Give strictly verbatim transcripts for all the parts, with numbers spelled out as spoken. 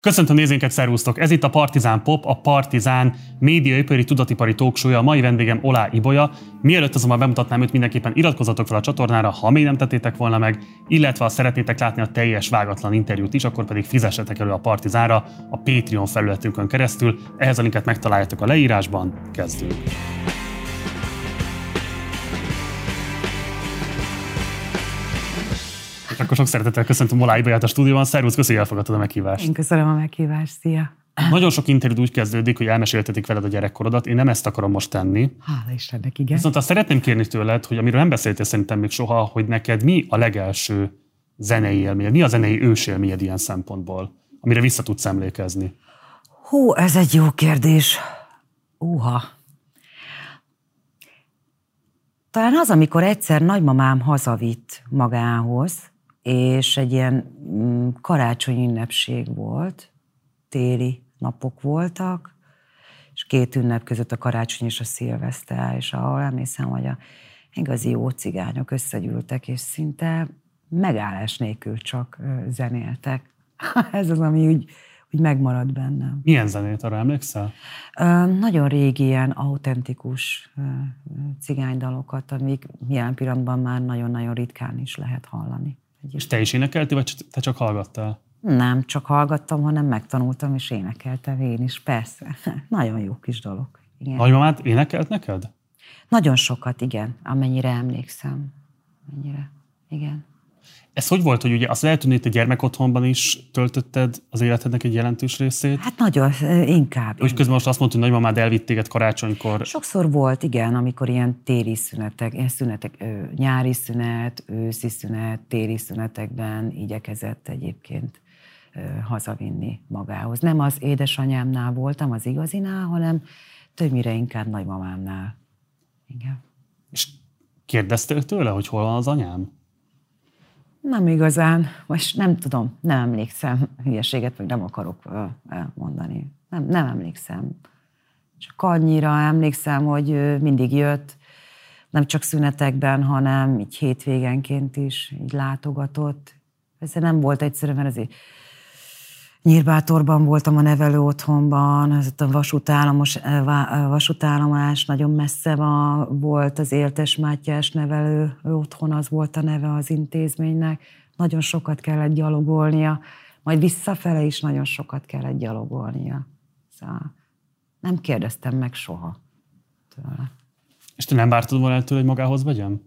Köszöntöm nézőinket, szervusztok! Ez itt a Partizán Pop, a Partizán médiaipari tudatipari talkshow-ja. A mai vendégem Olá Ibolya. Mielőtt azonban bemutatnám őt, mindenképpen iratkozzatok fel a csatornára, ha még nem tettétek volna meg, illetve ha szeretnétek látni a teljes vágatlan interjút is, akkor pedig fizessetek elő a Partizánra a Patreon felületünkön keresztül. Ehhez a linket megtaláljátok a leírásban. Kezdjük! Akkor sok szeretettel köszöntöm Olá Ibolyát a stúdióban. Szervusz, köszönjük, hogy elfogadtad a meghívást. Én köszönöm a meghívást, szia! Nagyon sok interjút úgy kezdődik, hogy elmeséltetik veled a gyerekkorodat. Én nem ezt akarom most tenni. Hála Istennek, igen. Viszont azt szeretném kérni tőled, hogy amiről nem beszéltél szerintem még soha, hogy neked mi a legelső zenei élményed, mi a zenei ősélményed ilyen szempontból, amire vissza tudsz emlékezni? Hú, ez egy jó kérdés. Uha. Talán az, amikor egyszer nagymamám hazavitt magához, és egy ilyen karácsonyi ünnepség volt, téli napok voltak, és két ünnep között a karácsony és a szilveszter, és ahol emlékszem, hogy a igazi jó cigányok összegyűltek, és szinte megállás nélkül csak zenéltek. Ez az, ami úgy, úgy megmaradt bennem. Milyen zenét, arra emlékszel? Nagyon régi, ilyen autentikus cigánydalokat, amik jelen pillanatban már nagyon-nagyon ritkán is lehet hallani. És te is énekeltél, vagy te csak hallgattál? Nem, csak hallgattam, hanem megtanultam, és énekeltem én is, persze. Nagyon jó kis dolog. Igen. Nagymamát énekelt neked? Nagyon sokat, igen, amennyire emlékszem. Amennyire, igen. Ez hogy volt, hogy ugye azt eltűnt, hogy te gyermekotthonban is töltötted az életednek egy jelentős részét? Hát nagyon, inkább. És közben most azt mondtad, hogy nagymamád elvitt téged karácsonykor. Sokszor volt, igen, amikor ilyen téli szünetek, ilyen szünetek, nyári szünet, őszi szünet, téli szünetekben igyekezett egyébként hazavinni magához. Nem az édesanyámnál voltam, az igazinál, hanem többnyire inkább nagymamámnál. Igen. És kérdeztél tőle, hogy hol van az anyám? Nem igazán, most nem tudom, nem emlékszem, hülyeséget meg nem akarok elmondani. Nem, nem emlékszem. Csak annyira emlékszem, hogy mindig jött, nem csak szünetekben, hanem így hétvégenként is így látogatott. Ez nem volt egyszerű, mert azért Nyírbátorban voltam a nevelő otthonban, ez a vasútállamos, vasútállomás, nagyon messze van, volt az Éltes Mátyás nevelő otthon, az volt a neve az intézménynek. Nagyon sokat kellett gyalogolnia, majd visszafele is nagyon sokat kellett gyalogolnia. Szóval nem kérdeztem meg soha tőle. És te nem vártad volna el tőle, hogy magához vegyem?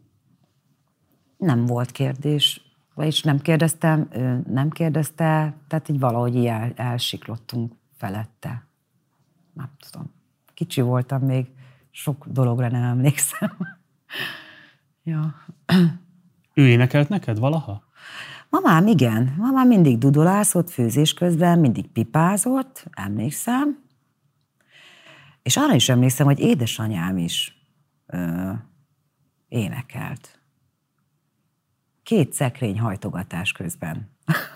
Nem volt kérdés. Vagyis nem kérdeztem, ő nem kérdezte, tehát így valahogy így el, elsiklottunk felette. Nem tudom. Kicsi voltam még, sok dologra nem emlékszem. Ja. Ő énekelt neked valaha? Mamám, igen. Mamám mindig dudolászott főzés közben, mindig pipázott, emlékszem. És arra is emlékszem, hogy édesanyám is ö, énekelt. Két szekrény hajtogatás közben.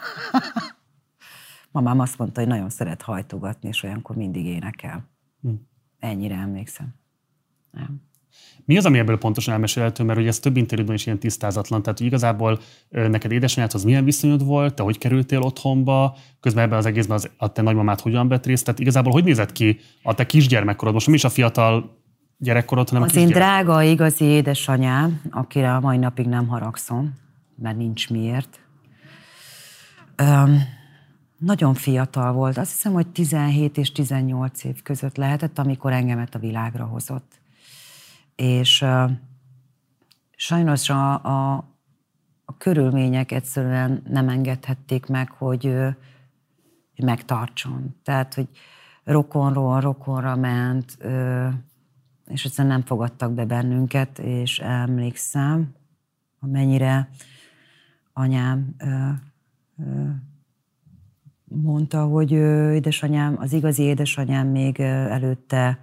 Mamám azt mondta, hogy nagyon szeret hajtogatni, és olyankor mindig énekel. Hm. Ennyire emlékszem. Nem. Mi az, ami ebből pontosan elmesélhető, mert ugye ez több interjúban is ilyen tisztázatlan, tehát hogy igazából neked édesanyádhoz milyen viszonyod volt, te hogy kerültél otthonba, közben ebben az egészben az, a te nagymamát hogyan vett részt, tehát igazából hogy nézett ki a te kisgyermekkorod, most nem is a fiatal gyerekkorod, hanem az a én drága, igazi édesanyám, akire a mai napig nem haragszom, mert nincs miért. Öm, nagyon fiatal volt. Azt hiszem, hogy tizenhét és tizennyolc év között lehetett, amikor engemet a világra hozott. És ö, sajnos a, a, a körülmények egyszerűen nem engedhették meg, hogy, ö, hogy megtartson. Tehát, hogy rokonról rokonra ment, ö, és egyszerűen nem fogadtak be bennünket, és emlékszem, amennyire anyám ö, ö, mondta, hogy ö, édesanyám, az igazi édesanyám még ö, előtte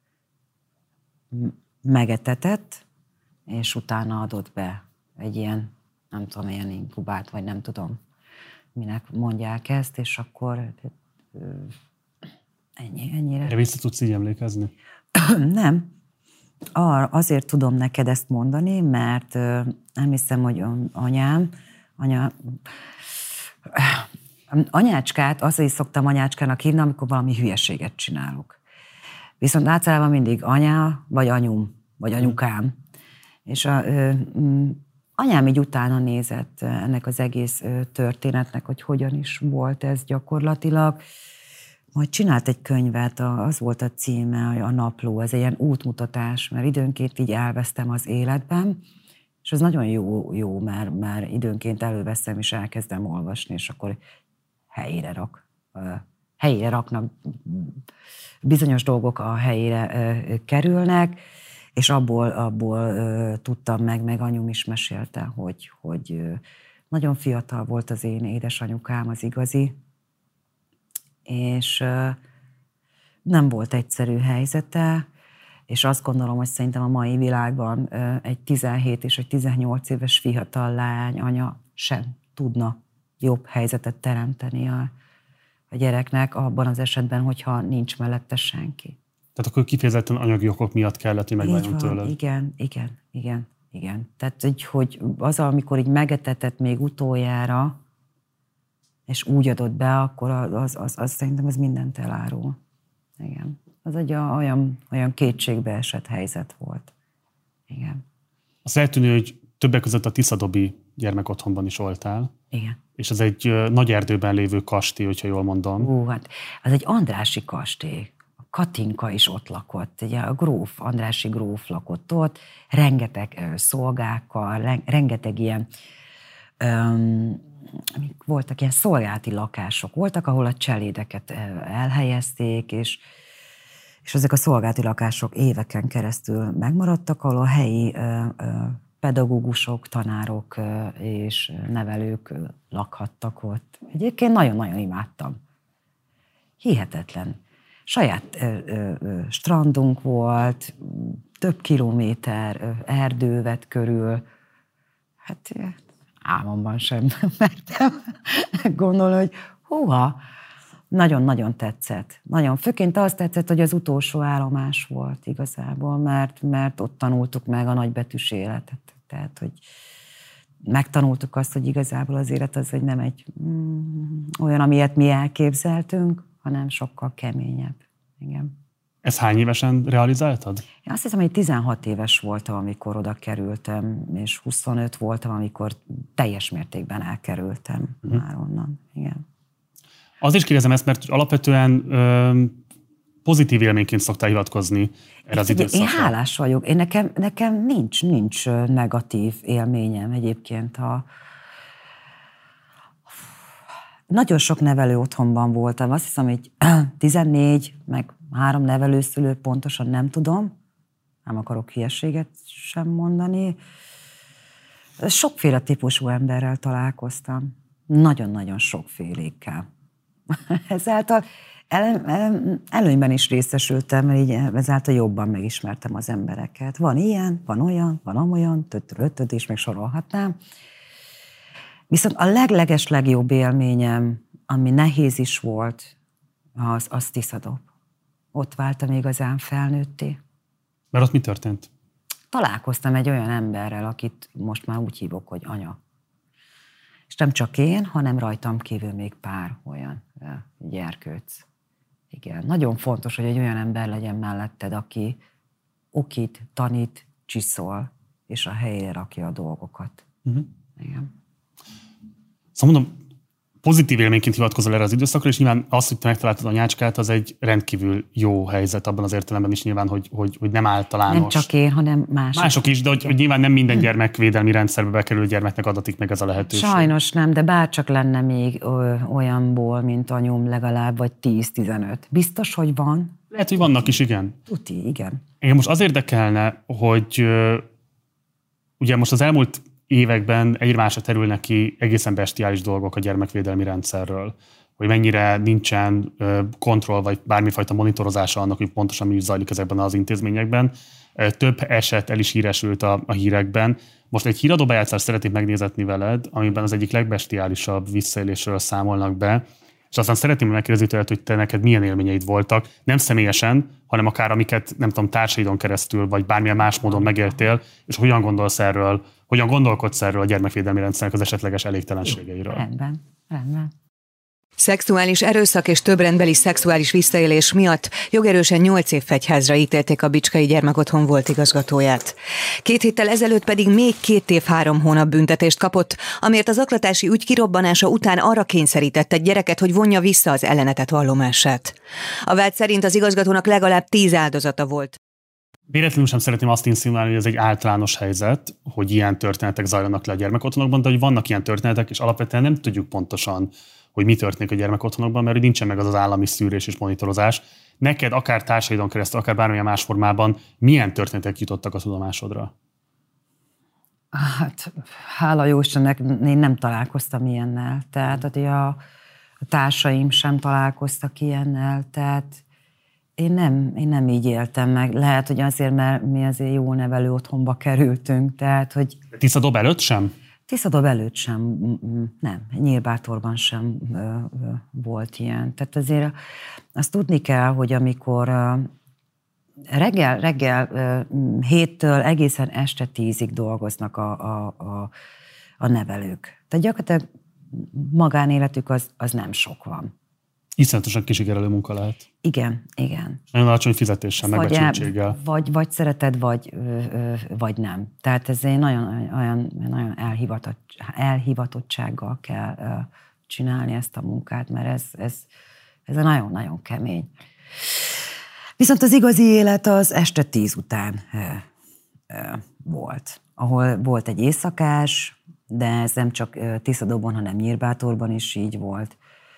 megetetett, és utána adott be egy ilyen, nem tudom, ilyen inkubát, vagy nem tudom, minek mondják ezt, és akkor ö, ennyi, ennyire. Erre vissza tudsz így emlékezni? Nem. Azért tudom neked ezt mondani, mert nem hiszem, hogy anyám, anya, Anyácskát azért szoktam anyácskának hívni, amikor valami hülyeséget csinálok. Viszont általában mindig anya, vagy anyum, vagy anyukám. És a, ö, ö, anyám így utána nézett ennek az egész ö, történetnek, hogy hogyan is volt ez gyakorlatilag. Majd csinált egy könyvet, az volt a címe, a Napló, ez egy ilyen útmutatás, mert időnként így elvesztem az életben, és ez nagyon jó, jó mert, mert időnként előveszem, és elkezdem olvasni, és akkor helyére rak. Helyére raknak, bizonyos dolgok a helyére kerülnek, és abból, abból tudtam meg, meg anyum is mesélte, hogy, hogy nagyon fiatal volt az én édesanyukám, az igazi, és nem volt egyszerű helyzete, és azt gondolom, hogy szerintem a mai világban egy tizenhét és egy tizennyolc éves fiatal lány anya sem tudna jobb helyzetet teremteni a, a gyereknek abban az esetben, hogyha nincs mellette senki. Tehát akkor kifejezetten anyagi okok miatt kellett, hogy megváljon tőled. Igen, igen, igen, igen. Tehát, hogy, hogy az, amikor így megetetett még utoljára, és úgy adott be, akkor az, az, az, az szerintem az mindent elárul. Igen. Az egy olyan, olyan kétségbeesett helyzet volt. Igen. Azt eltűnő, hogy többek között a Tiszadobi gyermekotthonban is voltál. Igen. És ez egy nagy erdőben lévő kastély, hogyha jól mondom. Hú, hát az egy andrássy kastély. A Katinka is ott lakott. Ugye a gróf, andrássy gróf lakott ott. Rengeteg szolgákkal, rengeteg ilyen... Um, voltak ilyen szolgálati lakások voltak, ahol a cselédeket elhelyezték, és, és ezek a szolgálati lakások éveken keresztül megmaradtak, ahol a helyi pedagógusok, tanárok és nevelők lakhattak ott. Egyébként nagyon-nagyon imádtam. Hihetetlen. Saját ö, ö, ö, strandunk volt, több kilométer erdő vett körül. Hát álmomban sem mertem gondolni, hogy hova. Nagyon-nagyon tetszett. Nagyon. Főként azt tetszett, hogy az utolsó állomás volt igazából, mert, mert ott tanultuk meg a nagybetűs életet. Tehát, hogy megtanultuk azt, hogy igazából az élet az, hogy nem egy mm, olyan, amilyet mi elképzeltünk, hanem sokkal keményebb. Igen. Ezt hány évesen realizáltad? Én azt hiszem, hogy tizenhat éves voltam, amikor oda kerültem, és huszonöt voltam, amikor teljes mértékben elkerültem uh-huh. már onnan. Igen. Az is kérdezem ezt, mert alapvetően ö, pozitív élményként szoktál hivatkozni erre az időszakra. Én hálás vagyok. Én nekem, nekem nincs, nincs negatív élményem egyébként. A... Nagyon sok nevelő otthonban voltam. Azt hiszem, hogy tizennégy, meg három nevelőszülő, pontosan nem tudom. Nem akarok hülyeséget sem mondani. Sokféle típusú emberrel találkoztam. Nagyon-nagyon sokfélékkel. Ezáltal el, el, előnyben is részesültem, mert így ezáltal jobban megismertem az embereket. Van ilyen, van olyan, van amolyan, tötöt, és még sorolhatnám. Viszont a legleges legjobb élményem, ami nehéz is volt, az, az Tiszadob. Ott váltam igazán felnőtté. Mert ott mi történt? Találkoztam egy olyan emberrel, akit most már úgy hívok, hogy anya. És nem csak én, hanem rajtam kívül még pár olyan gyerkőc. Igen, nagyon fontos, hogy egy olyan ember legyen melletted, aki okít, tanít, csiszol, és a helyére rakja a dolgokat. Uh-huh. Igen. Szóval mondom, pozitív élményként hivatkozol erre az időszakra, és nyilván az, hogy te megtaláltad anyácskát, az egy rendkívül jó helyzet abban az értelemben is nyilván, hogy, hogy, hogy nem általános. Nem csak én, hanem mások. Mások is, de hogy, hogy nyilván nem minden gyermekvédelmi rendszerbe bekerülő gyermeknek adatik meg ez a lehetőség. Sajnos nem, de bárcsak lenne még ö, olyanból, mint anyum legalább, vagy tíz-tizenöt. Biztos, hogy van? Lehet, hogy vannak is, igen. Tuti, igen. Engem most az érdekelne, hogy ö, ugye most az elmúlt években egymásra terülnek ki egészen bestiális dolgok a gyermekvédelmi rendszerről, hogy mennyire nincsen kontroll vagy bármifajta monitorozása annak, hogy pontosan mi is zajlik ezekben az intézményekben. Több eset el is híresült a, a hírekben. Most egy híradóbejátszást szeretnék megnézetni veled, amiben az egyik legbestiálisabb visszaélésről számolnak be, és aztán szeretném megkérdezni tőled, hogy te neked milyen élményeid voltak, nem személyesen, hanem akár amiket, nem tudom, társaidon keresztül, vagy bármilyen más módon megéltél, és hogyan gondolsz erről, hogyan gondolkodsz erről a gyermekvédelmi rendszernek az esetleges elégtelenségeiről. Rendben, rendben. Szexuális erőszak és többrendbeli szexuális visszaélés miatt jogerősen nyolc év fegyházra ítélték a Bicskei Gyermekotthon volt igazgatóját. Két héttel ezelőtt pedig még két év három hónap büntetést kapott, amiért az zaklatási ügy kirobbanása után arra kényszerített egy gyereket, hogy vonja vissza az ellenetet vallomását. A vád szerint az igazgatónak legalább tíz áldozata volt. Véletlenül sem szeretném azt inszínálni, hogy ez egy általános helyzet, hogy ilyen történetek zajlanak le a gyermekotthonokban, de hogy vannak ilyen történetek, és alapvetően nem tudjuk pontosan, hogy mi történik a gyermekotthonokban, mert nincsen meg az az állami szűrés és monitorozás. Neked akár társaidon keresztül, akár bármilyen más formában milyen történetek jutottak a tudomásodra? Hát, hála jó Istennek, én nem találkoztam ilyennel. Tehát hogy a, a társaim sem találkoztak ilyennel, tehát én nem, én nem így éltem meg. Lehet, hogy azért, mert mi azért jó nevelő otthonba kerültünk, tehát hogy... Tiszadob előtt sem? Tiszadob előtt sem, nem. Nyírbátorban sem ö, ö, volt ilyen. Tehát azért azt tudni kell, hogy amikor ö, reggel, reggel ö, héttől egészen este tízig dolgoznak a, a, a, a nevelők. Tehát gyakorlatilag magánéletük az, az nem sok van. Iszonyatosan kisikerelő munka lehet. Igen, igen. Nagyon alacsony fizetéssel, vagy, megbecsültséggel. Vagy, vagy szereted, vagy, vagy nem. Tehát ez egy nagyon, olyan, nagyon elhivatott, elhivatottsággal kell csinálni ezt a munkát, mert ez, ez, ez nagyon-nagyon kemény. Viszont az igazi élet az este tíz után volt, ahol volt egy éjszakás, de ez nem csak Tiszadobon, hanem Nyírbátorban is így volt,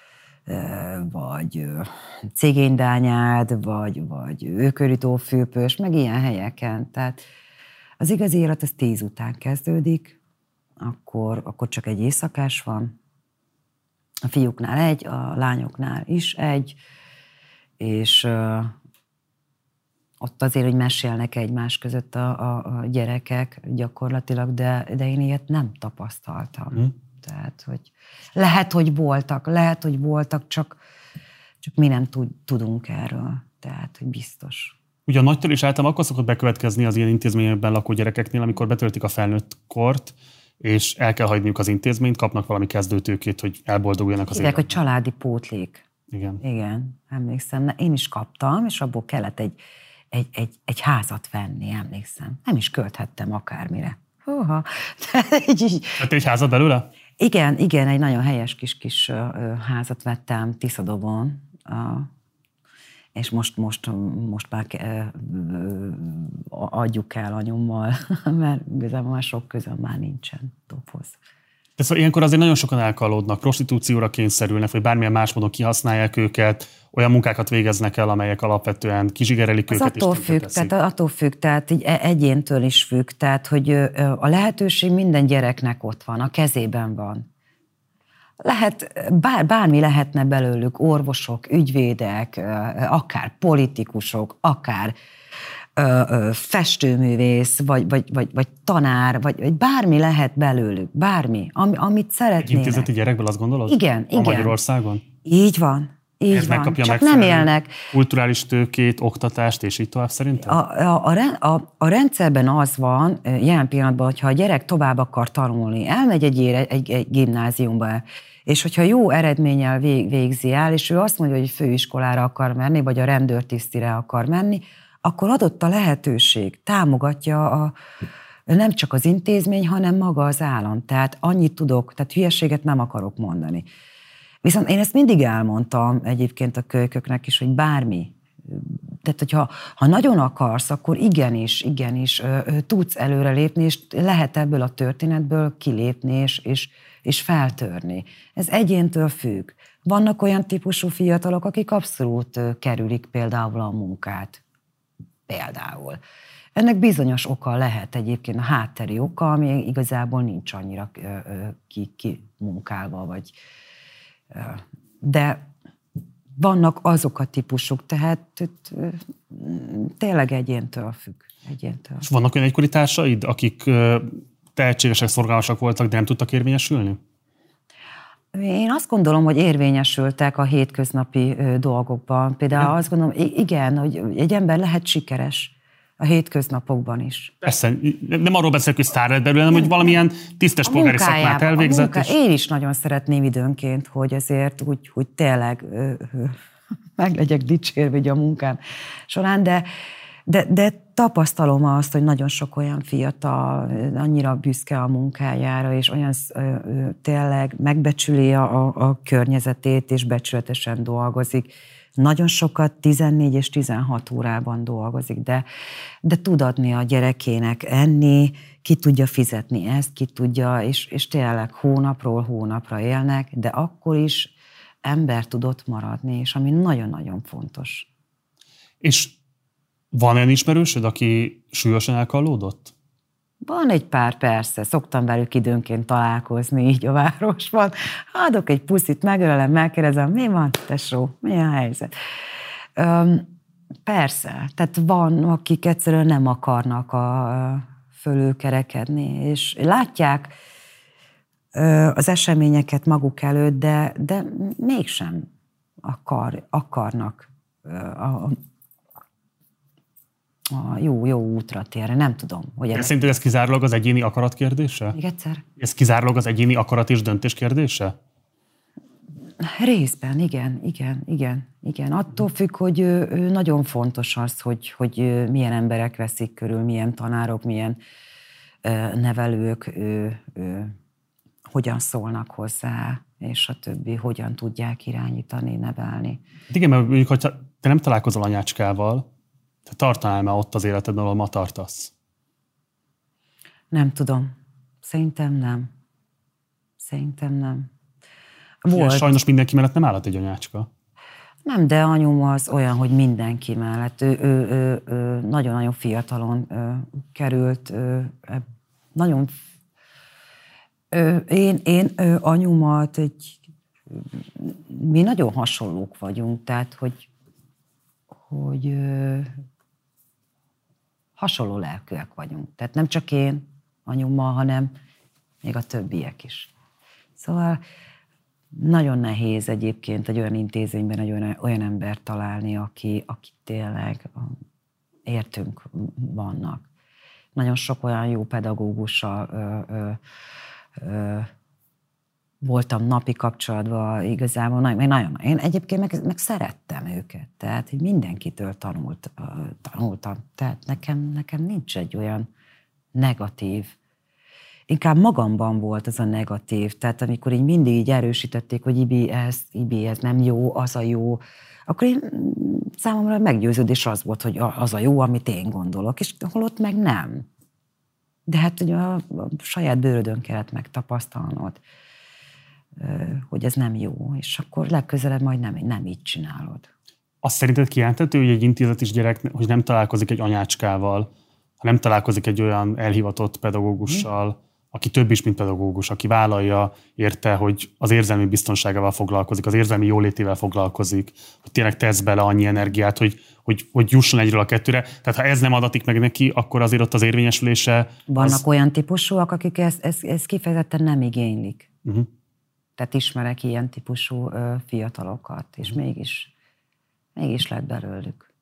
vagy Cigénydányád, vagy, vagy Őköri-tófülpös, meg ilyen helyeken. Tehát az igazi élet az tíz után kezdődik, akkor, akkor csak egy éjszakás van. A fiúknál egy, a lányoknál is egy, és uh, ott azért, hogy mesélnek egymás között a, a, a gyerekek gyakorlatilag, de, de én ilyet nem tapasztaltam. Mm. Tehát, hogy lehet, hogy voltak, lehet, hogy voltak, csak, csak mi nem tud, tudunk erről. Tehát, hogy biztos. Ugye a nagytörés általában akkor szokott bekövetkezni az ilyen intézményekben lakó gyerekeknél, amikor betöltik a felnőtt kort, és el kell hagyniuk az intézményt, kapnak valami kezdőtőkét, hogy elboldoguljanak az életben. Hogy családi pótlék. Igen. Igen, emlékszem. Én is kaptam, és abból kellett egy, egy, egy, egy házat venni, emlékszem. Nem is költhettem akármire. Húha. Hát egy házat belőle? Igen, igen, egy nagyon helyes kis-kis házat vettem Tiszadobon, és most, most, most már adjuk el anyummal, mert igazából már sok közöm már nincsen Tophoz. De szóval ilyenkor azért nagyon sokan elkallódnak, prostitúcióra kényszerülnek, vagy bármilyen más módon kihasználják őket, olyan munkákat végeznek el, amelyek alapvetően kizsigerelik az őket. Attól függ, tehát attól függ, tehát így egyéntől is függ, tehát hogy a lehetőség minden gyereknek ott van, a kezében van. Lehet, bár, bármi lehetne belőlük, orvosok, ügyvédek, akár politikusok, akár ö, ö, festőművész, vagy, vagy, vagy, vagy tanár, vagy, vagy bármi lehet belőlük, bármi, ami, amit szeretnének. Egy intézeti gyerekből azt gondolod? Igen, a igen. Magyarországon? Így van. Így ez van, megkapja csak nem élnek. Kulturális tőkét, oktatást, és így tovább szerintem? A, a, a, a, a rendszerben az van, jelen pillanatban, hogyha a gyerek tovább akar tanulni, elmegy egy, egy, egy gimnáziumba, és hogyha jó eredménnyel vég, végzi el, és ő azt mondja, hogy főiskolára akar menni, vagy a rendőrtisztire akar menni, akkor adott a lehetőség, támogatja a, nem csak az intézmény, hanem maga az állam. Tehát annyit tudok, tehát hülyeséget nem akarok mondani. Viszont én ezt mindig elmondtam egyébként a kölyköknek is, hogy bármi. Tehát, hogyha ha nagyon akarsz, akkor igenis, igenis tudsz előrelépni, és lehet ebből a történetből kilépni, és, és, és feltörni. Ez egyéntől függ. Vannak olyan típusú fiatalok, akik abszolút kerülik például a munkát. Például. Ennek bizonyos oka lehet egyébként a hátteri oka, ami igazából nincs annyira kimunkálva, vagy... De vannak azok a típusok, tehát tényleg egyéntől függ. Egyéntől. És vannak olyan egykori társaid, akik tehetségesek, szorgalmasak voltak, de nem tudtak érvényesülni? Én azt gondolom, hogy érvényesültek a hétköznapi dolgokban. Például ja. azt gondolom, igen, hogy egy ember lehet sikeres, A hétköznapokban is. Persze, nem arról beszélek, hogy sztár lett belőle, hanem hogy valamilyen tisztes polgári szakmát elvégzett. Munká... És... Én is nagyon szeretném időnként, hogy azért úgy, hogy tényleg ö, ö, meg legyek dicsérve a munkám során, de, de, de tapasztalom azt, hogy nagyon sok olyan fiatal annyira büszke a munkájára, és olyan ö, ö, tényleg megbecsüli a, a, a környezetét, és becsületesen dolgozik. Nagyon sokat tizennégy és tizenhat órában dolgozik, de, de tud adni a gyerekének enni, ki tudja fizetni ezt, ki tudja, és, és tényleg hónapról hónapra élnek, de akkor is ember tudott maradni, és ami nagyon-nagyon fontos. És van olyan ismerősöd, aki súlyosan elkallódott? Van egy pár, persze. Szoktam velük időnként találkozni így a városban. Adok egy puszit, megölelem, megkérdezem, mi van, tesó, mi a helyzet? Öm, persze, tehát van, akik egyszerűen nem akarnak a fölülkerekedni, és látják ö, az eseményeket maguk előtt, de, de mégsem akar, akarnak ö, a, a jó, jó útra térni. Nem tudom, hogy... Ez... Szerinted ez kizárólag az egyéni akarat kérdése? Még egyszer? Ez kizárólag az egyéni akarat és döntés kérdése? Részben, igen, igen, igen, igen. Attól függ, hogy ő, ő nagyon fontos az, hogy, hogy milyen emberek veszik körül, milyen tanárok, milyen ö, nevelők, ő, ő, hogyan szólnak hozzá, és a többi, hogyan tudják irányítani, nevelni. Igen, mert mondjuk, hogy te nem találkozol anyácskával, te tartanál már ott az életedben, ahol ma tartasz? Nem tudom. Szerintem nem. Szerintem nem. Volt. Sajnos mindenki mellett nem állhat egy anyácska. Nem, de anyum az olyan, hogy mindenki mellett. Ő, ő, ő, ő nagyon-nagyon fiatalon ő, került. Ő, nagyon... Ő, én én ő, anyumat egy... Mi nagyon hasonlók vagyunk, tehát, hogy hogy ö, hasonló lelkűek vagyunk. Tehát nem csak én anyummal, hanem még a többiek is. Szóval nagyon nehéz egyébként egy olyan intézményben egy olyan, olyan embert találni, aki, aki tényleg értünk vannak. Nagyon sok olyan jó pedagógussal ö, ö, ö, voltam napi kapcsolatban igazából, meg nagyon, én egyébként meg, meg szerettem őket, tehát hogy mindenkitől tanult, tanultam, tehát nekem, nekem nincs egy olyan negatív, inkább magamban volt az a negatív, tehát amikor így mindig így erősítették, hogy Ibi ez, Ibi ez nem jó, az a jó, akkor én számomra meggyőződés az volt, hogy az a jó, amit én gondolok, és holott meg nem. De hát ugye a, a saját bőrödön kellett megtapasztalnod, hogy ez nem jó, és akkor legközelebb majd nem, nem így csinálod. Azt szerinted kijelenthető, hogy egy intézetis gyerek, hogy nem találkozik egy anyácskával, ha nem találkozik egy olyan elhivatott pedagógussal, hmm. aki több is, mint pedagógus, aki vállalja érte, hogy az érzelmi biztonságával foglalkozik, az érzelmi jólétével foglalkozik, hogy tényleg tesz bele annyi energiát, hogy, hogy, hogy jusson egyről a kettőre. Tehát ha ez nem adatik meg neki, akkor azért ott az érvényesülése... Vannak az... olyan típusúak, akik ezt, ezt, ezt kifejezetten nem igénylik. Uh-huh. Tehát ismerek ilyen típusú ö, fiatalokat, és uh-huh. mégis, mégis lett belőlük.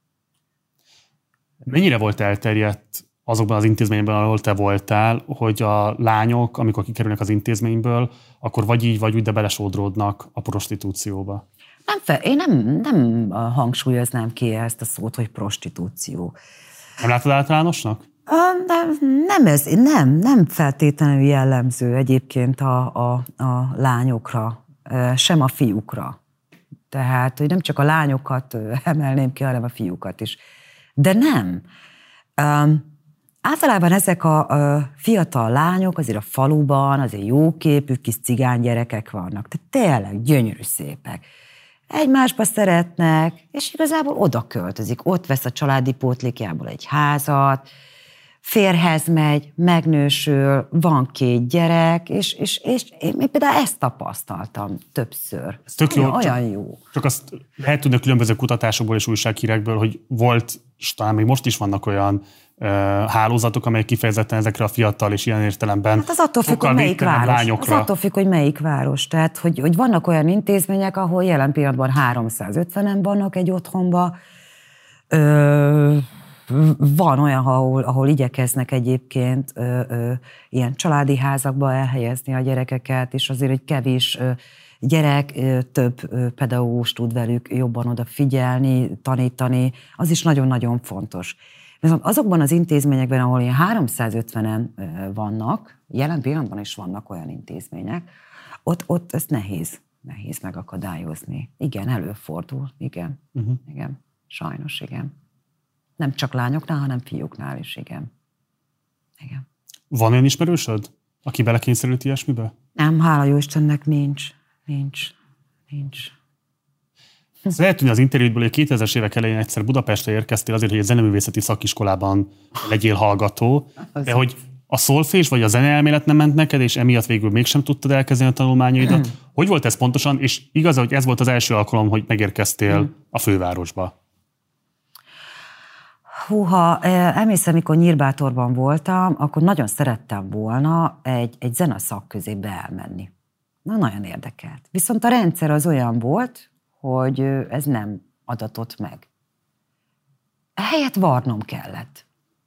Mennyire volt elterjedt azokban az intézményekben, ahol te voltál, hogy a lányok, amikor kikerülnek az intézményből, akkor vagy így, vagy úgy, de belesodródnak a prostitúcióba? Nem fel, én nem, nem hangsúlyoznám ki ezt a szót, hogy prostitúció. Nem látod általánosnak? Nem, nem, ez, nem, nem feltétlenül jellemző egyébként a, a, a lányokra, sem a fiúkra. Tehát, hogy nem csak a lányokat emelném ki, hanem a fiúkat is. De nem. Um, általában ezek a, a fiatal lányok azért a faluban, azért jóképű kis cigánygyerekek vannak. Tehát tényleg gyönyörű szépek. Egymásba szeretnek, és igazából oda költözik. Ott vesz a családi pótlékjából egy házat, férhez megy, megnősül, van két gyerek, és, és, és én például ezt tapasztaltam többször. Ez tök jó, olyan, csak, olyan jó. Csak azt lehet tudni a különböző kutatásokból és újsághírekből, hogy volt, és talán még most is vannak olyan uh, hálózatok, amelyek kifejezetten ezekre a fiatal és ilyen értelemben hát az attól függ, hogy melyik város. Lányokra. Az attól függ, hogy melyik város. Tehát, hogy, hogy vannak olyan intézmények, ahol jelen pillanatban háromszázötvenen vannak egy otthonba, Ö, Van olyan, ahol, ahol igyekeznek egyébként ö, ö, ilyen családi házakba elhelyezni a gyerekeket, és azért egy kevés ö, gyerek, ö, több ö, pedagógus tud velük jobban odafigyelni, tanítani, az is nagyon-nagyon fontos. Viszont azokban az intézményekben, ahol ilyen háromszázötvenen ö, vannak, jelen pillanatban is vannak olyan intézmények, ott, ott ez nehéz, nehéz megakadályozni. Igen, előfordul, igen, uh-huh. igen, sajnos igen. Nem csak lányoknál, hanem fiúknál is, igen. igen. Van olyan ismerősöd, aki belekényszerült ilyesmibe? Nem, hála jó Istennek nincs. Nincs. Nincs. Ez lehet tűnni az interjútból, hogy kétezres évek elején egyszer Budapestre érkeztél azért, hogy egy zeneművészeti szakiskolában legyél hallgató, de hogy a szolfés vagy a zeneelmélet nem ment neked, és emiatt végül mégsem tudtad elkezdeni a tanulmányaidat. Hogy volt ez pontosan, és igaz, hogy ez volt az első alkalom, hogy megérkeztél a fővárosba? Húha, emlékszem, mikor Nyírbátorban voltam, akkor nagyon szerettem volna egy, egy zeneszak-közébe elmenni. Na, nagyon érdekelt. Viszont a rendszer az olyan volt, hogy ez nem adatott meg. Ehelyett varnom kellett.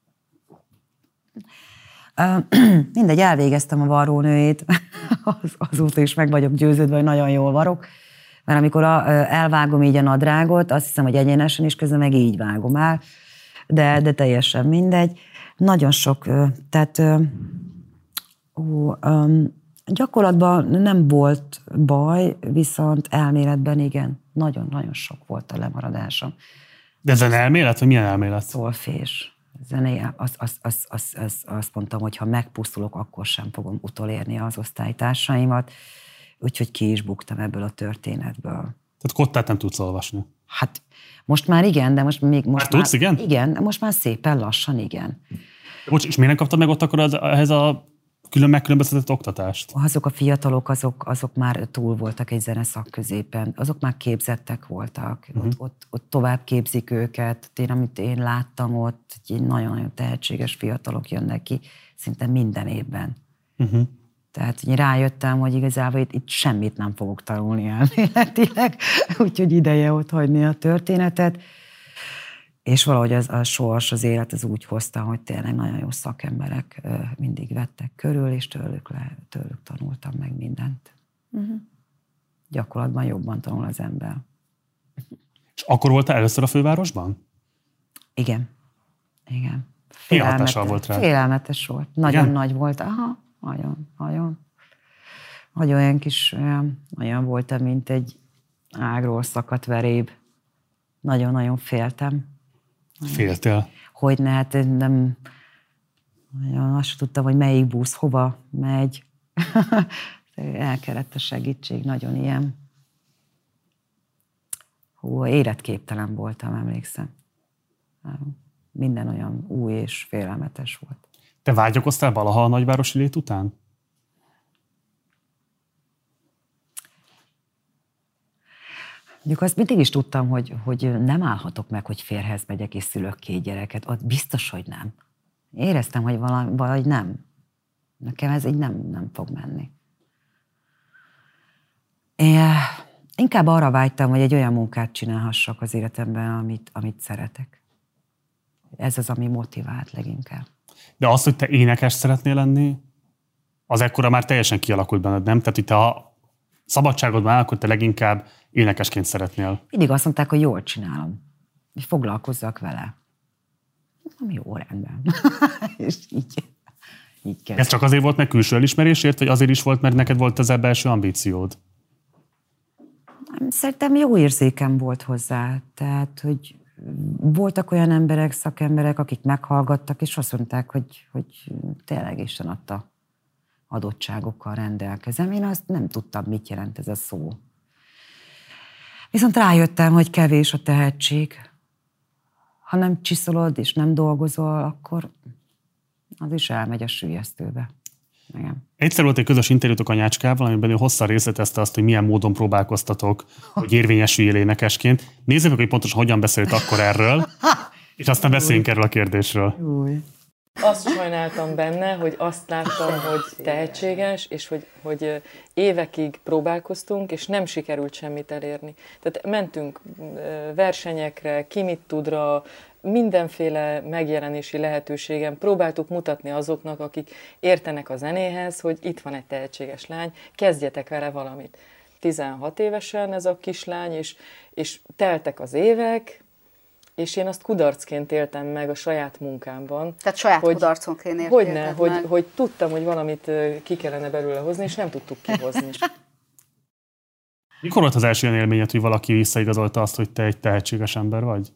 Mindegy, elvégeztem a varrónőjét, az, azóta is meg vagyok győződve, hogy nagyon jól varok, mert amikor a, elvágom így a nadrágot, azt hiszem, hogy egyenesen is közben meg így vágom el, de, de teljesen mindegy. Nagyon sok, tehát ó, um, gyakorlatban nem volt baj, viszont elméletben igen, nagyon-nagyon sok volt a lemaradásom. De ezen elmélet, vagy milyen elmélet? Szolfés. Zenéje, azt az, az, az, az, azt mondtam, hogy ha megpusztulok, akkor sem fogom utolérni az osztálytársaimat, úgyhogy ki is buktam ebből a történetből. Tehát kottát nem tudsz olvasni? Hát most már igen, de most még... Most már tudsz, igen? Igen, most már szépen lassan, igen. Bocs, és miért nem kaptad meg ott akkor az, ehhez a külön megkülönböztetett oktatást? Azok a fiatalok, azok, azok már túl voltak egy zeneszakközépen, azok már képzettek voltak, uh-huh. ott, ott, ott tovább képzik őket. Én, amit én láttam ott, nagyon-nagyon tehetséges fiatalok jönnek ki, szinte minden évben. Uh-huh. Tehát én rájöttem, hogy igazából itt, itt semmit nem fogok tanulni elméletileg, úgyhogy ideje ott hagyni a történetet. És valahogy az, a sors, az élet az úgy hozta, hogy tényleg nagyon jó szakemberek mindig vettek körül, és tőlük, le, tőlük tanultam meg mindent. Uh-huh. Gyakorlatban jobban tanul az ember. És akkor voltál először a fővárosban? Igen. Igen. Milyen hatással volt rá? Félelmetes volt. Nagyon Igen? nagy volt. Aha, nagyon, nagyon. Nagyon olyan kis, olyan, olyan voltam, mint egy ágról szakadt veréb. Nagyon-nagyon féltem. Féltél? Hogyne, hát nem... Nagyon azt sem tudtam, hogy melyik busz hova megy. El kellett a segítség, nagyon ilyen. Hú, életképtelen voltam, emlékszem. Minden olyan új és félelmetes volt. Te vágyakoztál valaha a nagyvárosi lét után? Mondjuk azt mindig is tudtam, hogy, hogy nem állhatok meg, hogy férjhez megyek és szülök két gyereket. Ott biztos, hogy nem. Éreztem, hogy valahogy nem. Nekem ez így nem, nem fog menni. Én inkább arra vágytam, hogy egy olyan munkát csinálhassak az életemben, amit, amit szeretek. Ez az, ami motivált leginkább. De az, hogy te énekes szeretnél lenni, az ekkora már teljesen kialakult benned, nem? Tehát, hogy te a szabadságodban áll, akkor te leginkább énekesként szeretnél. Mindig azt mondták, hogy jól csinálom, és foglalkozzak vele. Nem jó, rendben. És így, így kezd. Ez csak azért volt meg külső elismerésért, vagy azért is volt, mert neked volt az belső ambíciód? Szerintem jó érzékem volt hozzá. Tehát, hogy voltak olyan emberek, szakemberek, akik meghallgattak, és azt mondták, hogy, hogy tényleg Isten adta adottságokkal rendelkezem. Én azt nem tudtam, mit jelent ez a szó. Viszont rájöttem, hogy kevés a tehetség. Ha nem csiszolod és nem dolgozol, akkor az is elmegy a süllyesztőbe. Igen. Egyszer volt egy közös interjútok Anyácskával, amiben ő hosszan részletezte azt, hogy milyen módon próbálkoztatok, hogy érvényesüljél énekesként. Nézzük meg, hogy pontosan hogyan beszélt akkor erről, és aztán beszéljünk erről a kérdésről. Új. Azt sajnáltam benne, hogy azt láttam, hogy tehetséges, és hogy, hogy évekig próbálkoztunk, és nem sikerült semmit elérni. Tehát mentünk versenyekre, ki mit tudra, mindenféle megjelenési lehetőségen próbáltuk mutatni azoknak, akik értenek a zenéhez, hogy itt van egy tehetséges lány, kezdjetek vele valamit. tizenhat évesen ez a kislány, és, és teltek az évek, és én azt kudarcként éltem meg a saját munkámban. Tehát saját hogy, kudarconként értél Hogyne, meg. hogy, hogy tudtam, hogy valamit ki kellene belőle hozni, és nem tudtuk kihozni. Mikor volt az első olyan élményed, hogy valaki visszaigazolta azt, hogy te egy tehetséges ember vagy?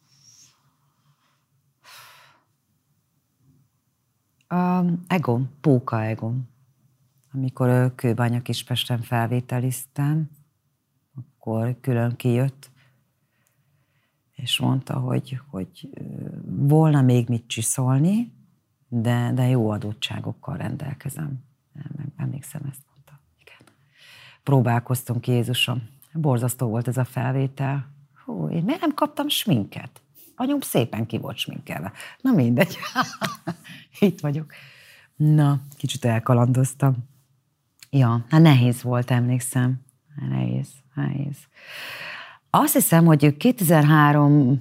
Um, egom, póka egom. Amikor Kőbánya Kispesten felvételiztem, akkor külön kijött, és mondta, hogy, hogy volna még mit csiszolni, de, de jó adottságokkal rendelkezem. Emlékszem, ezt mondta. Igen. Próbálkoztunk, Jézusom. Borzasztó volt ez a felvétel. Hú, én miért nem kaptam sminket? Anyum szépen ki volt sminkelve. Na mindegy. Itt vagyok. Na, kicsit elkalandoztam. Ja, hát nehéz volt, emlékszem. Nehéz, nehéz. Azt hiszem, hogy kétezer-három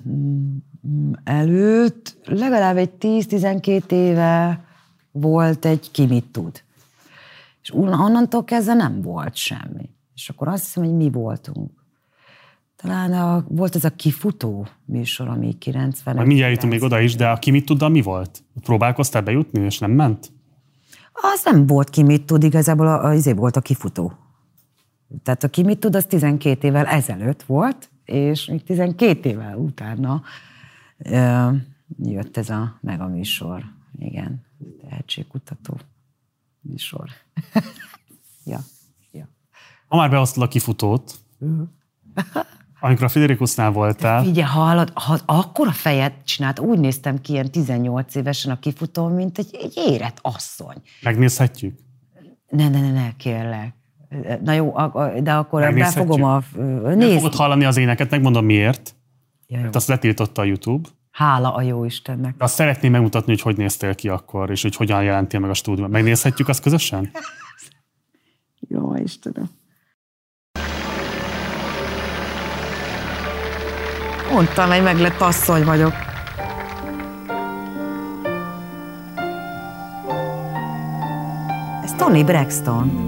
előtt legalább egy tíz-tizenkét éve volt egy Ki mit tud. És onnantól kezdve nem volt semmi. És akkor azt hiszem, hogy mi voltunk. Talán a, volt ez a Kifutó műsor, ami kilencven. Majd mindjárt jutunk még oda is, de a Ki mit tuddal mi volt? Próbálkoztál bejutni, és nem ment? Az nem volt Ki mit tud, igazából az év volt a Kifutó. Tehát a Ki mit tud, az tizenkét évvel ezelőtt volt, és még tizenkét évvel utána ö, jött ez a mega műsor. Igen, tehetségkutató műsor. ja, ja. Ha már behoztad a Kifutót, uh-huh. amikor a Friderikusznál voltál... Figyelj, hallod, ha akkora fejet csinált, úgy néztem ki ilyen tizennyolc évesen a Kifutón, mint egy, egy érett asszony. Megnézhetjük? Ne, ne, ne, ne, kérlek. Na jó, de akkor befogom a... Nézd. Nem fogod hallani az éneket, megmondom miért. Ja, jó. Azt letiltotta a YouTube. Hála a jó Istennek. De azt szeretném megmutatni, hogy hogy néztél ki akkor, és hogy hogyan jelentél meg a stúdióban. Megnézhetjük azt közösen? Jó, Istenem. Mondtam, hogy meglett asszony vagyok. Ez Toni Braxton.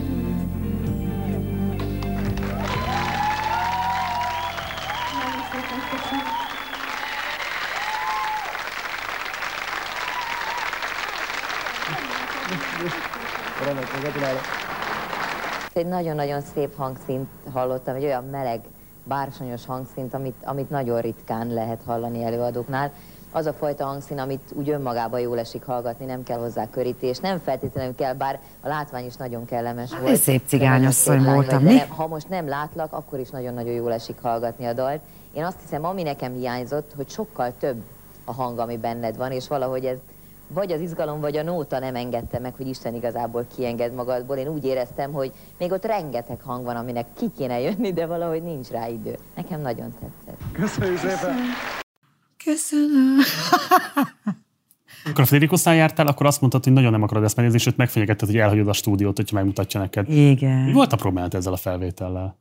Egy nagyon-nagyon szép hangszínt hallottam, egy olyan meleg, bársonyos hangszínt, amit, amit nagyon ritkán lehet hallani előadóknál. Az a fajta hangszín, amit úgy önmagában jól esik hallgatni, nem kell hozzá körítés, nem feltétlenül kell, bár a látvány is nagyon kellemes volt. Egy szép cigányasszony voltam, mi? Ha most nem látlak, akkor is nagyon-nagyon jól esik hallgatni a dalt. Én azt hiszem, ami nekem hiányzott, hogy sokkal több a hang, ami benned van, és valahogy ez vagy az izgalom, vagy a nóta nem engedte meg, hogy Isten igazából kienged magadból. Én úgy éreztem, hogy még ott rengeteg hang van, aminek ki kéne jönni, de valahogy nincs rá idő. Nekem nagyon tetszett. Köszönjük szépen! Köszönöm! Amikor a Friderikusznál jártál, akkor azt mondtad, hogy nagyon nem akarod ezt megnézni, sőt megfenyegetted, hogy elhagyod a stúdiót, hogyha megmutatja neked. Igen. Mi volt a problémát ezzel a felvétellel?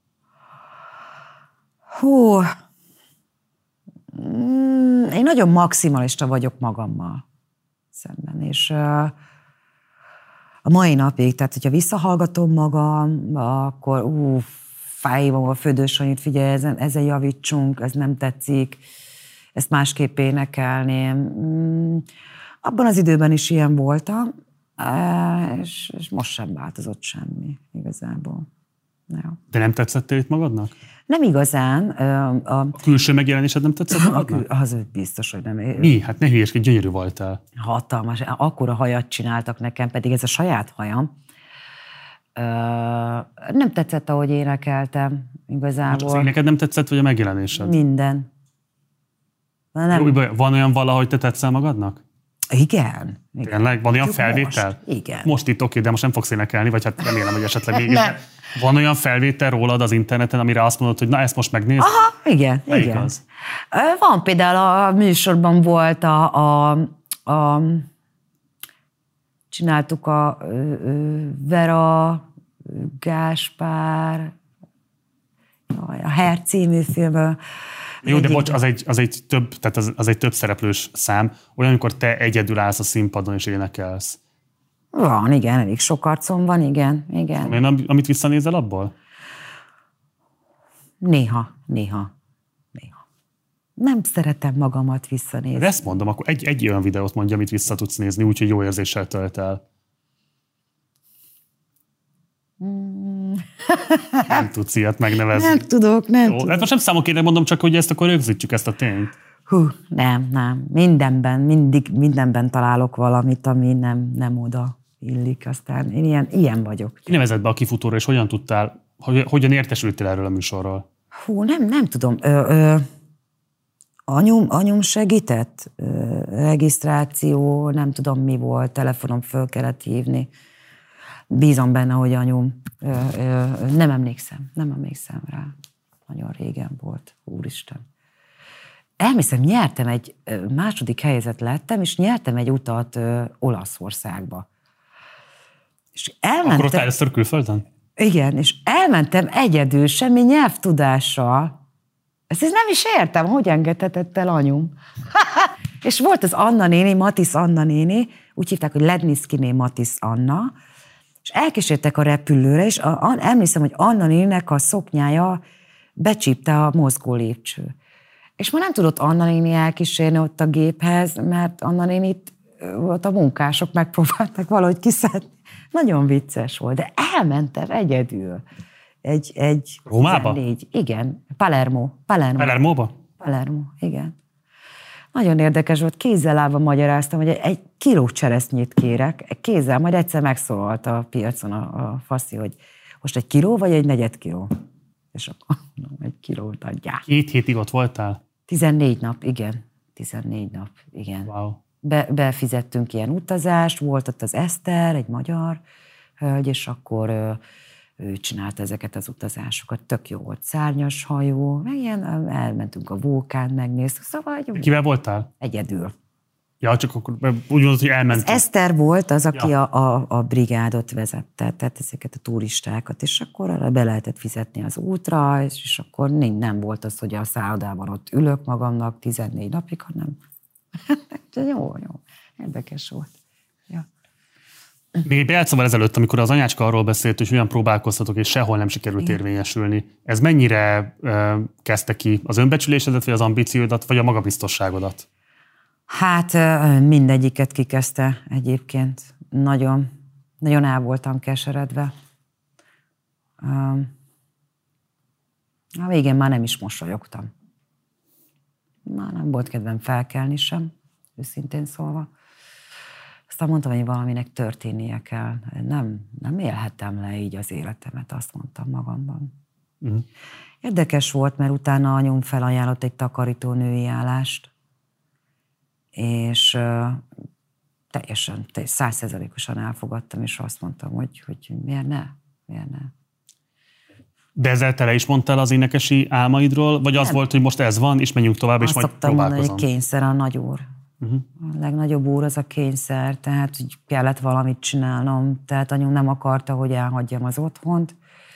Hú... Én nagyon maximalista vagyok magammal szemben, és uh, a mai napig, tehát hogyha visszahallgatom magam, akkor ú, fájvom a födősanyit, figyelj, ezen, ezen javítsunk, ez nem tetszik, ezt másképp énekelném. Mm, abban az időben is ilyen voltam, és, és most sem változott semmi igazából. Ja. De nem tetszettél itt magadnak? Nem igazán. A, a külső megjelenésed nem tetszett magadnak? Az biztos, hogy nem. Mi? Hát ne hülyeskedj, gyönyörű voltál. Hatalmas. Akkora hajat csináltak nekem, pedig ez a saját hajam. Nem tetszett, ahogy énekeltem igazából. Az éneked nem tetszett, vagy a megjelenésed? Minden. Nem. Jó, van olyan valahogy te tetszel magadnak? Igen. igen. Tényleg? Van olyan Jó, felvétel? Most. Igen. Most itt oké, de most nem fogsz énekelni, vagy hát remélem, hogy esetleg mégis. Van olyan felvétel rólad az interneten, amire azt mondod, hogy na ezt most megnézd? Aha, igen. Melyik igen. Az? Van például a műsorban volt a, a, a csináltuk a Vera, Gáspár, a Her című film, Jó, de bocs, az egy, az egy több, tehát az, az egy több szereplős szám, olyan, amikor te egyedül állsz a színpadon és énekelsz. Van, igen, elég sok arcom van, igen, igen. Olyan, amit visszanézel abból? Néha, néha, néha. Nem szeretem magamat visszanézni. De ezt mondom, akkor egy, egy olyan videót mondja, amit vissza tudsz nézni, úgyhogy jó érzéssel tölt el. Mm. Nem tudsz ilyet megnevezni. Nem tudok, nem Jó, tudok. hát most nem számokért mondom, csak hogy ezt akkor rögzítsük, ezt a tényt. Hú, nem, nem. Mindenben, mindig mindenben találok valamit, ami nem, nem oda illik. Aztán én ilyen, ilyen vagyok. Ki nevezett be a Kifutóra, és hogyan tudtál, hogy, hogyan értesültél erről a műsorról? Hú, nem, nem tudom. Ö, ö, anyum, anyum segített? Ö, regisztráció, nem tudom mi volt, telefonon föl kellett hívni. Bízom benne, hogy anyum. Ö, ö, nem emlékszem, nem emlékszem rá. Nagyon régen volt, úristen. Elmészem, nyertem egy, második helyzet lettem, és nyertem egy utat ö, Olaszországba. És elmentem... Akkor ott először külföldön? Igen, és elmentem egyedül, semmi nyelvtudással. Ezt, ezt nem is értem, hogy engedhetett el anyum. És volt az Anna néni, Matisz Anna néni, úgy hívták, hogy Ledniszkiné Matisz Anna, és elkísértek a repülőre, és a, a, emlékszem, hogy Anna néninek a szoknyája becsípte a mozgó lépcső. És már nem tudott Anna néni elkísérni ott a géphez, mert Anna nénit ott a munkások megpróbálták valahogy kiszedni. Nagyon vicces volt, de elmentem egyedül. Egy, egy Rómába? tizennégy, igen, Palermo. Palermo. Palermóba? Palermo, igen. Nagyon érdekes volt, kézzel állva magyaráztam, hogy egy, egy kiló cseresznyét kérek, kézzel, majd egyszer megszólalt a piacon a, a faszi, hogy most egy kiló, vagy egy negyed kiló? És akkor egy kilót adják. Két hétig ott voltál? Tizennégy nap, igen. Tizennégy nap, igen. Wow. Be, befizettünk ilyen utazást, volt ott az Eszter, egy magyar hölgy, és akkor ő, ő csinálta ezeket az utazásokat. Tök jó volt, szárnyas hajó, meg ilyen, elmentünk a vulkánt, megnéztük, szóval... Kivel voltál? Egyedül. Ja, csak akkor úgy mondod, hogy elmentünk. Az Eszter volt az, aki Ja. a, a, a brigádot vezette, tehát ezeket a turistákat, és akkor arra be lehetett fizetni az útra, és, és akkor nem, nem volt az, hogy a szállodában ott ülök magamnak tizennégy napig, hanem jó, jó, érdekes volt. Ja. Még egy perccel ezelőtt, amikor az anyácska arról beszélt, hogy olyan próbálkoztatok, és sehol nem sikerült Igen. érvényesülni. Ez mennyire uh, kezdte ki az önbecsülésedet, vagy az ambíciódat, vagy a magabiztosságodat? Hát mindegyiket kikezdte egyébként. Nagyon, nagyon el voltam keseredve. A végén már nem is mosolyogtam. Már nem volt kedvem felkelni sem, őszintén szólva. Aztán mondtam, hogy valaminek történnie kell. Nem, nem élhetem le így az életemet, azt mondtam magamban. Uh-huh. Érdekes volt, mert utána anyum felajánlott egy takarítónői állást, és uh, teljesen, százszerzalékosan elfogadtam, és azt mondtam, hogy, hogy miért ne, miért ne. De ezzel tele is mondtál az énekesi álmaidról, vagy az Nem. volt, hogy most ez van, és menjünk tovább, azt és majd szoktam mondani, próbálkozom? hogy kényszer a nagy úr. Uh-huh. A legnagyobb úr az a kényszer, tehát hogy kellett valamit csinálnom, tehát anyum nem akarta, hogy elhagyjam az otthont,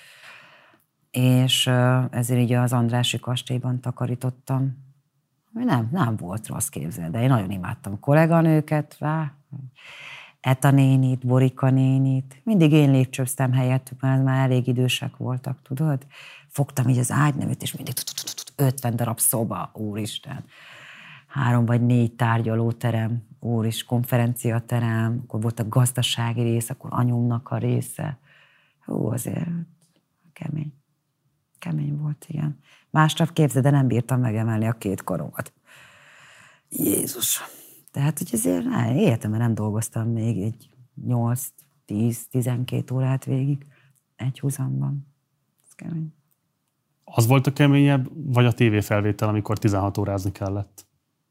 és uh, ezért így az Andrássy kastélyban takarítottam. Nem, nem volt rossz, képzel, de én nagyon imádtam a kolléganőket, rá, Eta nénit, Borika nénit, mindig én lépcsőztem helyettük, mert már elég idősek voltak, tudod? Fogtam így az ágynevét, és mindig ötven darab szoba, úristen. Három vagy négy tárgyalóterem, úris, konferenciaterem, akkor volt a gazdasági rész, akkor anyumnak a része. Hú, azért kemény. Kemény volt, igen. Másnap képzeld, de nem bírtam megemelni a két karomat. Jézus! Tehát, hogy azért ne, életemben nem dolgoztam még egy nyolc, tíz, tizenkét órát végig egy húzamban. Ez kemény. Az volt a keményebb, vagy a tévéfelvétel, amikor tizenhat órázni kellett?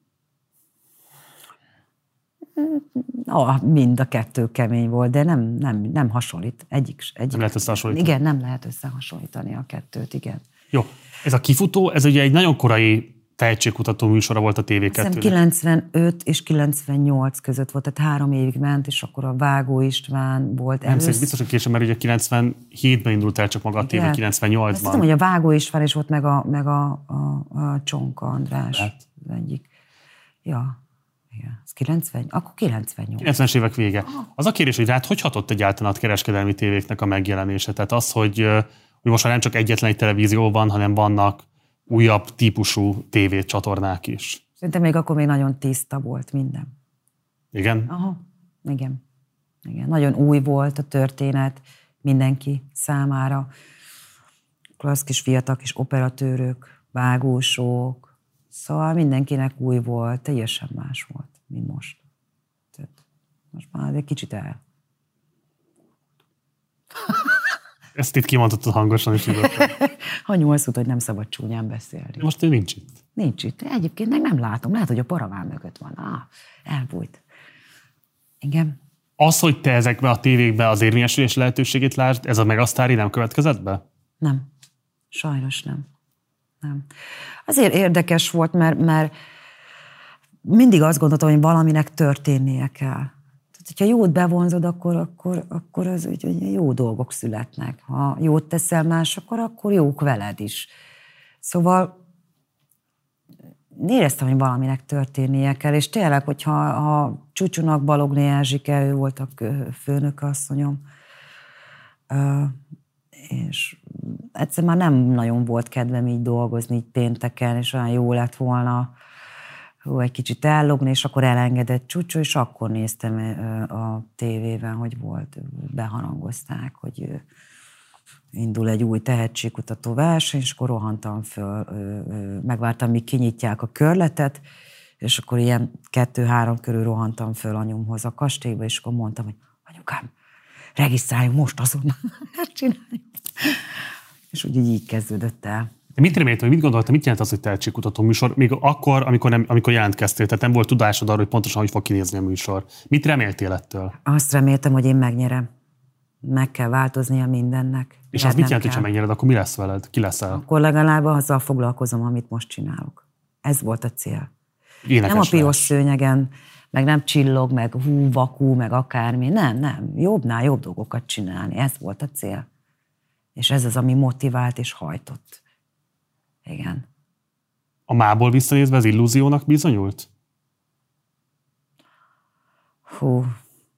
Ah, mind a kettő kemény volt, de nem, nem, nem hasonlít. Egyik, egyik. Nem lehet összehasonlítani? Igen, nem lehet összehasonlítani a kettőt, igen. Jó, ez a Kifutó, ez ugye egy nagyon korai tehetségkutató műsora volt a té vé kettőnek. kilencvenöt és kilencvennyolc között volt, tehát három évig ment, és akkor a Vágó István volt Nem, először. biztos, hogy később, mert ugye kilencvenhétben indult el csak maga a té vé, kilencvennyolcban. Azt tudom, hogy a Vágó István is volt, meg a, meg a, a, a Csonka András. Hát. Az egyik. Ja, igen. Ez kilencven, akkor kilencvennyolc. kilencvenes évek vége. Az a kérdés, hogy rád hogy hatott egyáltalán a kereskedelmi tévéknek a megjelenése? Tehát az, hogy, hogy most már nem csak egyetlen egy televízió van, hanem vannak újabb típusú tévécsatornák is. Szerintem még akkor még nagyon tiszta volt minden. Igen? Aha, igen. igen. Nagyon új volt a történet mindenki számára. Klassz kis fiatal kis operatőrök, vágósok, szóval mindenkinek új volt, teljesen más volt, mint most. Tehát most már egy kicsit el. Ezt itt kimondhatod hangosan is nyugodtan. Ha nyolc hogy nem szabad csúnyán beszélni. De most ő nincs itt. Nincs itt. Egyébként meg nem látom. Lehet, hogy a paraván mögött van. Ah, elbújt. Igen. Az, hogy te ezekben a tévékben az érvényesülés lehetőségét lásd, ez a Megasztári nem következett be? Nem. Sajnos nem. Nem. Azért érdekes volt, mert, mert mindig azt gondoltam, hogy valaminek történnie kell. Tehát, hogyha jót bevonzod, akkor, akkor, akkor az, hogy jó dolgok születnek. Ha jót teszel más, akkor, akkor jók veled is. Szóval éreztem, hogy valaminek történnie kell, és tényleg, hogyha ha Csúcsúnak Balogné Erzsike, ő volt a főnökasszonyom, és egyszer már nem nagyon volt kedvem így dolgozni, így pénteken, és olyan jó lett volna hú, egy kicsit ellogni, és akkor elengedett Csúcsú, és akkor néztem a tévében, hogy volt, beharangozták, hogy indul egy új tehetségkutató verseny, és akkor rohantam föl, megvártam, míg kinyitják a körletet, és akkor ilyen kettő-három körül rohantam föl anyumhoz a kastélyba, és akkor mondtam, hogy anyukám, regisztráljunk most azonnal, csináljuk. És úgy így kezdődött el. De mit reméltem, mit gondoltam, mit jelent az, hogy tehetségkutató műsor? Még akkor, amikor, nem, amikor jelentkeztél, tehát nem volt tudásod arról, hogy pontosan hogy fog kinézni a műsor. Mit reméltél ettől? Azt reméltem, hogy én megnyerem. Meg kell változnia mindennek. És az mit jelent, hogyha megnyered, akkor mi lesz veled? Ki leszel? Akkor legalább azzal foglalkozom, amit most csinálok. Ez volt a cél. Énekes nem a piros lesz. szőnyegen, meg nem csillog, meg hú, vakú, meg akármi. Nem, nem. Jobbnál jobb dolgokat csinálni. Ez volt a cél. És ez az, ami motivált és hajtott. Igen. A mából visszanézve az illúziónak bizonyult? Hú.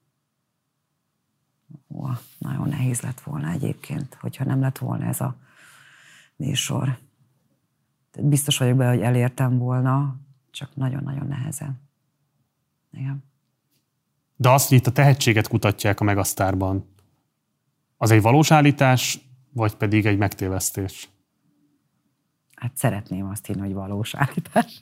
Hú, nagyon nehéz lett volna egyébként, hogyha nem lett volna ez a műsor. Biztos vagyok benne, hogy elértem volna, csak nagyon-nagyon nehezen. Igen. De azt, hogy itt a tehetséget kutatják a Megasztárban, az egy valós állítás, vagy pedig egy megtévesztés? Hát szeretném azt hinni, hogy valós állítás.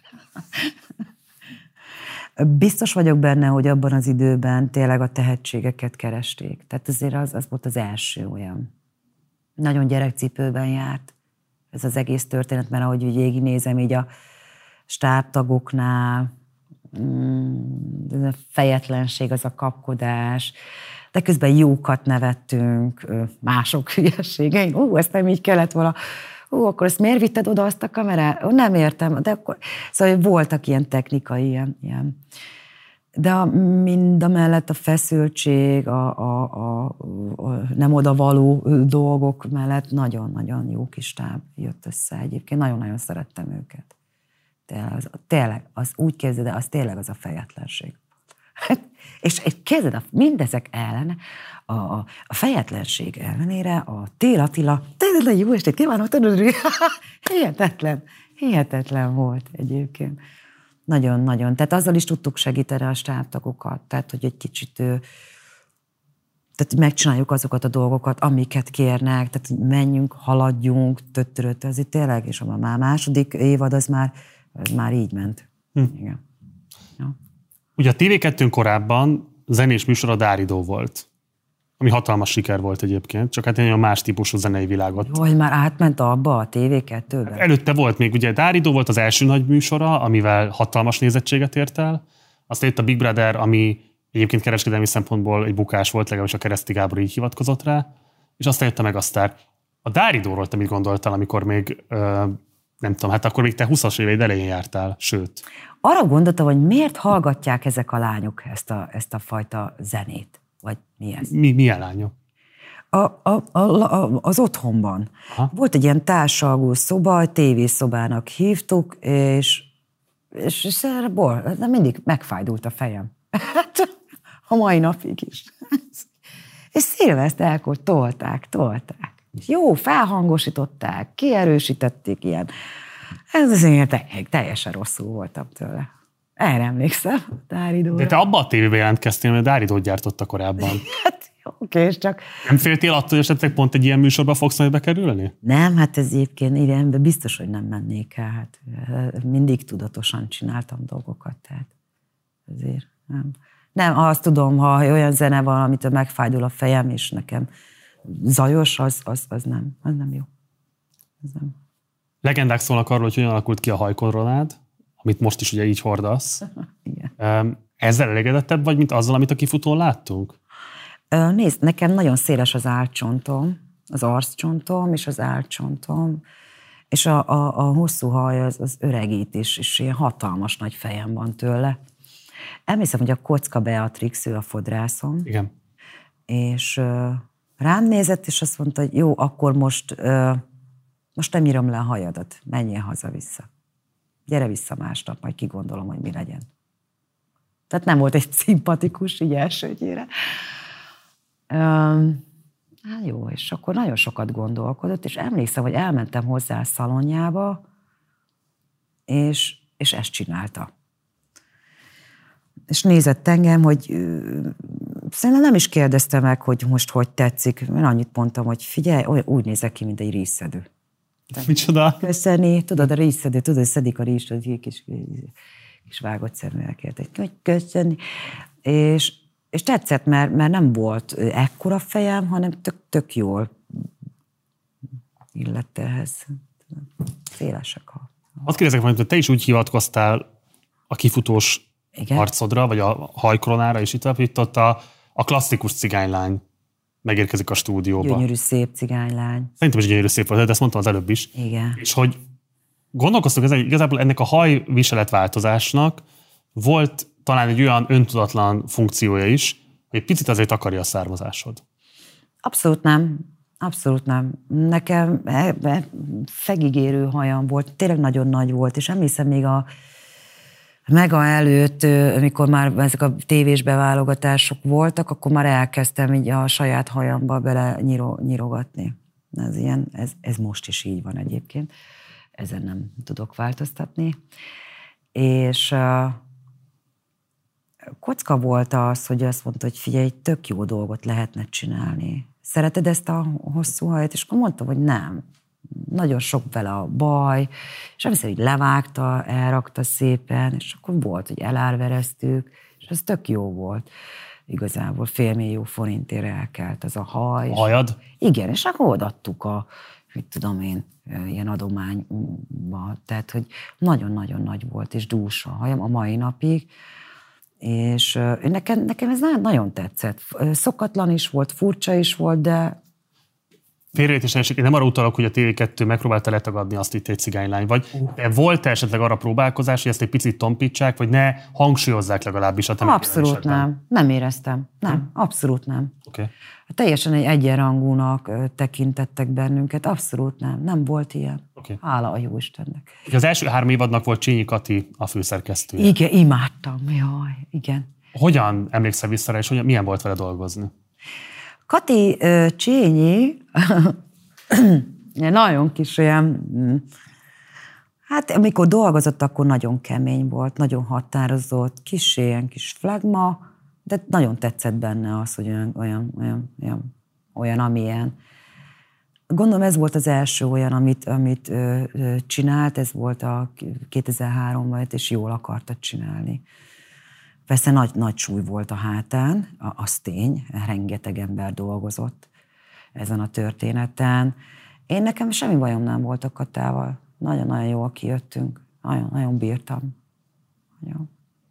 Biztos vagyok benne, hogy abban az időben tényleg a tehetségeket keresték. Tehát azért az, az volt az első olyan. Nagyon gyerekcipőben járt ez az egész történet, mert ahogy végignézem így a stábtagoknál, ez a fejetlenség, az a kapkodás, de közben jókat nevettünk, mások hülyeségein. Ó, ezt nem így kellett volna. Ó, akkor ezt miért vitted oda azt a kamerát? Ó, nem értem, de akkor... Szóval voltak ilyen technikai, ilyen... ilyen. De a, mind a mellett a feszültség, a, a, a, a nem odavaló dolgok mellett nagyon-nagyon jó kis táb jött össze egyébként. Nagyon-nagyon szerettem őket. Tényleg, az, tényleg, az úgy képzeld, az tényleg az a fejetlenség. És képzeld, a, mindezek ellen, a, a, a fejetlenség ellenére a Tél Attila, tényleg jó estét kívánok, hihetetlen, hihetetlen volt egyébként. Nagyon-nagyon. Tehát azzal is tudtuk segíteni a stábtagokat, tehát hogy egy kicsit tehát megcsináljuk azokat a dolgokat, amiket kérnek, tehát hogy menjünk, haladjunk, töttörött, azért tényleg, és a már második évad az már, az már így ment. Hm. Igen. Ja. Ugye a té vé kettőn korábban zenés műsor a Dáridó volt, ami hatalmas siker volt egyébként, csak hát egy más típusú zenei világot. Jó, hogy már átment abba a té vé kettőben? Hát előtte volt még, ugye Dáridó volt az első nagy műsora, amivel hatalmas nézettséget ért el. Aztán jött a Big Brother, ami egyébként kereskedelmi szempontból egy bukás volt, legalábbis a Kereszti Gábor így hivatkozott rá, és aztán jött a Megasztár. A Dáridóról te mit gondoltál, amikor még ö, Nem tudom, hát akkor még te húszas éveid elején jártál, sőt. Arra gondoltam, hogy miért hallgatják ezek a lányok ezt a, ezt a fajta zenét? Vagy mi ez? Mi, milyen lányok? A, a, a, a, az otthonban. Aha. Volt egy ilyen társalgó szoba, tévészobának hívtuk, és, és, és erre bor, de mindig megfájdult a fejem. Hát, a mai napig is. És szilveszterkor tolták, tolták. Jó, felhangosították, kierősítették ilyen. Ez azért teljesen rosszul voltam tőle. Erre emlékszem, Dáridóra. De te abban a tévében jelentkeztél, mert Dáridót gyártotta korábban. Hát oké, és csak... Nem féltél attól, hogy esetleg pont egy ilyen műsorba fogsz majd bekerülni? Nem, hát ez egyébként igen, de biztos, hogy nem mennék el. Hát mindig tudatosan csináltam dolgokat, tehát ezért nem. Nem, azt tudom, ha olyan zene van, amitől megfájdul a fejem, és nekem zajos, az, az, az nem, az nem jó. Az nem. Legendák szólnak arról, hogy hogyan alakult ki a hajkoronád, amit most is ugye így hordasz. Igen. Ezzel elégedettebb vagy, mint azzal, amit a kifutón láttunk? Nézd, nekem nagyon széles az állcsontom, az arccsontom és az állcsontom, és a, a, a hosszú haj az, az öregít is, és ilyen hatalmas nagy fejem van tőle. Emlékszem, hogy a Kocka Beatrix, ő a fodrászom. Igen. És uh, rám nézett, és azt mondta, hogy jó, akkor most, uh, most nem írom le a hajadat, menjél haza-vissza. Gyere vissza másnap, majd kigondolom, hogy mi legyen. Tehát nem volt egy szimpatikus, így elsőgyére. Um, hát jó, és akkor nagyon sokat gondolkodott, és emlékszem, hogy elmentem hozzá a szalonjába, és, és ezt csinálta. És nézett engem, hogy uh, szerintem nem is kérdezte meg, hogy most hogy tetszik. Én annyit mondtam, hogy figyelj, úgy nézek ki, mint egy rízszedő. Micsoda? Köszönni, tudod, a rízszedő, tudod, szedik a rízt, az kis, kis vágott szeműekért, hogy köszönni. És, és tetszett, mert, mert nem volt ekkora fejem, hanem tök, tök jól illett ehhez. Szélesek a... Azt kérdezek majd, hogy te is úgy hivatkoztál a kifutós igen. arcodra, vagy a hajkoronára, és itt, itt ott a, a klasszikus cigánylány megérkezik a stúdióba. Gyönyörű szép cigánylány. Szerintem is gyönyörű szép volt, de ezt mondtam az előbb is. Igen. És hogy gondolkoztunk, hogy igazából ennek a hajviseletváltozásnak volt talán egy olyan öntudatlan funkciója is, hogy egy picit azért akarja a származásod. Abszolút nem. Abszolút nem. Nekem fegigérő hajam volt, tényleg nagyon nagy volt, és emlékszem még a Mega előtt, amikor már ezek a tévés beválogatások voltak, akkor már elkezdtem így a saját hajamba bele nyiro, nyirogatni. Ez, ilyen, ez, ez most is így van egyébként. Ezen nem tudok változtatni. És uh, kocka volt az, hogy azt mondta, hogy figyelj, tök jó dolgot lehetne csinálni. Szereted ezt a hosszú hajat? És akkor mondtam, hogy nem. Nagyon sok vele a baj, és emlékszem, hogy levágta, elrakta szépen, és akkor volt, hogy elárvereztük, és ez tök jó volt. Igazából félmillió forintért elkelt az a haj. Hajad? Igen, és akkor odaadtuk a, mit tudom én, ilyen adományba. Tehát, hogy nagyon-nagyon nagy volt, és dús a hajam a mai napig. És nekem, nekem ez nagyon tetszett. Szokatlan is volt, furcsa is volt, de Félreértés, én nem arra utalok, hogy a té vé kettő megpróbálta letagadni azt, itt egy cigánylány vagy. De volt esetleg arra próbálkozás, hogy ezt egy picit tompítsák, vagy ne hangsúlyozzák legalábbis a te abszolút nem. Nem éreztem. Nem, abszolút nem. Okay. Teljesen egy egyenrangúnak tekintettek bennünket. Abszolút nem. Nem volt ilyen. Okay. Hála a Jóistennek. Az első három évadnak volt Csényi Kati a főszerkesztője. Igen, imádtam. Jaj, igen. Hogyan emlékszel vissza rá, és hogyan, milyen volt vele dolgozni? Kati Csényi, nagyon kis olyan, hát amikor dolgozott, akkor nagyon kemény volt, nagyon határozott, kis ilyen kis flagma, de nagyon tetszett benne az, hogy olyan, olyan, olyan, olyan, olyan amilyen. Gondolom ez volt az első olyan, amit, amit ö, ö, csinált, ez volt a kétezer-háromban, és jól akarta csinálni. Persze nagy, nagy súly volt a hátán, az tény, rengeteg ember dolgozott ezen a történeten. Én nekem semmi bajom nem volt a Katával. Nagyon-nagyon jól kijöttünk. Nagyon, nagyon bírtam. Nagyon.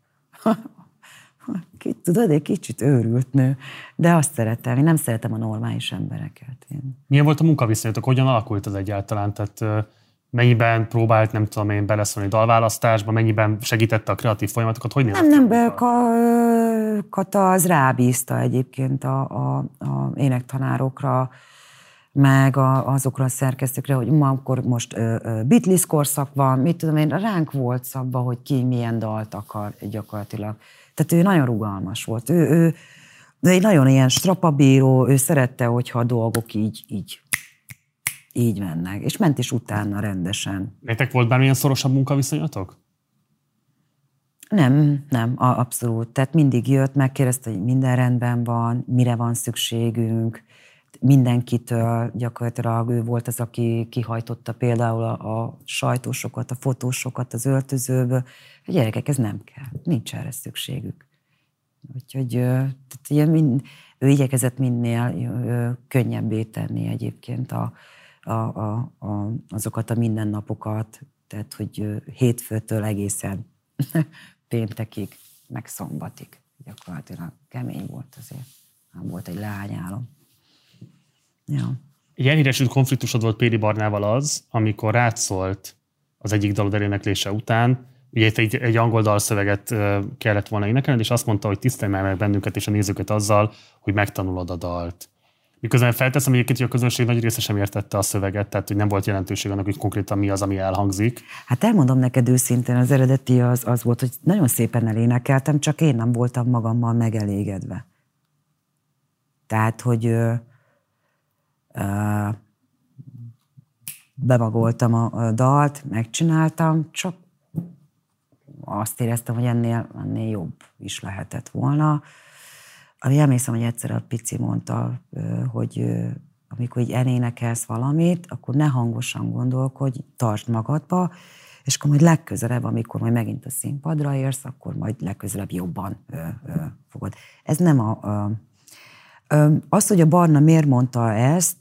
Tudod, egy kicsit őrült nő, de azt szeretem. Én nem szeretem a normális embereket. Én... Milyen volt a munkaviszonyatok? Hogyan alakult ez egyáltalán? Tehát Mennyiben próbált, nem tudom én, beleszólni dalválasztásba, mennyiben segítette a kreatív folyamatokat? Hogy nem, nem, be, ka, Kata az rábízta egyébként a, a, a énektanárokra, meg a, azokra a szerkesztőkre, hogy ma akkor most ö, ö, Beatles korszak van, mit tudom én, ránk volt szabva, hogy ki milyen dalt akar gyakorlatilag. Tehát ő nagyon rugalmas volt. Ő, ő, ő egy nagyon ilyen strapabíró, ő szerette, hogyha a dolgok így, így, így mennek. És ment is utána rendesen. Nektek volt bármilyen szorosabb munkaviszonyatok? Nem, nem, abszolút. Tehát mindig jött, megkérdezte, hogy minden rendben van, mire van szükségünk, mindenkitől gyakorlatilag ő volt az, aki kihajtotta például a, a sajtósokat, a fotósokat az öltözőből. A gyerekek, ez nem kell, nincs erre szükségük. Úgyhogy tehát ugye mind, ő igyekezett minél könnyebbé tenni egyébként a, a, a, a, azokat a mindennapokat, tehát hogy hétfőtől egészen péntekig, meg szombatig gyakorlatilag kemény volt azért. Nem volt egy leányálom. Ja. Egy elhíresült konfliktusod volt Péli Barnával az, amikor rád szólt az egyik dalod eléneklése után, ugye egy, egy angol dalszöveget kellett volna énekelni, és azt mondta, hogy tisztelj meg bennünket és a nézőket azzal, hogy megtanulod a dalt. Miközben felteszem egyébként, hogy a közönség nagy része sem értette a szöveget, tehát hogy nem volt jelentőség annak, hogy konkrétan mi az, ami elhangzik. Hát elmondom neked őszintén, az eredeti az, az volt, hogy nagyon szépen elénekeltem, csak én nem voltam magammal megelégedve. Tehát, hogy ö, ö, bemagoltam a, a dalt, megcsináltam, csak azt éreztem, hogy ennél, ennél jobb is lehetett volna. Ami emlékszem, hogy egyszer a Pici mondta, hogy amikor így elénekelsz valamit, akkor ne hangosan gondolkodj, tartsd magadba, és akkor majd legközelebb, amikor majd megint a színpadra érsz, akkor majd legközelebb jobban ö, ö, fogod. Ez nem a... Ö, ö, azt, hogy a Barna miért mondta ezt,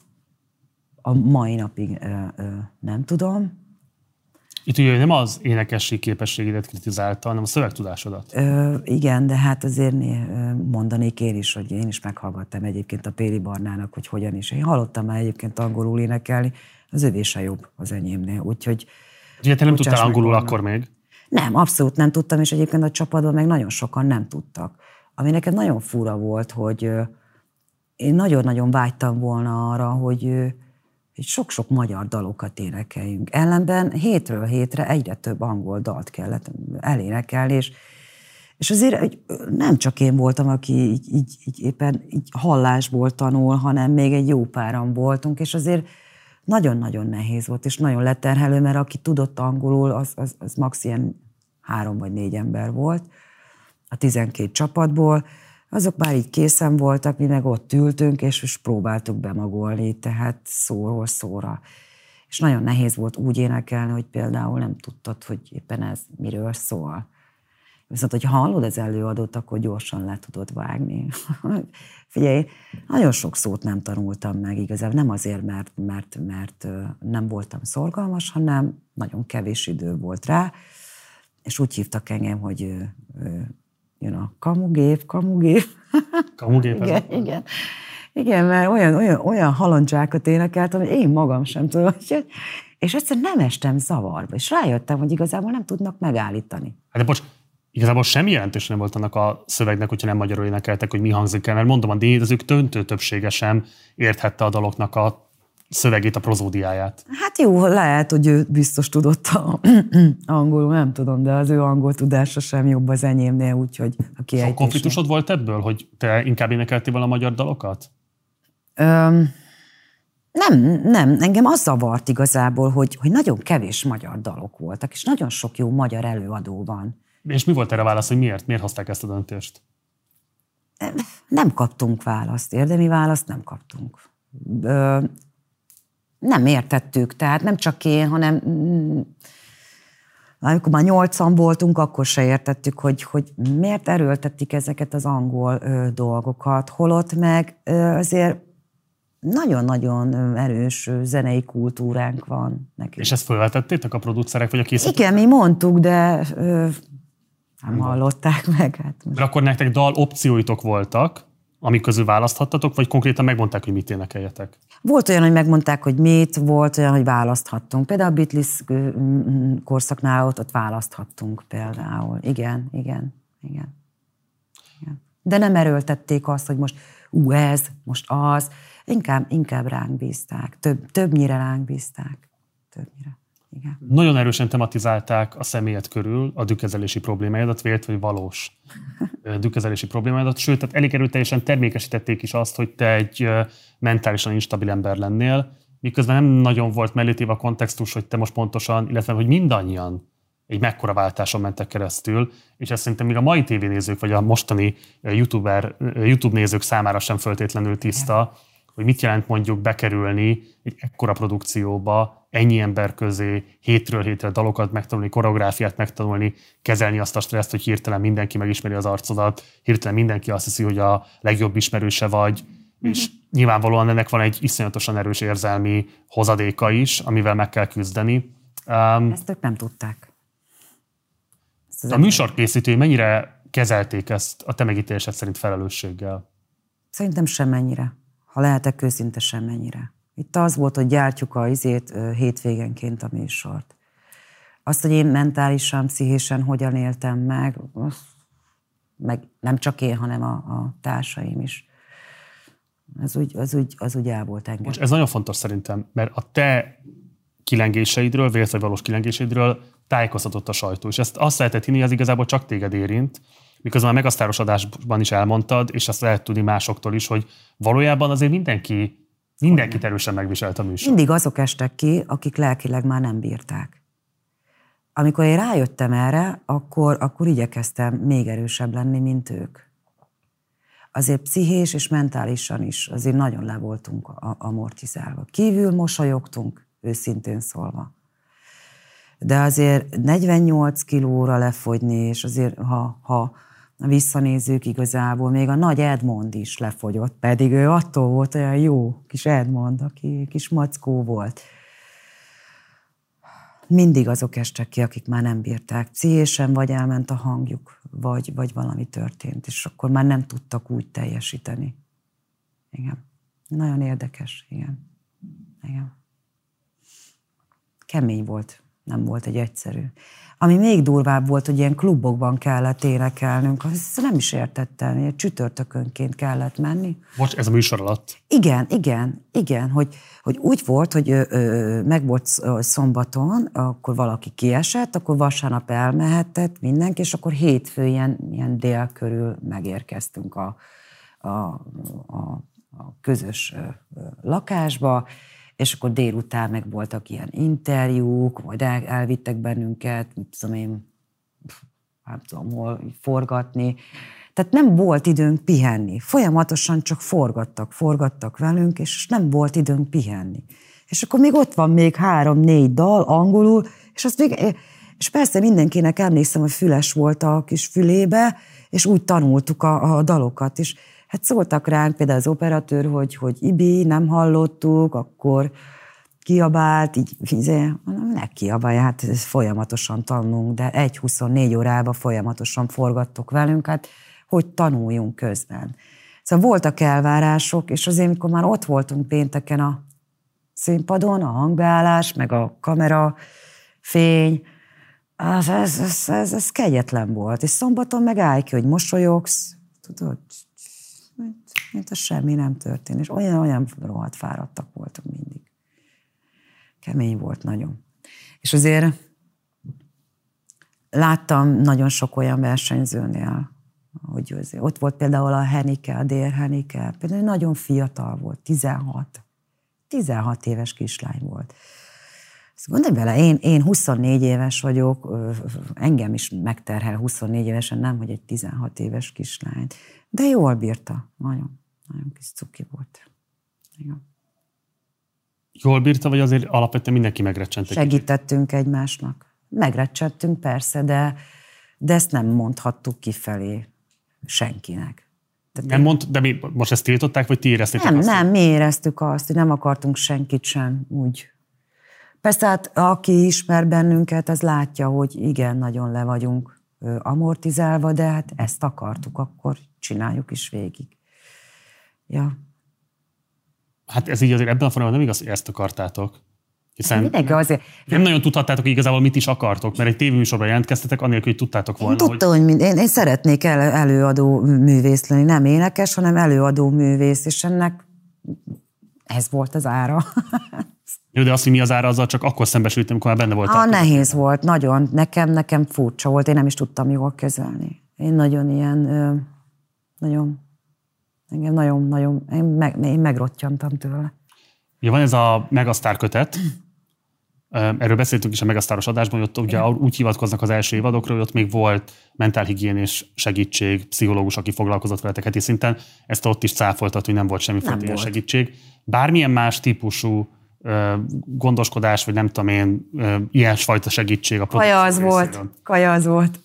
a mai napig ö, ö, nem tudom. Itt ugye nem az énekesség képességedet kritizálta, hanem a szövegtudásodat. Ö, igen, de hát azért mondanék én is, hogy én is meghallgattam egyébként a Péli Barnának, hogy hogyan is. Én hallottam már egyébként angolul énekelni, az övé se jobb az enyémnél, úgyhogy... Ugye te nem tudtál angolul Barna. Akkor még? Nem, abszolút nem tudtam, és egyébként a csapatban meg nagyon sokan nem tudtak. Ami nekem nagyon fura volt, hogy én nagyon-nagyon vágytam volna arra, hogy hogy sok-sok magyar dalokat énekeljünk. Ellenben hétről hétre egyre több angol dalt kellett elénekelni, és, és azért nem csak én voltam, aki így, így, így éppen így hallásból tanul, hanem még egy jó páran voltunk, és azért nagyon-nagyon nehéz volt, és nagyon leterhelő, mert aki tudott angolul, az, az, az max. Ilyen három vagy négy ember volt a tizenkét csapatból. Azok már így készen voltak, mi meg ott ültünk, és, és próbáltuk bemagolni, tehát szóról szóra. És nagyon nehéz volt úgy énekelni, hogy például nem tudtad, hogy éppen ez miről szól. Viszont, hogyha hallod az előadót, akkor gyorsan le tudod vágni. Figyelj, nagyon sok szót nem tanultam meg igazából, nem azért, mert, mert, mert nem voltam szorgalmas, hanem nagyon kevés idő volt rá, és úgy hívtak engem, hogy jön a kamugép, kamugép. Kamugép? igen, igen. Igen, mert olyan, olyan, olyan halandzsákat énekeltem, hogy én magam sem tudom. És egyszerűen nem estem zavarba, és rájöttem, hogy igazából nem tudnak megállítani. Hát de bocs, igazából semmi jelentős nem volt annak a szövegnek, hogyha nem magyarul énekeltek, hogy mi hangzik el, mert mondom, a dédezők döntő többsége sem érthette a daloknak a szövegét, a prozódiáját. Hát jó, lehet, hogy ő biztos tudott a angolul, nem tudom, de az ő angol tudása sem jobb az enyémnél, úgyhogy a kiejtésnél. Sok konfliktusod volt ebből, hogy te inkább énekeltél volna a magyar dalokat? Öm, nem, nem. Engem az zavart igazából, hogy, hogy nagyon kevés magyar dalok voltak, és nagyon sok jó magyar előadó van. És mi volt erre a válasz, hogy miért? Miért hozták ezt a döntést? Nem kaptunk választ, érdemi választ nem kaptunk. Öm, nem értettük, tehát nem csak én, hanem amikor már nyolcan voltunk, akkor se értettük, hogy, hogy miért erőltetik ezeket az angol ö, dolgokat, holott meg ö, azért nagyon-nagyon erős zenei kultúránk van nekünk. És ezt felvetettétek a producerek, vagy a készítők? Igen, mi mondtuk, de ö, nem hallották meg. Hát most. De akkor nektek dal opcióitok voltak, amik közül választhattatok, vagy konkrétan megmondták, hogy mit énekeljetek? Volt olyan, hogy megmondták, hogy mit, volt olyan, hogy választhattunk. Például a Beatles korszaknál ott, ott választhattunk például. Igen, igen, igen, igen. De nem erőltették azt, hogy most ú, ez, most az. Inkább, inkább ránk bízták. Több, többnyire ránk bízták. Többnyire. Igen. Nagyon erősen tematizálták a személyed körül a dükkezelési problémáidat, vélt vagy valós dükkezelési problémáidat, sőt, tehát elég erőteljesen termékesítették is azt, hogy te egy mentálisan instabil ember lennél, miközben nem nagyon volt mellétéve a kontextus, hogy te most pontosan, illetve hogy mindannyian egy mekkora váltáson mentek keresztül, és ezt szerintem még a mai tévénézők, vagy a mostani YouTuber, YouTube nézők számára sem föltétlenül tiszta, hogy mit jelent mondjuk bekerülni egy ekkora produkcióba, ennyi ember közé, hétről hétre dalokat megtanulni, koreográfiát megtanulni, kezelni azt a stresszt, hogy hirtelen mindenki megismeri az arcodat, hirtelen mindenki azt hiszi, hogy a legjobb ismerőse vagy, mm-hmm. és nyilvánvalóan ennek van egy iszonyatosan erős érzelmi hozadéka is, amivel meg kell küzdeni. Um, Ezt ők nem tudták. Ezt a műsorkészítői mennyire kezelték ezt a te megítélésed szerint felelősséggel? Szerintem semmennyire. Ha lehetek őszinte, semmennyire. Itt az volt, hogy gyártjuk a izét hétvégenként a műsort. Azt, hogy én mentálisan, pszichésen hogyan éltem meg, meg nem csak én, hanem a, a társaim is. Az úgy, az úgy, az úgy el volt engem. Most ez nagyon fontos szerintem, mert a te kilengéseidről, vélt vagy valós kilengéseidről tájékoztatott a sajtó. És ezt azt lehetett hinni, hogy ez igazából csak téged érint, miközben a Megasztáros adásban is elmondtad, és azt lehet tudni másoktól is, hogy valójában azért mindenki, mindenkit erősen megviselt a műsor. Mindig azok estek ki, akik lelkileg már nem bírták. Amikor én rájöttem erre, akkor, akkor igyekeztem még erősebb lenni, mint ők. Azért pszichés és mentálisan is azért nagyon le voltunk amortizálva. Kívül mosolyogtunk, őszintén szólva. De azért negyvennyolc kilóra lefogyni, és azért, ha, ha visszanézzük igazából, még a nagy Edmond is lefogyott, pedig ő attól volt olyan jó kis Edmond, aki kis mackó volt. Mindig azok estek ki, akik már nem bírták. Pszichésen vagy elment a hangjuk, vagy, vagy valami történt, és akkor már nem tudtak úgy teljesíteni. Igen. Nagyon érdekes, igen. Igen. Kemény volt. Nem volt egy egyszerű. Ami még durvább volt, hogy ilyen klubokban kellett énekelnünk, azt nem is értettem, ilyen csütörtökönként kellett menni. Bocs, ez a műsor alatt? Igen, igen, igen, hogy, hogy úgy volt, hogy ö, ö, meg volt szombaton, akkor valaki kiesett, akkor vasárnap elmehetett mindenki, és akkor hétfő ilyen, ilyen dél körül megérkeztünk a, a, a, a közös lakásba, és akkor délután meg voltak ilyen interjúk, vagy el, elvittek bennünket, mit tudom én, nem tudom hol forgatni. Tehát nem volt időnk pihenni. Folyamatosan csak forgattak, forgattak velünk, és nem volt időnk pihenni. És akkor még ott van még három-négy dal angolul, és azt még, és persze mindenkinek emlékszem, hogy füles volt a kis fülébe, és úgy tanultuk a, a dalokat is. Hát szóltak ránk például az operatőr, hogy, hogy Ibi, nem hallottuk, akkor kiabált, így, ne kiabálj, hát folyamatosan tanulunk, de egy huszonnégy órában folyamatosan forgattok velünk, hát hogy tanuljunk közben. Szóval voltak elvárások, és azért, amikor már ott voltunk pénteken a színpadon, a hangbeállás, meg a kamera, fény, az, ez, ez, ez, ez kegyetlen volt. És szombaton meg állj ki, hogy mosolyogsz, tudod, mint a semmi nem történt, és olyan-olyan rohadt fáradtak voltak mindig. Kemény volt nagyon. És azért láttam nagyon sok olyan versenyzőnél, hogy azért, ott volt például a Henike, a Dér Henike, például nagyon fiatal volt, tizenhat. tizenhat éves kislány volt. Ezt gondolj bele, én, én huszonnégy éves vagyok, engem is megterhel huszonnégy évesen, nem, hogy egy tizenhat éves kislány. De jól bírta, nagyon, nagyon kis cuki volt. Igen. Jól bírta, vagy azért alapvetően mindenki megrecsent? Segítettünk egymásnak. Megrecsettünk persze, de, de ezt nem mondhattuk kifelé senkinek. Tehát nem mond, de mi most ezt tiltották, vagy ti éreztétek nem, azt? Nem, mi éreztük azt, hogy nem akartunk senkit sem úgy. Persze, hát aki ismer bennünket, az látja, hogy igen, nagyon le vagyunk amortizálva, de hát ezt akartuk, akkor csináljuk is végig. Ja. Hát ez így azért ebben a formában nem igaz, hogy ezt akartátok. Hiszen azért... nem nagyon tudhattátok igazából, mit is akartok, mert egy tévéműsorban jelentkeztetek, anélkül, hogy tudtátok volna, én tudtam, hogy, hogy mind, én, én szeretnék el, előadó művész lenni, nem énekes, hanem előadó művész, és ennek ez volt az ára. Jó, de azt, hogy mi az ára, azzal csak akkor szembesültem, amikor már benne voltál. Ah, nehéz volt, nagyon. Nekem, nekem furcsa volt, én nem is tudtam jól kezelni. Én nagyon ilyen, ö, nagyon, engem nagyon, nagyon, én, meg, én megrottyantam tőle. Ja, van ez a Megasztár kötet, erről beszéltünk is a Megasztáros adásban, hogy ott ugye úgy hivatkoznak az első évadokról, hogy ott még volt mentálhigiénés segítség, pszichológus, aki foglalkozott veletek heti szinten. Ezt ott is cáfoltat, hogy nem volt semmiféle ilyen segítség. Bármilyen más típusú gondoskodás, vagy nem tudom én, ilyesfajta segítség a produkció Kaja az volt, kaja az volt.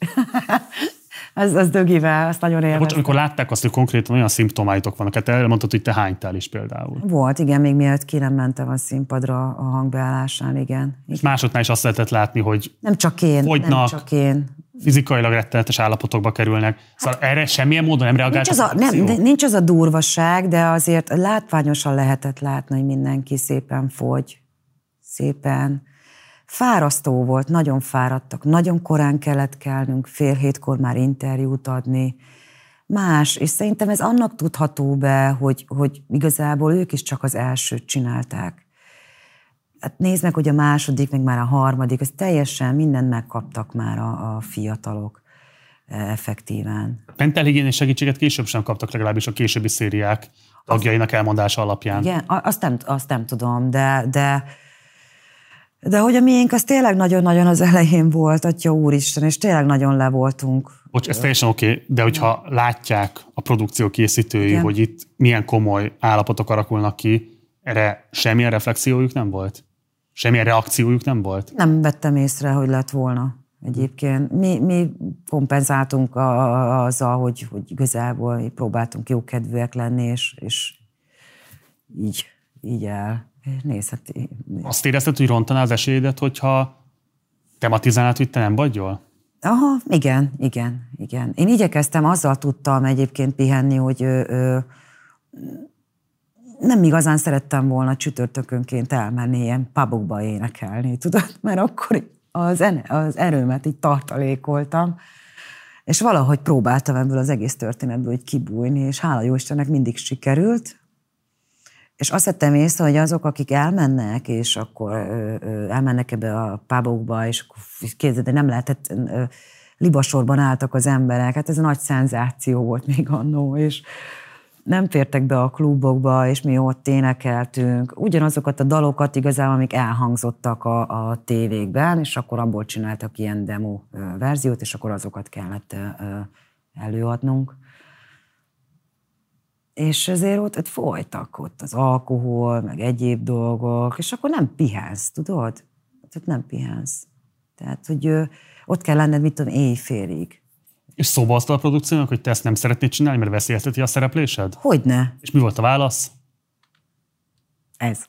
az, az dögivel, azt nagyon élveztem. Bocs, amikor látták azt, hogy konkrétan olyan szimptomáitok vannak, hát elmondtad, hogy te hánytál is például. Volt, igen, még mielőtt ki nem mentem a színpadra a hangbeállásán, igen. És másodnál is azt lehetett látni, hogy nem csak én, fogynak, nem csak én. Fizikailag rettenetes állapotokba kerülnek. Szóval hát, erre semmilyen módon nem reagáltak? Nincs az, a, nem, nincs az a durvaság, de azért látványosan lehetett látni, hogy mindenki szépen fogy. Szépen. Fárasztó volt, nagyon fáradtak. Nagyon korán kellett kelnünk, fél hétkor már interjút adni. Más, és szerintem ez annak tudható be, hogy, hogy igazából ők is csak az elsőt csinálták. Hát nézd meg, hogy a második, meg már a harmadik, ez teljesen mindent megkaptak már a, a fiatalok effektíven. Mentálhigiénés segítséget később sem kaptak, legalábbis a későbbi szériák tagjainak elmondása alapján. Igen, azt nem, azt nem tudom, de, de, de hogy a miénk az tényleg nagyon-nagyon az elején volt, atya úristen, és tényleg nagyon le voltunk. Bocs, ez teljesen oké, okay, de hogyha látják a produkció készítői, igen, hogy itt milyen komoly állapotok alakulnak ki, erre semmilyen reflexiójuk nem volt? Semmilyen reakciójuk nem volt? Nem vettem észre, hogy lett volna egyébként. Mi, mi kompenzáltunk a, a, azzal, hogy, hogy igazából próbáltunk jókedvűek lenni, és, és így, így el. Nézd, hát, azt érezted, hogy rontaná az esélyedet, hogyha tematizálnád, hogy te nem vagy jól? Aha, igen, igen, igen. Én igyekeztem, azzal tudtam egyébként pihenni, hogy ö, ö, nem igazán szerettem volna csütörtökönként elmenni ilyen pubokba énekelni, tudod? Mert akkor az, en- az erőmet így tartalékoltam, és valahogy próbáltam ebből az egész történetből így kibújni, és hála jó Istennek mindig sikerült. És azt vettem észre, hogy azok, akik elmennek, és akkor ö, ö, elmennek ebbe a pubokba, és akkor képzeld, de nem lehetett, ö, libasorban álltak az emberek, hát ez a nagy szenzáció volt még annó, és nem fértek be a klubokba, és mi ott énekeltünk. Ugyanazokat a dalokat igazából, amik elhangzottak a, a tévékben, és akkor abból csináltak ilyen demo verziót, és akkor azokat kellett előadnunk. És ezért ott, ott folytak ott az alkohol, meg egyéb dolgok, és akkor nem pihensz, tudod? Tehát nem pihensz. Tehát, hogy ott kell lenned, mit tudom, éjfélig. És szóba hoztad a produkciónak, hogy te ezt nem szeretnéd csinálni, mert veszélyezteti a szereplésed? Hogyne. És mi volt a válasz? Ez.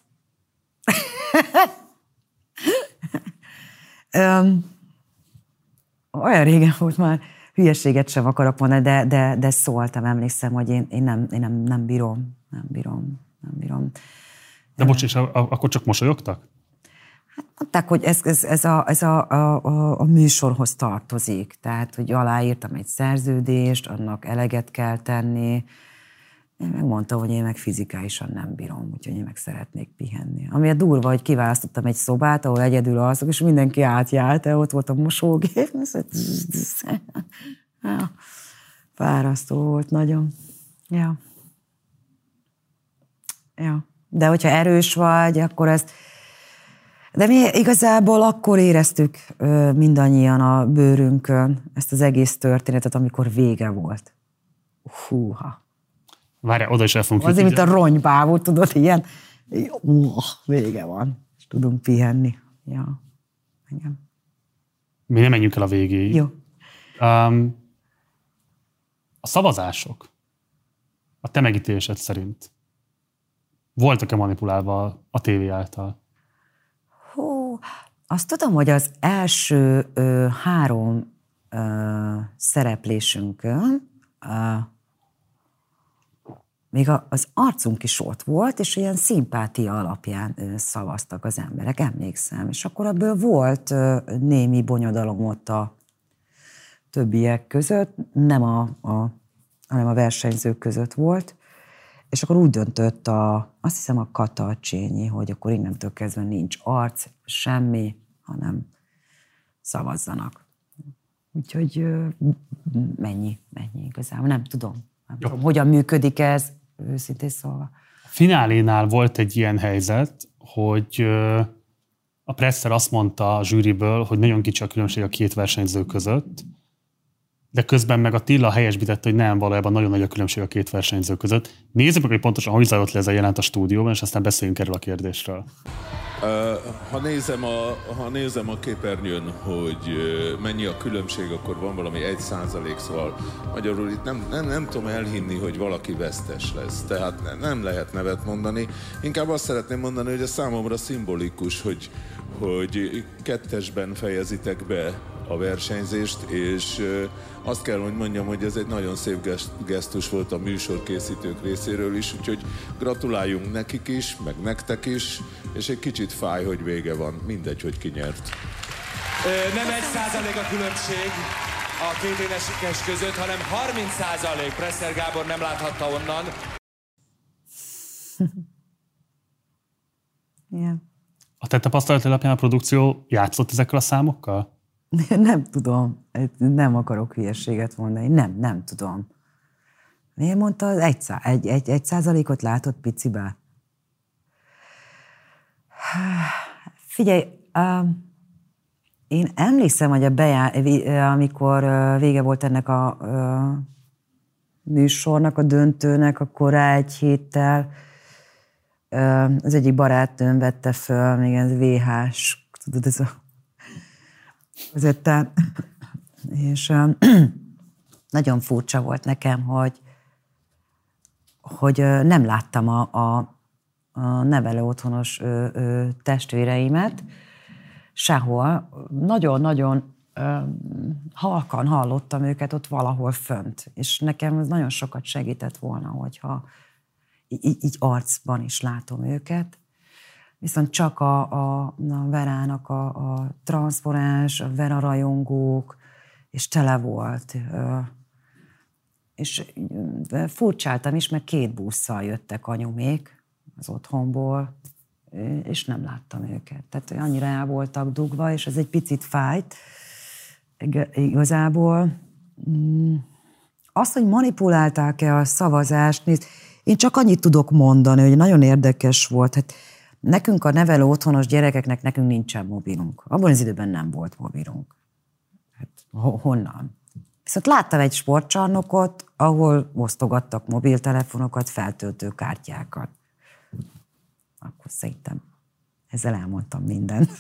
um, olyan régen volt már, hülyeséget sem akarok mondani, de, de, de szóltam, emlékszem, hogy én, én, nem, én nem, nem bírom, nem bírom, nem bírom. De bocs, és a, a, akkor csak mosolyogtak? Hát mondták, hogy ez, ez, ez, a, ez a, a, a műsorhoz tartozik. Tehát, hogy aláírtam egy szerződést, annak eleget kell tenni. Én megmondtam, hogy én meg fizikálisan nem bírom, úgyhogy én meg szeretnék pihenni. Ami a durva, hogy kiválasztottam egy szobát, ahol egyedül alszok, és mindenki átjárt, ott volt a mosógép. Fárasztó volt nagyon. Ja. Ja. De hogyha erős vagy, akkor ezt... De mi igazából akkor éreztük mindannyian a bőrünkön ezt az egész történetet, amikor vége volt. Húha. Várj, oda is el fogunk jutni. Azért, mint a ronybávó, tudod, ilyen, uh, vége van, és tudunk pihenni. Ja, engem. Mi nem menjünk el a végéig. Jó. Um, a szavazások, a te megítélésed szerint voltak-e manipulálva a tévé által? Hú, azt tudom, hogy az első ö, három ö, szereplésünkön ö, még az arcunk is ott volt, és ilyen szimpátia alapján szavaztak az emberek, emlékszem. És akkor ebből volt némi bonyodalom ott a többiek között, nem a, a, hanem a versenyzők között volt. És akkor úgy döntött a, azt hiszem a Kata Csényi, hogy akkor innentől kezdve nincs arc, semmi, hanem szavazzanak. Úgyhogy mennyi, mennyi igazából, nem tudom. Nem tudom, hogyan működik ez, őszintén szólva. A finálénál volt egy ilyen helyzet, hogy a Presser azt mondta a zsűriből, hogy nagyon kicsi a különbség a két versenyző között, de közben meg Attila helyesbítette, hogy nem, valójában nagyon nagy a különbség a két versenyző között. Nézzük meg, hogy pontosan hogy zajlott le ez a jelent a stúdióban, és aztán beszéljünk erről a kérdésről. Ha nézem a, ha nézem a képernyőn, hogy mennyi a különbség, akkor van valami egy százalék, szóval magyarul itt nem, nem, nem tudom elhinni, hogy valaki vesztes lesz. Tehát nem lehet nevet mondani. Inkább azt szeretném mondani, hogy a számomra szimbolikus, hogy, hogy kettesben fejezitek be a versenyzést, és azt kell, hogy mondjam, hogy ez egy nagyon szép gesztus volt a műsorkészítők részéről is, úgyhogy gratuláljunk nekik is, meg nektek is, és egy kicsit fáj, hogy vége van. Mindegy, hogy ki nyert. Ö, nem egy százalék a különbség a két énekes között, hanem harminc százalék. Presser Gábor nem láthatta onnan. Igen. A te tapasztalat alapján a produkció játszott ezekkel a számokkal? Nem tudom, nem akarok hülyeséget mondani, nem, nem tudom. Miért mondta, az egy, szá- egy, egy, egy százalékot látott picibe? Figyelj, uh, én emlékszem, hogy a bejá- amikor uh, vége volt ennek a uh, műsornak, a döntőnek, akkor rá egy héttel uh, az egyik barátnőm vette föl, még ez vé hás, tudod, ez a vezettem, és uh, nagyon furcsa volt nekem, hogy, hogy uh, nem láttam a, a, a nevelő otthonos uh, uh, testvéreimet sehol. Nagyon-nagyon uh, halkan hallottam őket ott valahol fönt, és nekem ez nagyon sokat segített volna, hogyha így, így arcban is látom őket. Viszont csak a, a, a Verának a, a transzparens, a Vera rajongók, és tele volt. És furcsáltam is, mert két busszal jöttek anyumék az otthonból, és nem láttam őket. Tehát annyira el voltak dugva, és ez egy picit fájt. Igazából azt, hogy manipulálták-e a szavazást, nézd, én csak annyit tudok mondani, hogy nagyon érdekes volt. Hát nekünk a nevelő otthonos gyerekeknek nekünk nincsen mobilunk. Abban az időben nem volt mobilunk. Hát honnan? Viszont láttam egy sportcsarnokot, ahol osztogattak mobiltelefonokat, feltöltőkártyákat. Akkor szerintem ezzel elmondtam mindent.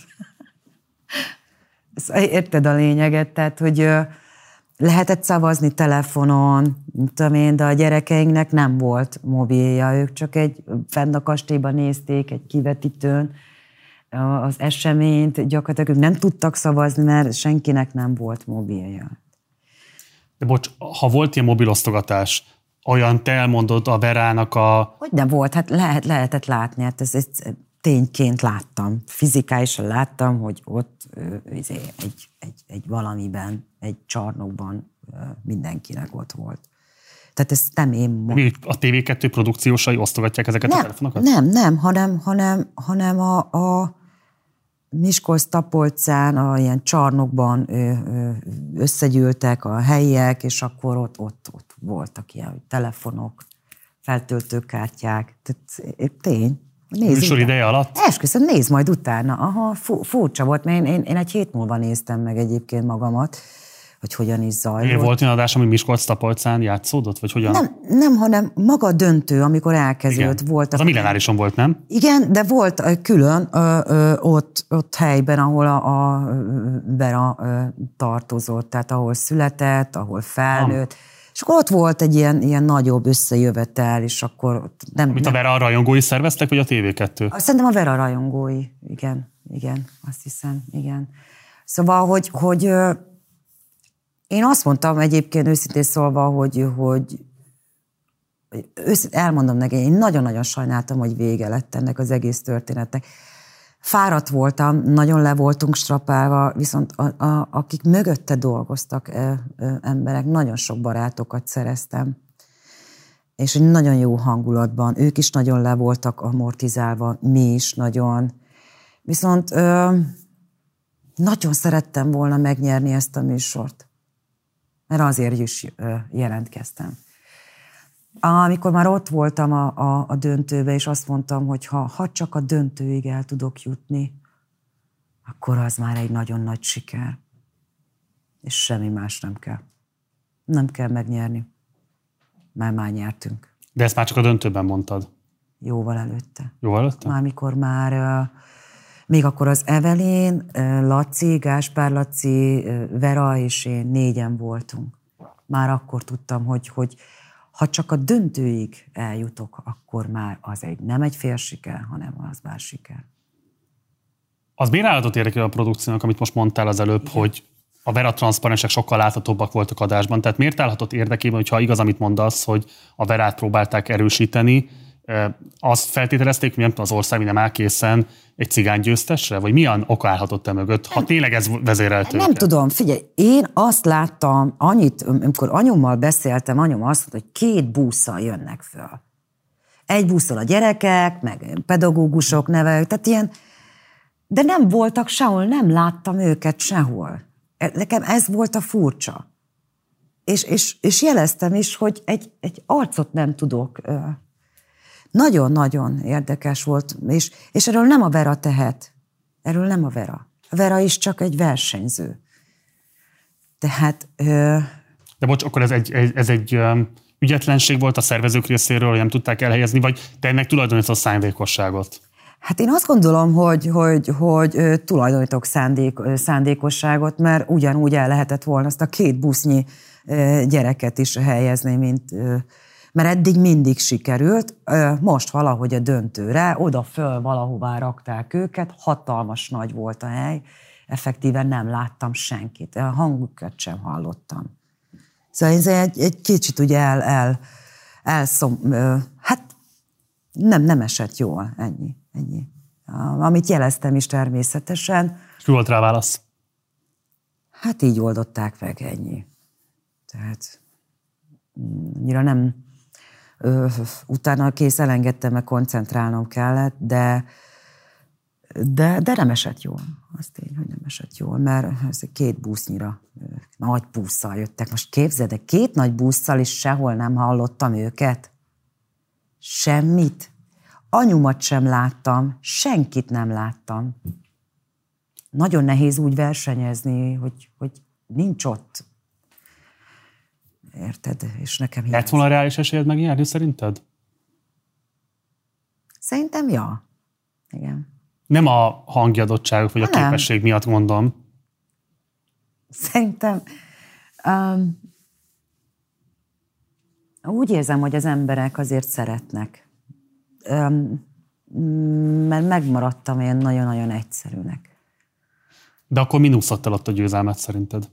Érted a lényeget? Tehát, hogy lehetett szavazni telefonon, tudom én, de a gyerekeinknek nem volt mobilja, ők csak egy fenn a kastélyban nézték, egy kivetítőn az eseményt, gyakorlatilag ők nem tudtak szavazni, mert senkinek nem volt mobilja. De bocs, ha volt ilyen mobilosztogatás, olyan te elmondod a Verának a... Hogy nem volt, hát lehet, lehetett látni, hát ez, ez tényként láttam, fizikálisan láttam, hogy ott egy, egy, egy, egy valamiben, egy csarnokban mindenkinek ott volt. Tehát ezt nem én mondom. Mi, a té vé kettő produkciósai osztogatják ezeket nem, a telefonokat? Nem, nem, hanem, hanem, hanem a, a Miskolc-Tapolcán a ilyen csarnokban összegyűltek a helyiek, és akkor ott, ott, ott voltak ilyen telefonok, feltöltőkártyák. Tehát tény. Műsor ideje alatt? Esküszöm, nézd majd utána. Aha, furcsa volt, mert én, én egy hét múlva néztem meg egyébként magamat, hogy hogyan is zajlott. Volt olyan adás, ami Miskolc-Tapolcán játszódott? Vagy hogyan? Nem, nem, hanem maga döntő, amikor elkezdődött. Volt. Az a Millenárison volt, nem? Igen, de volt külön ö, ö, ott, ott helyben, ahol a, a Vera ö, tartozott, tehát ahol született, ahol felnőtt. Am. És akkor ott volt egy ilyen, ilyen nagyobb összejövetel, és akkor... Nem, Amit nem, a Vera rajongói szerveztek, vagy a té vé kettő? Szerintem a Vera rajongói, igen, igen, azt hiszem, igen. Szóval, hogy, hogy én azt mondtam egyébként őszintén szólva, hogy, hogy elmondom neki, én nagyon-nagyon sajnáltam, hogy vége lett ennek az egész történetnek. Fáradt voltam, nagyon le voltunk strapálva, viszont a, a, akik mögötte dolgoztak e, e, emberek, nagyon sok barátokat szereztem. És egy nagyon jó hangulatban, ők is nagyon le voltak amortizálva, mi is nagyon. Viszont ö, nagyon szerettem volna megnyerni ezt a műsort, mert azért is ö, jelentkeztem. Amikor már ott voltam a, a, a döntőbe, és azt mondtam, hogy ha, ha csak a döntőig el tudok jutni, akkor az már egy nagyon nagy siker. És semmi más nem kell. Nem kell megnyerni. Mert már nyertünk. De ezt már csak a döntőben mondtad. Jóval előtte. Jóval előtte? Már mikor már, uh, még akkor az Evelyn, uh, Laci, Gáspár Laci, uh, Vera és én négyen voltunk. Már akkor tudtam, hogy, hogy ha csak a döntőig eljutok, akkor már az egy, nem egy fél siker, hanem az már siker. Az bírálatot érdekel a produkciónak, amit most mondtál az előbb, igen, hogy a Vera transzparensek sokkal láthatóbbak voltak adásban. Tehát miért állhatott érdekében, hogyha igaz, amit mondasz, hogy a Verát próbálták erősíteni, azt feltételezték, hogy nem tudom, az ország nem áll készen egy cigány győztesre? Vagy milyen oka állhatott e mögött, ha tényleg ez vezérelt Nem őket? tudom, figyelj, én azt láttam, annyit, amikor anyummal beszéltem, anyum azt mondta, hogy két busszal jönnek föl. Egy busszal a gyerekek, meg pedagógusok, nevelők, tehát ilyen, de nem voltak sehol, nem láttam őket sehol. Nekem ez volt a furcsa. És, és, és jeleztem is, hogy egy, egy arcot nem tudok. Nagyon-nagyon érdekes volt, és, és erről nem a Vera tehet. Erről nem a Vera. A Vera is csak egy versenyző. Tehát... Ö... De bocs, akkor ez egy, ez egy ügyetlenség volt a szervezők részéről, hogy nem tudták elhelyezni, vagy te ennek tulajdonítod a szándékosságot? Hát én azt gondolom, hogy, hogy, hogy tulajdonítok szándék, szándékosságot, mert ugyanúgy el lehetett volna azt a két busznyi gyereket is helyezni, mint, mert eddig mindig sikerült. Most valahogy a döntőre, oda föl valahová rakták őket, hatalmas nagy volt a hely, effektíven nem láttam senkit, a hangukat sem hallottam. Szóval ez egy, egy kicsit ugye el, el, elszom, hát nem, nem esett jól, ennyi. Ennyi. Amit jeleztem is természetesen. És mi volt rá válasz? Hát így oldották meg, ennyi. Tehát annyira nem... Ö, utána kész elengedtem, meg koncentrálnom kellett, de, de, de nem esett jól. Azt én, hogy nem esett jól, mert ez két busznyira, nagy busszal jöttek. Most képzeld, de két nagy busszal is sehol nem hallottam őket. Semmit. Anyumat sem láttam, senkit nem láttam. Nagyon nehéz úgy versenyezni, hogy, hogy nincs ott. Érted? És nekem hiányzik. Lett volna reális esélyed megnyerni, szerinted? Szerintem, ja. Igen. Nem a hangi adottságok, vagy a nem. képesség miatt mondom. Szerintem... Um, úgy érzem, hogy az emberek azért szeretnek. Um, mert megmaradtam ilyen nagyon-nagyon egyszerűnek. De akkor minuszott el ott a győzelmet szerinted?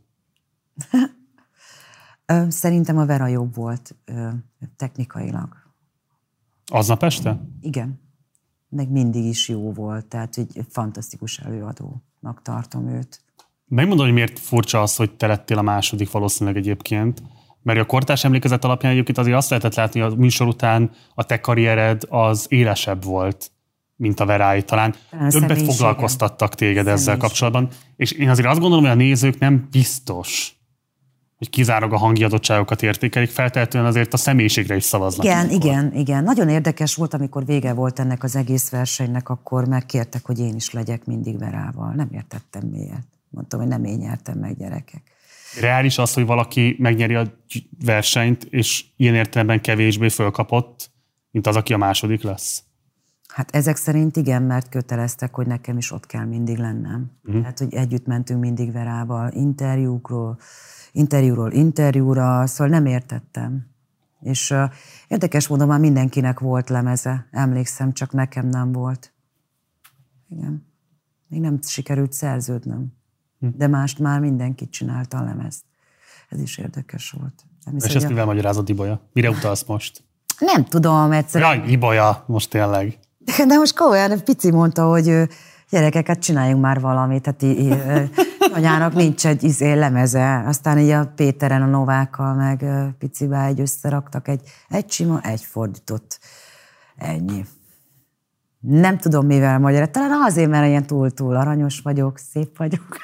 Szerintem a Vera jobb volt technikailag. Aznap este? Igen. Meg mindig is jó volt, tehát egy fantasztikus előadónak tartom őt. Megmondom, hogy miért furcsa az, hogy te lettél a második valószínűleg egyébként, mert a kortárs emlékezet alapján egyébként azért azt lehetett látni, hogy a műsor után a te karriered az élesebb volt, mint a Veráé. Talán Talán többet foglalkoztattak téged ezzel kapcsolatban. És én azért azt gondolom, hogy a nézők nem biztos, hogy kizárólag a hangi adottságokat értékelik, feltehetően azért a személyiségre is szavaznak. Igen, amikor. igen, igen. Nagyon érdekes volt, amikor vége volt ennek az egész versenynek, akkor megkértek, hogy én is legyek mindig Verával. Nem értettem miért. Mondtam, hogy nem én nyertem meg, gyerekek. Reális az, hogy valaki megnyeri a versenyt, és ilyen értelemben kevésbé fölkapott, mint az, aki a második lesz? Hát ezek szerint igen, mert köteleztek, hogy nekem is ott kell mindig lennem. Uh-huh. Tehát, hogy együtt mentünk mindig Verával, interjúkról, interjúról interjúra, szóval nem értettem. És uh, érdekes módon már mindenkinek volt lemeze, emlékszem, csak nekem nem volt. Igen. Még nem sikerült szerződnöm. De mást már mindenki csinálta a lemezt. Ez is érdekes volt. Nem És ezt mivel magyarázod, Ibolya? Mire utalsz most? Nem tudom, egyszerűen. Jaj, Ibolya, most tényleg. De most komolyan, Pici mondta, hogy gyerekeket csináljunk már valamit, hát í- í- anyának nincs egy izé lemeze, aztán így a Péteren a Novákkal, meg Picivel egy összeraktak egy, egy sima, egy fordított. Ennyi. Nem tudom, mivel magyarázni. Talán azért, mert ilyen túl-túl aranyos vagyok, szép vagyok.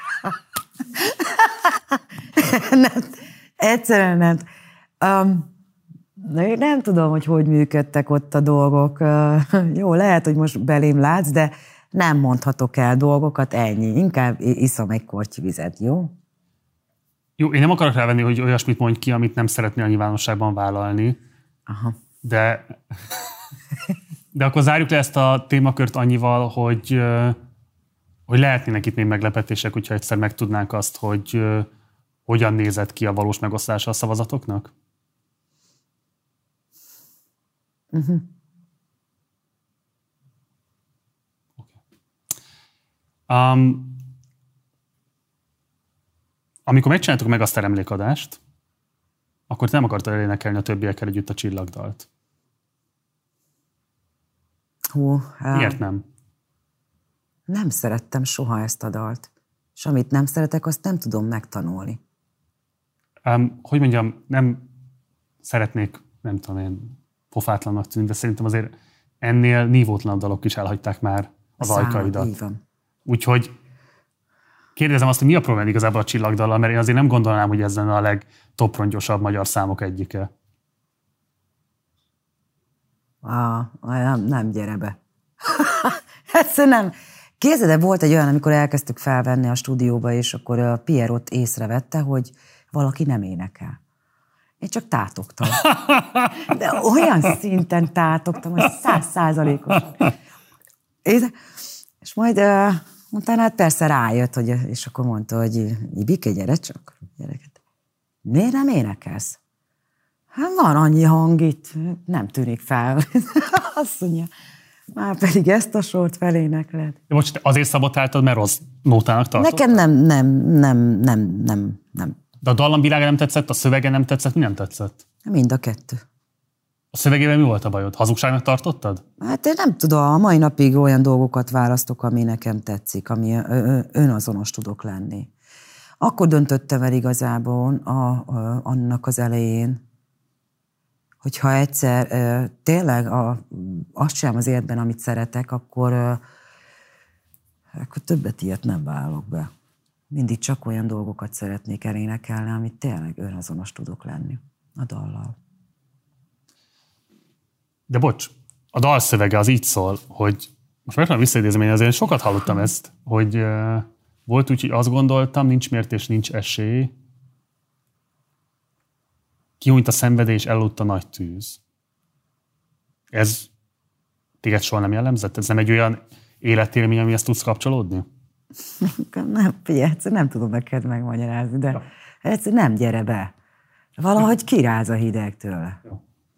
nem, egyszerűen nem. Um, nem tudom, hogy hogy működtek ott a dolgok. Uh, jó, lehet, hogy most belém látsz, de nem mondhatok el dolgokat, ennyi. Inkább iszom egy korty vizet, jó? Jó, én nem akarok rávenni, hogy olyasmit mondj ki, amit nem szeretnél a nyilvánosságban vállalni. Aha. De, de akkor zárjuk le ezt a témakört annyival, hogy, hogy lehetnének itt még meglepetések, hogyha egyszer megtudnánk azt, hogy hogyan nézett ki a valós megosztása a szavazatoknak? Uh-huh. Um, amikor megcsináltuk meg azt a emlékadást, akkor te nem akartad elénekelni a többiekkel együtt a Csillagdalt. Hú, Miért nem? Nem szerettem soha ezt a dalt. És amit nem szeretek, azt nem tudom megtanulni. Um, hogy mondjam, nem szeretnék, nem tudom én, pofátlannak tűnni, de szerintem azért ennél nívótlanabb dalok is elhagyták már az Szám, ajkaidat. így van. Úgyhogy kérdezem azt, hogy mi a probléma igazából a Csillagdallal, mert én azért nem gondolnám, hogy ez lenne a legtoprongyosabb magyar számok egyike. Ah, nem, nem, gyere be. Egyszerűen nem. Képzeld, volt egy olyan, amikor elkezdtük felvenni a stúdióba, és akkor a Pierrot észrevette, hogy valaki nem énekel. Én csak tátogtam. De olyan szinten tátogtam, hogy száz százalékos. És majd uh, utána hát persze rájött, hogy, és akkor mondta, hogy Ibike, gyere csak. Gyereket. Miért nem énekelsz? Hát van annyi hang itt, nem tűnik fel. Azt mondja, már pedig ezt a sort felénekled. De most azért szabotáltad, mert rossz nótának tartottad? Nekem nem, nem, nem, nem, nem, nem. De a dallamvilága nem tetszett, a szövege nem tetszett, mi nem tetszett? Mind a kettő. A szövegében mi volt a bajod? Hazugságnak tartottad? Hát én nem tudom, a mai napig olyan dolgokat választok, ami nekem tetszik, ami önazonos tudok lenni. Akkor döntöttem el igazából a, a, annak az elején, hogyha egyszer ö, tényleg a, azt sem az életben, amit szeretek, akkor, ö, akkor többet ilyet nem vállalok be. Mindig csak olyan dolgokat szeretnék elénekelni, amit tényleg önazonos tudok lenni a dallal. De bocs, a dalszövege az így szól, hogy most meg tudom visszaidézni, én azért sokat hallottam ezt, hogy uh, volt úgy, hogy azt gondoltam, nincs mért és nincs esély, kihúnyt a szenvedély és elaludt a nagy tűz. Ez téged soha nem jellemzett? Ez nem egy olyan életélmény, amihez tudsz kapcsolódni? Nem, figyelj, nem tudom neked megmagyarázni, de egyszerűen nem, gyere be. Valahogy kiráz a hideg tőle. Jó.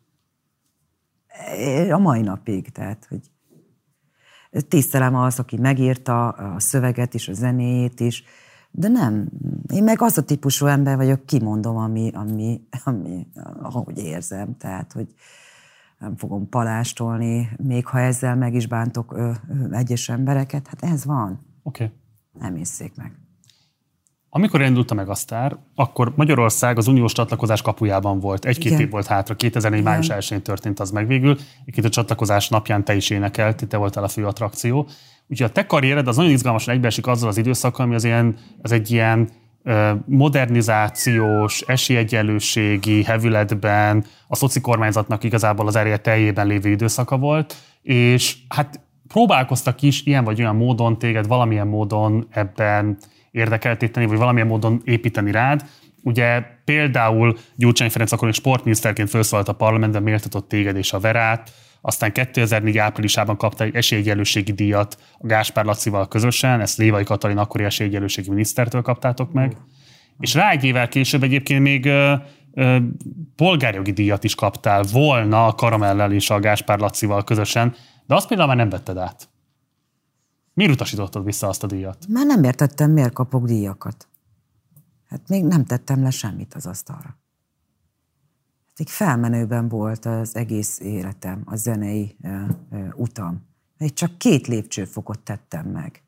A mai napig, tehát, hogy tisztelem az, aki megírta a szöveget is, a zenéjét is, de nem. Én meg az a típusú ember vagyok, kimondom, ami, ami, ami ahogy érzem, tehát, hogy nem fogom palástolni, még ha ezzel meg is bántok ö, ö, egyes embereket, hát ez van. Oké. Okay. Nem észszék meg. Amikor indult a Megasztár, akkor Magyarország az uniós csatlakozás kapujában volt. Egy-két Igen. év volt hátra, kétezer-négy május elsején történt az meg végül. Egyébként a csatlakozás napján te is énekelt, te voltál a fő attrakció. Úgyhogy a te karriered az nagyon izgalmasan egybeesik azzal az időszakkal, ami az, ilyen, az egy ilyen modernizációs, esélyegyenlőségi hevületben a szoci kormányzatnak igazából az ereje teljében lévő időszaka volt, és hát próbálkoztak is ilyen vagy olyan módon téged valamilyen módon ebben érdekeltéteni, vagy valamilyen módon építeni rád. Ugye például Gyurcsány Ferenc akkor még sportminiszterként felszólalt a parlamentben, méltatott téged és a Verát, aztán kétezer-négy áprilisában kapta egy esélyegyenlőségi díjat a Gáspár Lacival közösen, ezt Lévai Katalin akkori esélyegyenlőségi minisztertől kaptátok meg, mm. és rá egy évvel később egyébként még ö, ö, polgárjogi díjat is kaptál volna a Karamellel és a Gáspár Lacival közösen, de azt például már nem vetted át. Miért utasítottad vissza azt a díjat? Már nem értettem, miért kapok díjakat. Hát még nem tettem le semmit az asztalra. még felmenőben volt az egész életem, a zenei uh, uh, utam. Még csak két lépcsőfokot tettem meg.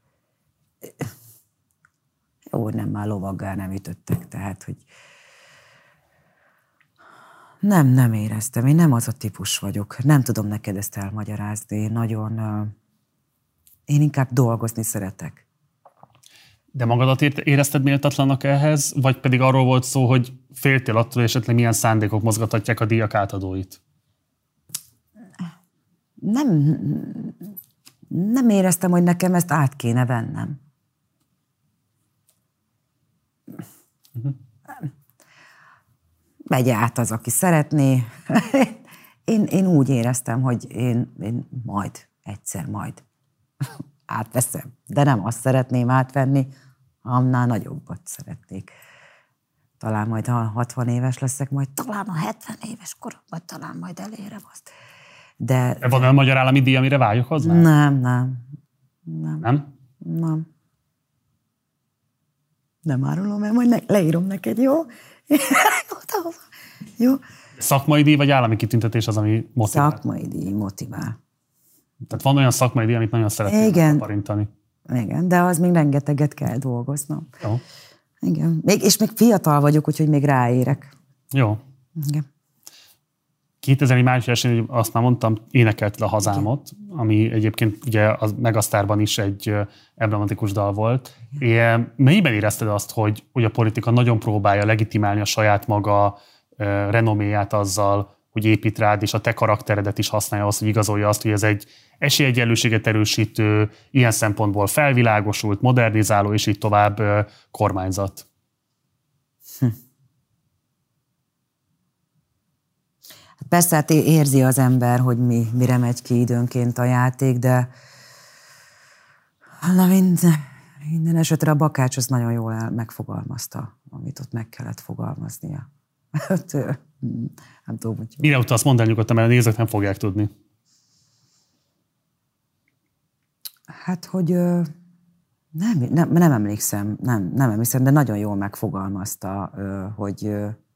Jó, nem már lovaggá nem ütöttek, tehát, hogy nem, nem éreztem. Én nem az a típus vagyok. Nem tudom neked ezt elmagyarázni. Én nagyon... Uh, én inkább dolgozni szeretek. De magadat érezted méltatlanak ehhez, vagy pedig arról volt szó, hogy féltél attól, hogy esetleg milyen szándékok mozgathatják a díjak átadóit? Nem, nem éreztem, hogy nekem ezt át kéne vennem. Uh-huh. Megy át az, aki szeretné. én, én úgy éreztem, hogy én, én majd, egyszer majd átveszem. De nem azt szeretném átvenni, annál nagyobbat szeretnék. Talán majd, ha hatvan éves leszek, majd talán a hetven éves koromban talán majd elérem azt. De... Van olyan magyar állami díj, amire vágyok hozzá? Nem, nem. Nem? Nem? Nem. Nem árulom el, majd ne, leírom neked, jó? Jó? Szakmai díj vagy állami kitüntetés az, ami motivál? Szakmai díj motivál. Tehát van olyan szakmai díj, amit nagyon szeretnél aparintani. Igen, de az még rengeteget kell dolgoznom. Jó. Igen. Még, és még fiatal vagyok, úgyhogy még ráérek. Jó. Igen. kétezer május elsején, azt már mondtam, énekelted a Hazámot, igen. Ami egyébként ugye a Megasztárban is egy emblematikus dal volt. Igen. Mennyiben érezted azt, hogy, hogy a politika nagyon próbálja legitimálni a saját maga renoméját azzal, hogy épít rád, és a te karakteredet is használja azt, hogy igazolja azt, hogy ez egy esélyegyenlőséget erősítő, ilyen szempontból felvilágosult, modernizáló, és így tovább kormányzat. Hm. Persze, hát érzi az ember, hogy mi, mire megy ki időnként a játék, de na minden, minden esetre a Bakács az nagyon jól el, megfogalmazta, amit ott meg kellett fogalmaznia. Nem tudom, hogy... Mire utalsz, mondd el nyugodtan, mert a nézők nem fogják tudni. Hát, hogy nem, nem, nem emlékszem, nem, nem emlékszem, de nagyon jól megfogalmazta, hogy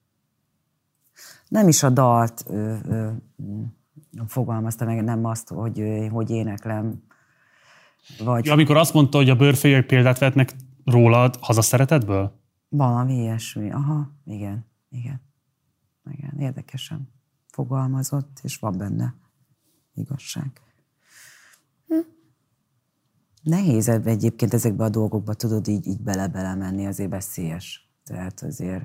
nem is a dalt fogalmazta meg, nem azt, hogy, hogy éneklem. Vagy... Ja, amikor azt mondta, hogy a bőrfélyek példát vehetnek rólad hazaszeretetből? Valami ilyesmi. Aha, igen, igen. Igen, érdekesen fogalmazott, és van benne igazság. Hm. Nehéz egyébként ezekbe a dolgokba, tudod, így, így bele-bele menni, azért veszélyes. Tehát azért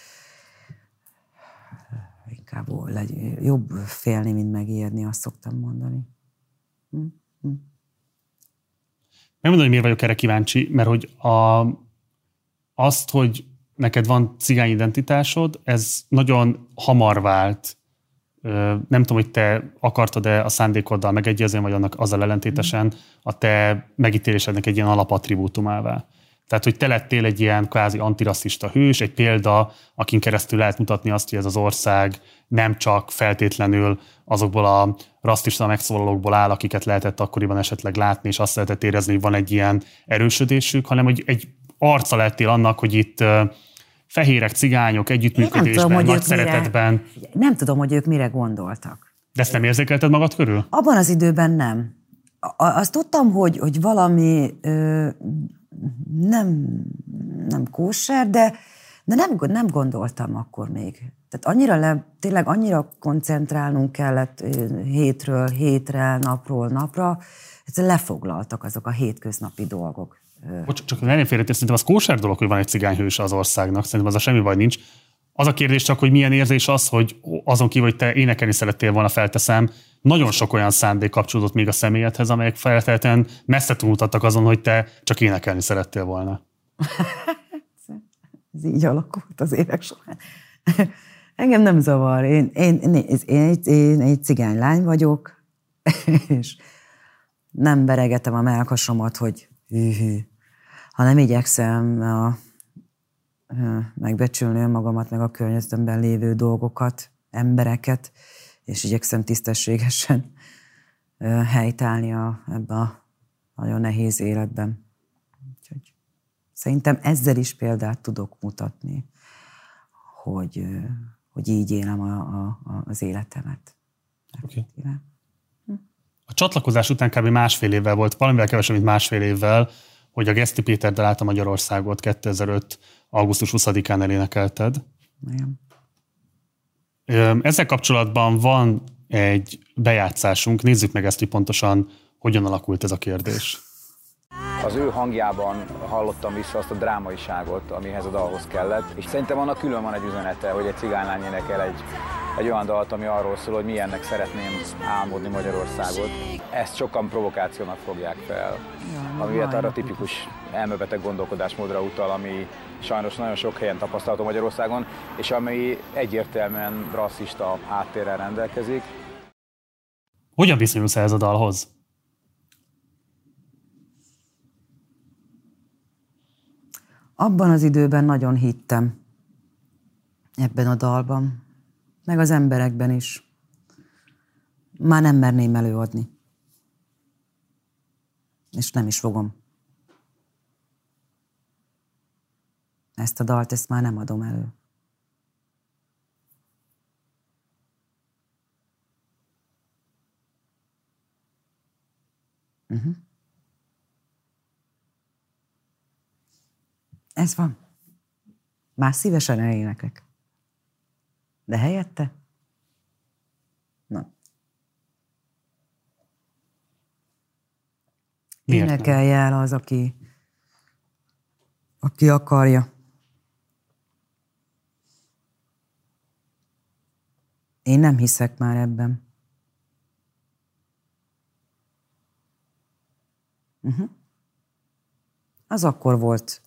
inkább jobb félni, mint megérni, azt szoktam mondani. Hm? Hm. Megmondom, hogy miért vagyok erre kíváncsi, mert hogy a, azt, hogy neked van cigány identitásod, ez nagyon hamar vált. Nem tudom, hogy te akartad-e a szándékoddal megegyezni, vagy annak azzal ellentétesen a te megítélésednek egy ilyen alapattribútumává. Tehát, hogy te lettél egy ilyen kvázi antirasszista hős, egy példa, akin keresztül lehet mutatni azt, hogy ez az ország nem csak feltétlenül azokból a rasszista megszólalókból áll, akiket lehetett akkoriban esetleg látni, és azt lehetett érezni, hogy van egy ilyen erősödésük, hanem hogy egy arca lettél annak, hogy itt fehérek, cigányok, együttműködésben, tudom, nagy szeretetben. Mire, nem tudom, hogy ők mire gondoltak. De ezt nem érzékelted magad körül? Abban az időben nem. Azt tudtam, hogy, hogy valami ö, nem, nem kóser, de, de nem, nem gondoltam akkor még. Tehát annyira le, tényleg annyira koncentrálnunk kellett hétről hétre, napról napra, hogy lefoglaltak azok a hétköznapi dolgok. Bocs, csak nem félretér, szerintem az kóser dolog, hogy van egy cigányhős az országnak, szerintem az a semmi baj nincs. Az a kérdés csak, hogy milyen érzés az, hogy azon kívül, hogy te énekelni szerettél volna, felteszem, nagyon sok olyan szándék kapcsolódott még a személyedhez, amelyek feltétlenül messze túlmutattak azon, hogy te csak énekelni szerettél volna. Ez így alakult az évek során. Engem nem zavar. Én, én, én, én, egy, én egy cigánylány vagyok, és nem veregetem a mellkasomat, hogy hű-hű, hanem igyekszem a, megbecsülni önmagamat, meg a környezetemben lévő dolgokat, embereket, és igyekszem tisztességesen helytállni a, ebbe a nagyon nehéz életben. Úgyhogy szerintem ezzel is példát tudok mutatni, hogy, hogy így élem a, a, az életemet. Okay. A csatlakozás után kb. másfél évvel volt, valamivel kevesebb, mint másfél évvel, hogy a Geszti Péter át a Magyarországot kétezer-öt. augusztus huszadikán elénekelted. Igen. Ezzel kapcsolatban van egy bejátszásunk, nézzük meg ezt, hogy pontosan hogyan alakult ez a kérdés. Az ő hangjában hallottam vissza azt a drámaiságot, amihez a dalhoz kellett, és szerintem annak külön van egy üzenete, hogy egy cigánylány énekel egy, egy olyan dalt, ami arról szól, hogy milyennek szeretném álmodni Magyarországot. Ezt sokan provokációnak fogják fel, ja, ami arra tipikus elmebeteg gondolkodásmódra utal, ami sajnos nagyon sok helyen tapasztalható Magyarországon, és ami egyértelműen rasszista háttérrel rendelkezik. Hogyan viszonyulsz ehhez a dalhoz? Abban az időben nagyon hittem ebben a dalban, meg az emberekben is. Már nem merném előadni. És nem is fogom. Ezt a dalt, ezt már nem adom elő. Uh-huh. Ez van. Már szívesen eléneklek. De helyette? Na. Énekelj el az, aki, aki akarja. Én nem hiszek már ebben. Uh-huh. Az akkor volt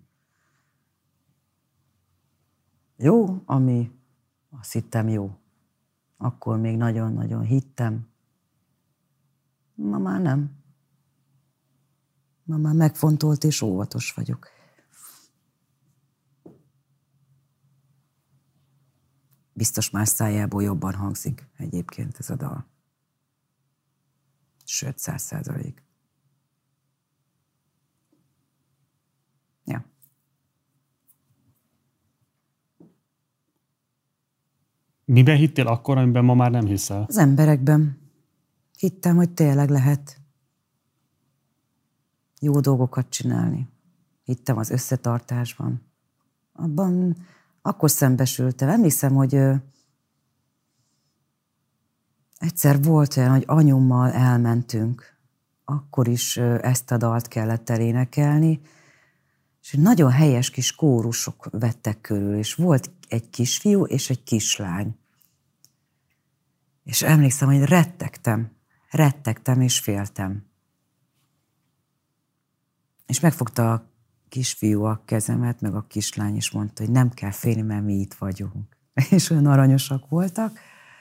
jó, ami azt hittem jó. Akkor még nagyon-nagyon hittem. Ma már nem. Ma már megfontolt és óvatos vagyok. Biztos más szájából jobban hangzik egyébként ez a dal. Sőt, száz százalék. Ja. Miben hittél akkor, amiben ma már nem hiszel? Az emberekben. Hittem, hogy tényleg lehet jó dolgokat csinálni. Hittem az összetartásban. Abban akkor szembesültem. Emlékszem, hogy ö, egyszer volt olyan, hogy anyummal elmentünk. Akkor is ö, ezt a dalt kellett elénekelni, és nagyon helyes kis kórusok vettek körül, és volt egy kisfiú és egy kislány. És emlékszem, hogy rettegtem, rettegtem és féltem. És megfogta a kisfiú a kezemet, meg a kislány, és mondta, hogy nem kell félni, mert mi itt vagyunk. És olyan aranyosak voltak.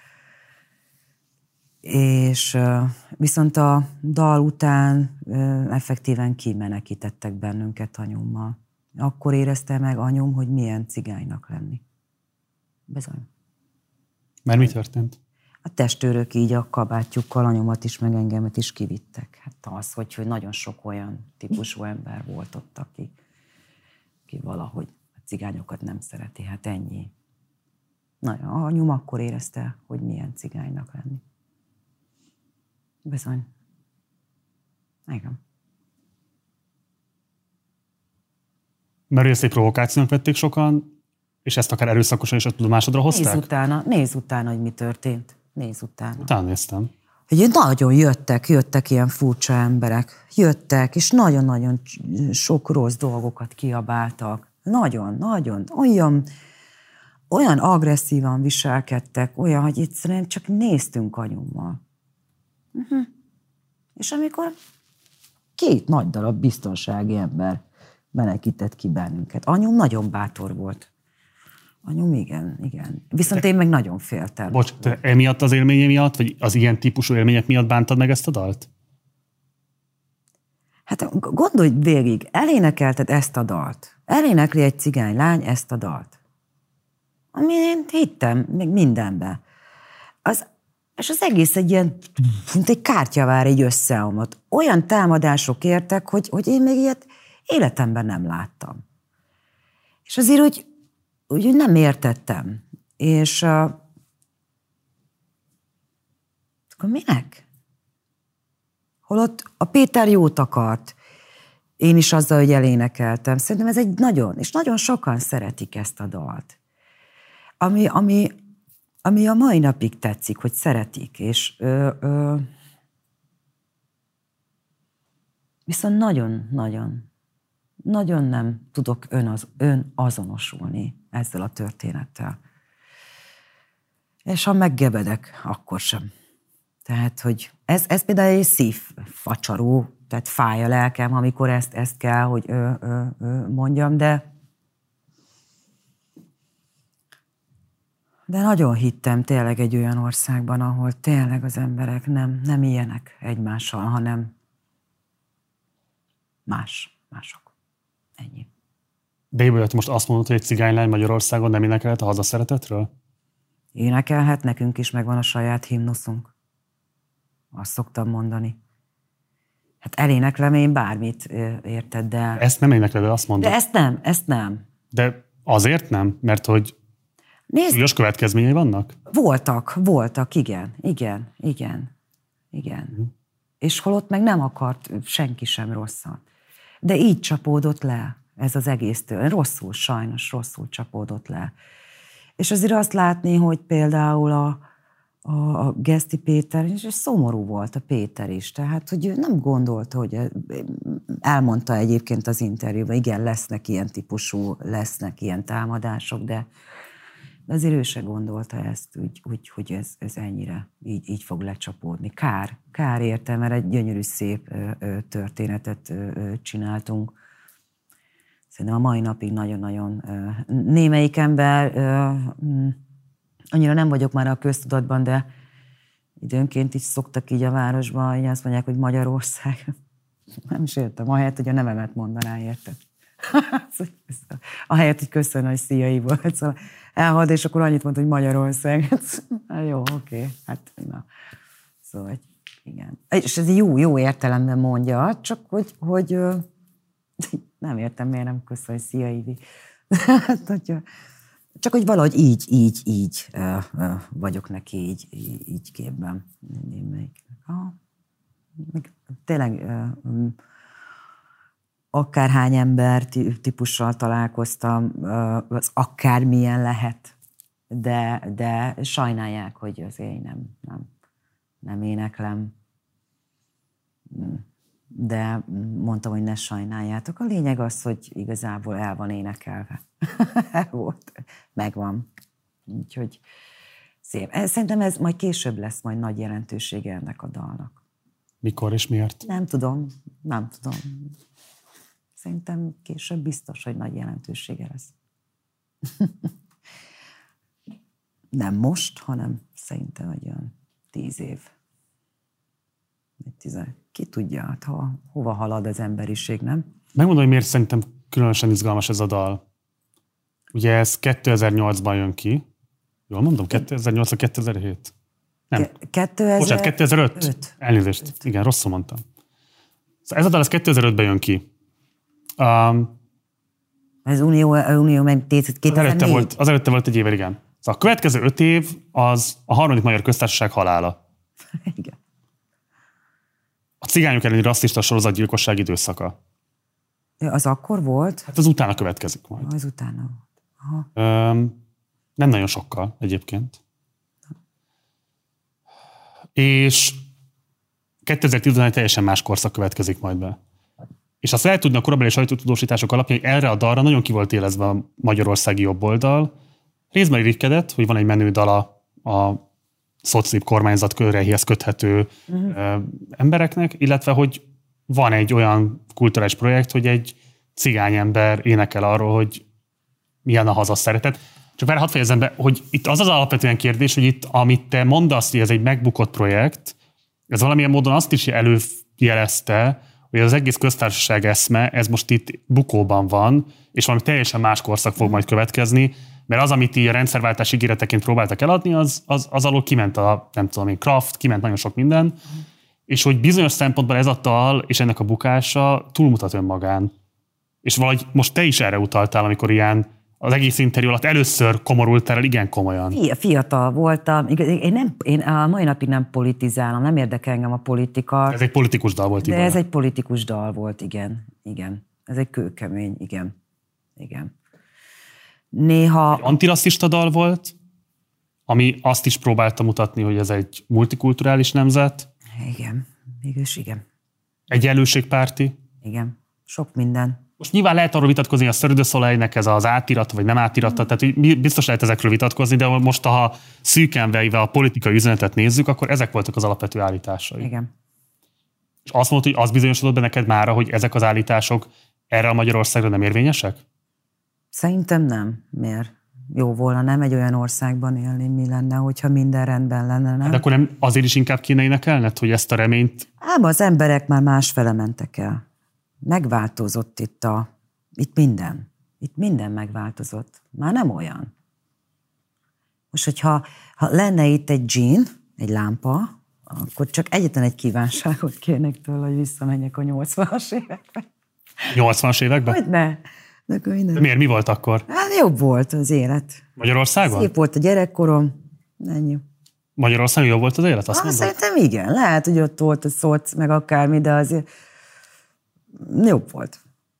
És viszont a dal után effektíven kimenekítettek bennünket anyummal. Akkor érezte meg anyum, hogy milyen cigánynak lenni. Bizony. Mert mi történt? A testőrök így a kabátjukkal anyomat is, meg engemet is kivittek. Hát az, hogy, hogy nagyon sok olyan típusú ember volt ott, aki, aki valahogy a cigányokat nem szereti. Hát ennyi. Na, anyum akkor érezte, hogy milyen cigánynak lenni. Bizony. Igen. Mert ezt egy provokációnak vették sokan, és ezt akár erőszakosan is a tudomásodra hozták? Nézz utána, nézz utána, hogy mi történt. Nézz utána. Utána néztem. Hogy nagyon jöttek, jöttek ilyen furcsa emberek. Jöttek, és nagyon-nagyon sok rossz dolgokat kiabáltak. Nagyon, nagyon. Olyan, olyan agresszívan viselkedtek, olyan, hogy egyszerűen csak néztünk anyummal. Uh-huh. És amikor két nagy darab biztonsági ember menekített ki bennünket. Anyum nagyon bátor volt. Anyum, igen, igen. Viszont én meg nagyon féltem. Bocs, te emiatt az élménye miatt, vagy az ilyen típusú élmények miatt bántad meg ezt a dalt? Hát gondolj végig, elénekelted ezt a dalt. Elénekli egy cigánylány ezt a dalt. Ami én hittem, még mindenben. Az, és az egész egy ilyen, mint egy kártyavár, egy összeomlott. Olyan támadások értek, hogy, hogy én még ilyet életemben nem láttam. És azért, hogy úgy nem értettem. És uh, akkor minek? Holott a Péter jót akart. Én is azzal, hogy elénekeltem. Szerintem ez egy nagyon, és nagyon sokan szeretik ezt a dalt. Ami, ami, ami a mai napig tetszik, hogy szeretik, és ö, ö, viszont nagyon-nagyon, nagyon nem tudok önaz, önazonosulni ezzel a történettel. És ha meggebedek, akkor sem. Tehát, hogy ez, ez például egy szívfacsaró, tehát fáj a lelkem, amikor ezt, ezt kell, hogy ö, ö, ö, mondjam, de de nagyon hittem tényleg egy olyan országban, ahol tényleg az emberek nem, nem ilyenek egymással, hanem más, mások. Ennyi. De Ibolya, most azt mondod, hogy egy cigánylány Magyarországon nem énekelhet a hazaszeretetről? Énekelhet, nekünk is megvan a saját himnuszunk. Azt szoktam mondani. Hát eléneklem én bármit, érted, de... Ezt nem énekled, de azt mondod. De ezt nem, ezt nem. De azért nem? Mert hogy súlyos következményei vannak? Voltak, voltak, igen, igen, igen, igen. Mm. És holott meg nem akart senki sem rosszat. De így csapódott le ez az egésztől. Rosszul, sajnos rosszul csapódott le. És azért azt látni, hogy például a, a, a Geszti Péter, és szomorú volt a Péter is, tehát hogy ő nem gondolta, hogy elmondta egyébként az interjúban, igen, lesznek ilyen típusú, lesznek ilyen támadások, de De azért ő se gondolta ezt, úgy, úgy, hogy ez, ez ennyire így, így fog lecsapódni. Kár, kár érte, mert egy gyönyörű, szép ö, ö, történetet ö, ö, csináltunk. Szerintem a mai napig nagyon-nagyon ö, némelyik ember, ö, annyira nem vagyok már a köztudatban, de időnként is szoktak így a városban, így azt mondják, hogy Magyarország. Nem is értem, ahelyett, hogy a nevemet mondaná, érted? Ahelyett, hogy köszönöm, hogy szia Ivo. Szóval elhad, és akkor annyit mondta, hogy Magyarország. Jó, oké, hát na. Szóval, igen. És ez jó, jó értelemben mondja, csak hogy, hogy nem értem, miért nem köszönöm, hogy szia Ivi. Csak hogy valahogy így, így, így vagyok neki, így, így képben. Tényleg akárhány ember típussal találkoztam, az akármilyen lehet, de, de sajnálják, hogy azért én nem, nem, nem éneklem. De mondtam, hogy ne sajnáljátok. A lényeg az, hogy igazából el van énekelve. Volt. Megvan. Úgyhogy szép. Szerintem ez majd később lesz majd nagy jelentősége ennek a dalnak. Mikor és miért? Nem tudom. Nem tudom. Szerintem később biztos, hogy nagy jelentősége lesz. Nem most, hanem szerintem egy olyan tíz év. Tizen... Ki tudja, hát ha, hova halad az emberiség, nem? Megmondom, hogy miért szerintem különösen izgalmas ez a dal. Ugye ez kétezer-nyolcban jön ki. Jól mondom? kétezer-nyolc vagy kétezer-hét? Nem. kétezer... Bocsánat, kétezer-öt. öt. Elnézést. öt. Igen, rosszul mondtam. Szóval ez a dal ez kétezer-ötben jön ki. Um, az Unió, Unió meg kétezer-négy? Az előtte volt, az előtte volt egy évvel, igen. Szóval a következő öt év az a harmadik magyar köztársaság halála. Igen. A cigányok elleni rasszista sorozatgyilkosság időszaka. Az akkor volt? Hát az utána következik majd. Az utána volt. Aha. Um, nem nagyon sokkal egyébként. És kétezer-tizenegy teljesen más korszak következik majd be. És azt lehet tudni a korabeli sajtótudósítások alapján, hogy erre a dalra nagyon ki volt élezve a magyarországi jobboldal. Részben irigykedett, hogy van egy menő dala a szoclib kormányzat köreihez köthető uh-huh. embereknek, illetve hogy van egy olyan kulturális projekt, hogy egy cigányember énekel arról, hogy milyen a hazaszeretet. Csak várj, hadd fejezem be, hogy itt az az alapvetően kérdés, hogy itt, amit te mondasz, hogy ez egy megbukott projekt, ez valamilyen módon azt is előjelezte, hogy az egész köztársaság eszme, ez most itt bukóban van, és valami teljesen más korszak fog majd következni, mert az, amit így a rendszerváltás ígéreteként próbáltak eladni, az, az, az alól kiment a, nem tudom én, Kraft, kiment nagyon sok minden, és hogy bizonyos szempontból ez a dal és ennek a bukása túlmutat önmagán. És valahogy most te is erre utaltál, amikor ilyen az egész interjú alatt először komorultál el igen komolyan. Fiatal voltam. Én, nem, én a mai napig nem politizálom, nem érdekel engem a politika. Ez egy politikus dal volt, Ibolya. De ez egy politikus dal volt, igen. Igen. Ez egy kőkemény, igen. Igen. Néha... Egy antirasszista dal volt, ami azt is próbálta mutatni, hogy ez egy multikulturális nemzet. Igen. Mégis igen. Egyenlőségpárti. Igen. Sok minden. Most nyilván lehet arról vitatkozni, hogy a Cirque du Soleilnek ez az átirata, vagy nem átirata, tehát biztos lehet ezekről vitatkozni, de most ha szűken vejve a politikai üzenetet nézzük, akkor ezek voltak az alapvető állításai. Igen. És azt mondod, hogy az bizonyosodott be neked mára, hogy ezek az állítások erre a Magyarországra nem érvényesek? Szerintem nem. Miért? Jó volna nem egy olyan országban élni, mi lenne, hogyha minden rendben lenne, nem? De akkor nem azért is inkább kéne énekelned, hogy ezt a reményt... Ám az emberek már másfele mentek el. Megváltozott itt a... Itt minden. Itt minden megváltozott. Már nem olyan. Most, hogyha ha lenne itt egy dzsín, egy lámpa, akkor csak egyetlen egy kívánságot kérnek tőle, hogy visszamenjek a nyolcvanas évekbe. nyolcvanas években? Hogy ne. De, De miért? Mi volt akkor? Hát jobb volt az élet. Magyarországon? Szép volt a gyerekkorom. Ennyi. Magyarországon jobb volt az élet? Azt ah, mondod? Szerintem igen. Lehet, hogy ott volt a szoc, meg akármi, de azért jobb volt.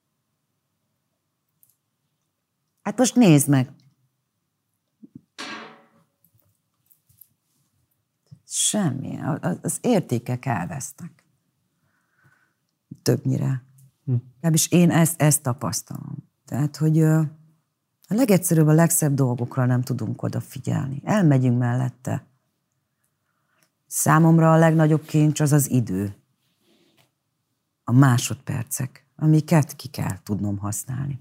Hát most nézd meg. Semmi. Az értékek elvesztek. Többnyire. Hm. És én ezt, ezt tapasztalom. Tehát, hogy a legegyszerűbb, a legszebb dolgokra nem tudunk odafigyelni. Elmegyünk mellette. Számomra a legnagyobb kincs az az idő. A másodpercek, amiket ki kell tudnom használni.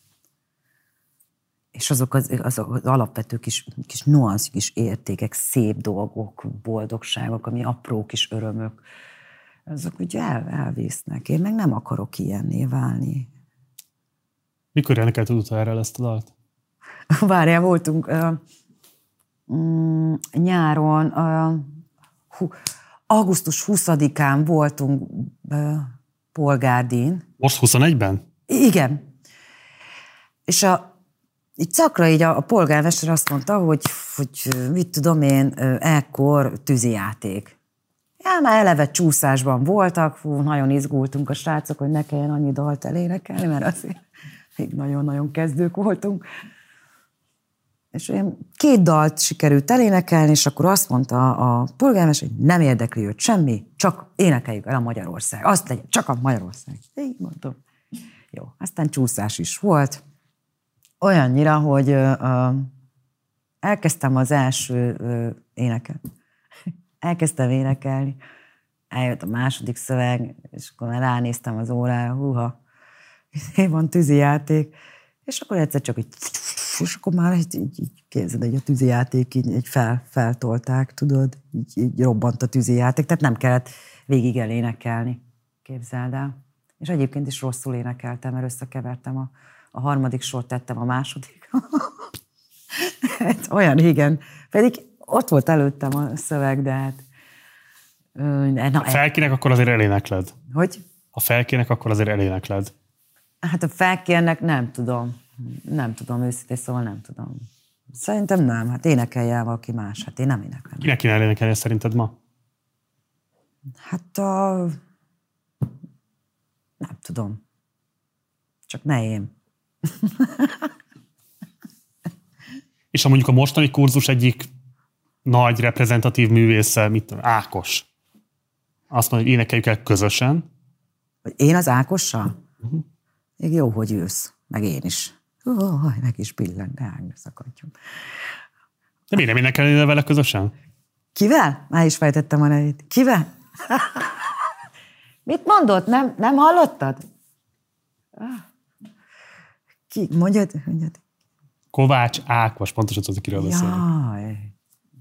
És azok az, azok az alapvető kis, kis nuansz, kis értékek, szép dolgok, boldogságok, ami apró kis örömök, azok ugye el, elvésznek. Én meg nem akarok ilyenné válni. Mikor énekelted utoljára ezt a dalt? Várjál, voltunk uh, mm, nyáron, uh, hú, augusztus huszadikán voltunk uh, Polgárdin. Most huszonegyben? Igen. És a Így szakra így a, a polgármester azt mondta, hogy, hogy mit tudom én, ekkor tűzijáték. Ja, már eleve csúszásban voltak, fú, nagyon izgultunk a srácok, hogy ne kelljen annyi dalt elénekelni, mert azért még nagyon-nagyon kezdők voltunk. És olyan két dalt sikerült elénekelni, és akkor azt mondta a polgármester, hogy nem érdekli őt semmi, csak énekeljük el a Magyarország. Azt legyen, csak a Magyarország. Így mondtam. Jó, aztán csúszás is volt. Olyannyira, hogy uh, elkezdtem az első uh, éneket. Elkezdtem énekelni, eljött a második szöveg, és akkor ránéztem az órára, húha, van tűzijáték, és akkor egyszer csak így, és akkor már így, így, így képzeld, hogy a tűzijáték így, így fel, feltolták, tudod, így, így robbant a tűzijáték, tehát nem kellett végig elénekelni, képzeld el. És egyébként is rosszul énekeltem, mert összekevertem a A harmadik sort tettem a második. Hát, olyan régen. Pedig ott volt előttem a szöveg, de hát... Na, ha felkérnek, akkor azért elénekled. Hogy? Ha felkérnek, akkor azért elénekled. Hát a felkérnek nem tudom. Nem tudom, őszintén szóval nem tudom. Szerintem nem. Hát énekelje el valaki más. Hát én nem énekelem. Kinek kéne elénekelni szerinted ma? Hát a... Nem tudom. Csak ne én. És ha mondjuk a mostani kurzus egyik nagy reprezentatív művésze, mit tudom, Ákos. Azt mondja, hogy énekeljük el közösen. Én az Ákossal? Uh-huh. Még jó, hogy jössz. Meg én is. Oh, meg is billen, de ágni szakadjunk. De miért nem énekelni vele közösen? Kivel? Már is fejtettem a nevét. Kivel? Mit mondott? Nem, nem hallottad? Ki? Mondjad, mondjad. Kovács Ákos, pontosan tudod, kiről beszélni. Jaj.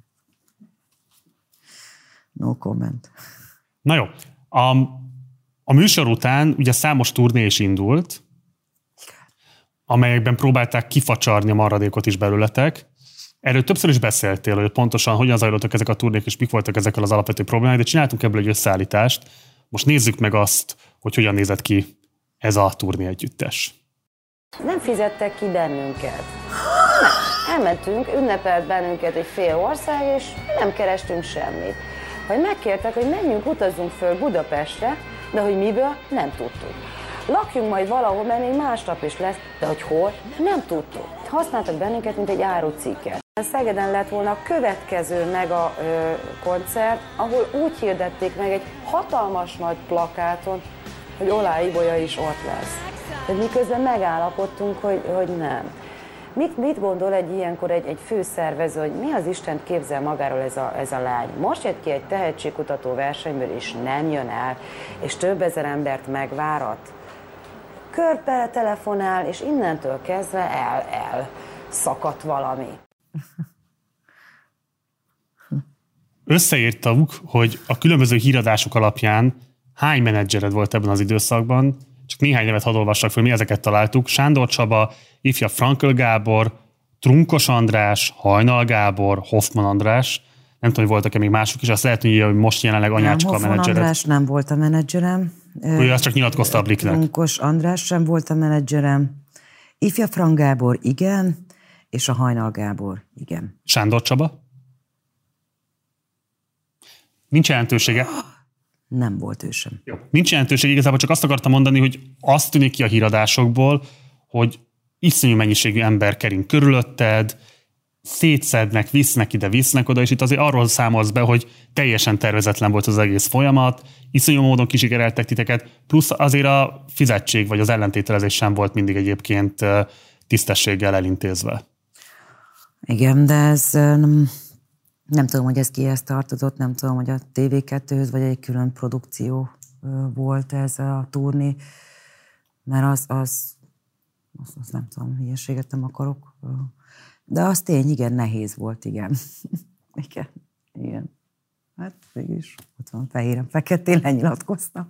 No comment. Na jó. A, a műsor után ugye számos turné is indult, amelyekben próbálták kifacsarni a maradékot is belőletek. Erről többször is beszéltél, hogy pontosan hogyan zajlottak ezek a turnék, és mik voltak ezekkel az alapvető problémák, de csináltunk ebből egy összeállítást. Most nézzük meg azt, hogy hogyan nézett ki ez a turné együttes. Nem fizettek ki bennünket. Nem. Elmentünk, ünnepelt bennünket egy fél ország, és nem kerestünk semmit. Hogy megkértek, hogy menjünk, utazzunk föl Budapestre, de hogy miből, nem tudtuk. Lakjunk majd valahol, mert még másnap is lesz, de hogy hol, nem tudtuk. Használtak bennünket, mint egy árucikket. Szegeden lett volna a következő mega ö, koncert, ahol úgy hirdették meg egy hatalmas nagy plakáton, hogy Olá Ibolya is ott lesz. Tehát miközben megállapodtunk, hogy, hogy nem. Mit, mit gondol egy ilyenkor egy, egy főszervező, hogy mi az Istent képzel magáról ez a, ez a lány? Most jött ki egy tehetségkutató versenyből, és nem jön el, és több ezer embert megvárat. Körbe telefonál, és innentől kezdve el, el szakadt valami. Összeírtuk, hogy a különböző híradások alapján hány menedzsered volt ebben az időszakban, csak néhány nevet hadd olvassak föl, mi ezeket találtuk. Sándor Csaba, ifja Frankl Gábor, Trunkos András, Hajnal Gábor, Hoffman András. Nem tudom, hogy voltak-e még mások is, azt lehet, hogy most jelenleg anyácska a menedzsered. Hoffman András nem volt a menedzserem. Ő azt csak nyilatkozta a Bliknek. Trunkos András sem volt a menedzserem. Ifja Frank Gábor igen, és a Hajnal Gábor igen. Sándor Csaba? Nincs jelentősége. Nem volt ő sem. Jó. Nincs jelentősége, igazából csak azt akartam mondani, hogy azt tűnik ki a híradásokból, hogy iszonyú mennyiségű ember kering körülötted, szétszednek, visznek ide, visznek oda, és itt azért arról számolsz be, hogy teljesen tervezetlen volt az egész folyamat, iszonyú módon kisikereltek titeket, plusz azért a fizetség vagy az ellentételezés sem volt mindig egyébként tisztességgel elintézve. Igen, de ez nem, nem tudom, hogy ez kihez tartozott, nem tudom, hogy a té vé kettőhöz vagy egy külön produkció volt ez a turné, mert az, az, az, az nem tudom, hülyeséget nem akarok. De az tény, igen, nehéz volt, igen. igen, igen. Hát mégis, ott van fehéren, feketén, lenyilatkoztam.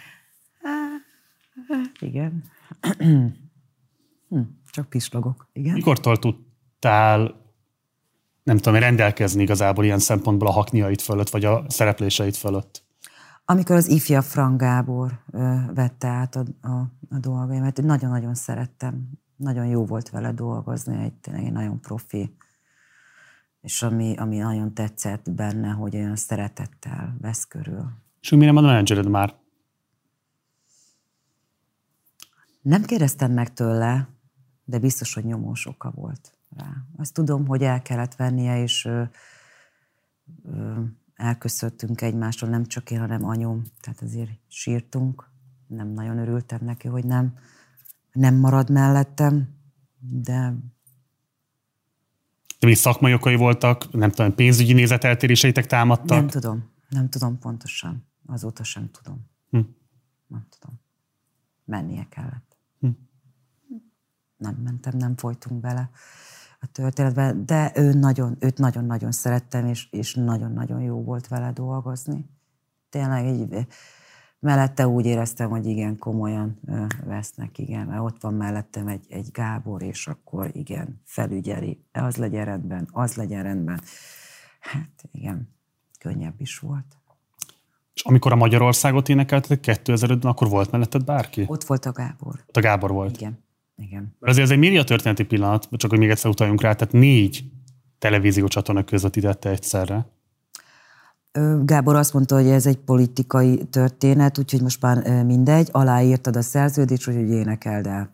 Hát, igen. hm, csak pislogok, igen. Mikortól tudtál, nem tudom, rendelkezni igazából ilyen szempontból a hakniait fölött, vagy a szerepléseit fölött? Amikor az ifja Frank Gábor ö, vette át a, a, a dolgaimat, nagyon-nagyon szerettem. Nagyon jó volt vele dolgozni, egy, tényleg egy nagyon profi. És ami, ami nagyon tetszett benne, hogy olyan szeretettel vesz körül. És mi nem a menedzsered már? Nem kérdeztem meg tőle, de biztos, hogy nyomós oka volt rá. Azt tudom, hogy el kellett vennie, és ö, ö, elköszöntünk egymástól, nem csak én, hanem anyóm. Tehát azért sírtunk. Nem nagyon örültem neki, hogy nem, nem marad mellettem, de... De mi szakmai okai voltak, nem tudom, pénzügyi nézeteltéréseitek támadtak? Nem tudom, nem tudom pontosan. Azóta sem tudom. Hm. Nem tudom. Mennie kellett. Hm. Nem mentem, nem folytunk bele a történetbe, de ő nagyon, őt nagyon-nagyon szerettem, és, és nagyon-nagyon jó volt vele dolgozni. Tényleg így, mellette úgy éreztem, hogy igen, komolyan vesznek, igen, mert ott van mellettem egy, egy Gábor, és akkor igen, felügyeli, az legyen rendben, az legyen rendben. Hát igen, könnyebb is volt. És amikor a Magyarországot énekeltetek kétezer-ötben, akkor volt melletted bárki? Ott volt a Gábor. Ott a Gábor volt? Igen. Igen. Azért ez egy médiatörténeti pillanat, csak hogy még egyszer utaljunk rá, tehát négy televízió csatorna közvetítette egyszerre. Gábor azt mondta, hogy ez egy politikai történet, úgyhogy most már mindegy, aláírtad a szerződést, hogy énekeld el.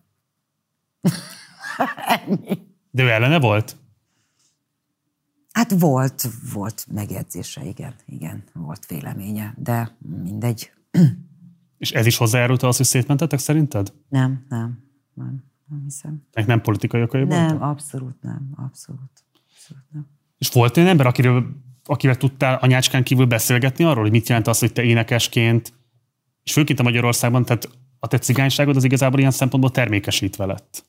Ennyi. De ő ellene volt? Hát volt, volt megjegyzése, igen, igen, volt véleménye, de mindegy. És ez is hozzájárult az, hogy szétmentetek szerinted? Nem, nem, nem, nem hiszem. Nek nem politikai okai Nem, voltak? abszolút nem, abszolút, abszolút nem. És volt olyan ember, akiről, akivel tudtál anyácskán kívül beszélgetni arról, hogy mit jelent az, hogy te énekesként, és főként a Magyarországban, tehát a te cigányságod az igazából ilyen szempontból termékesítve lett?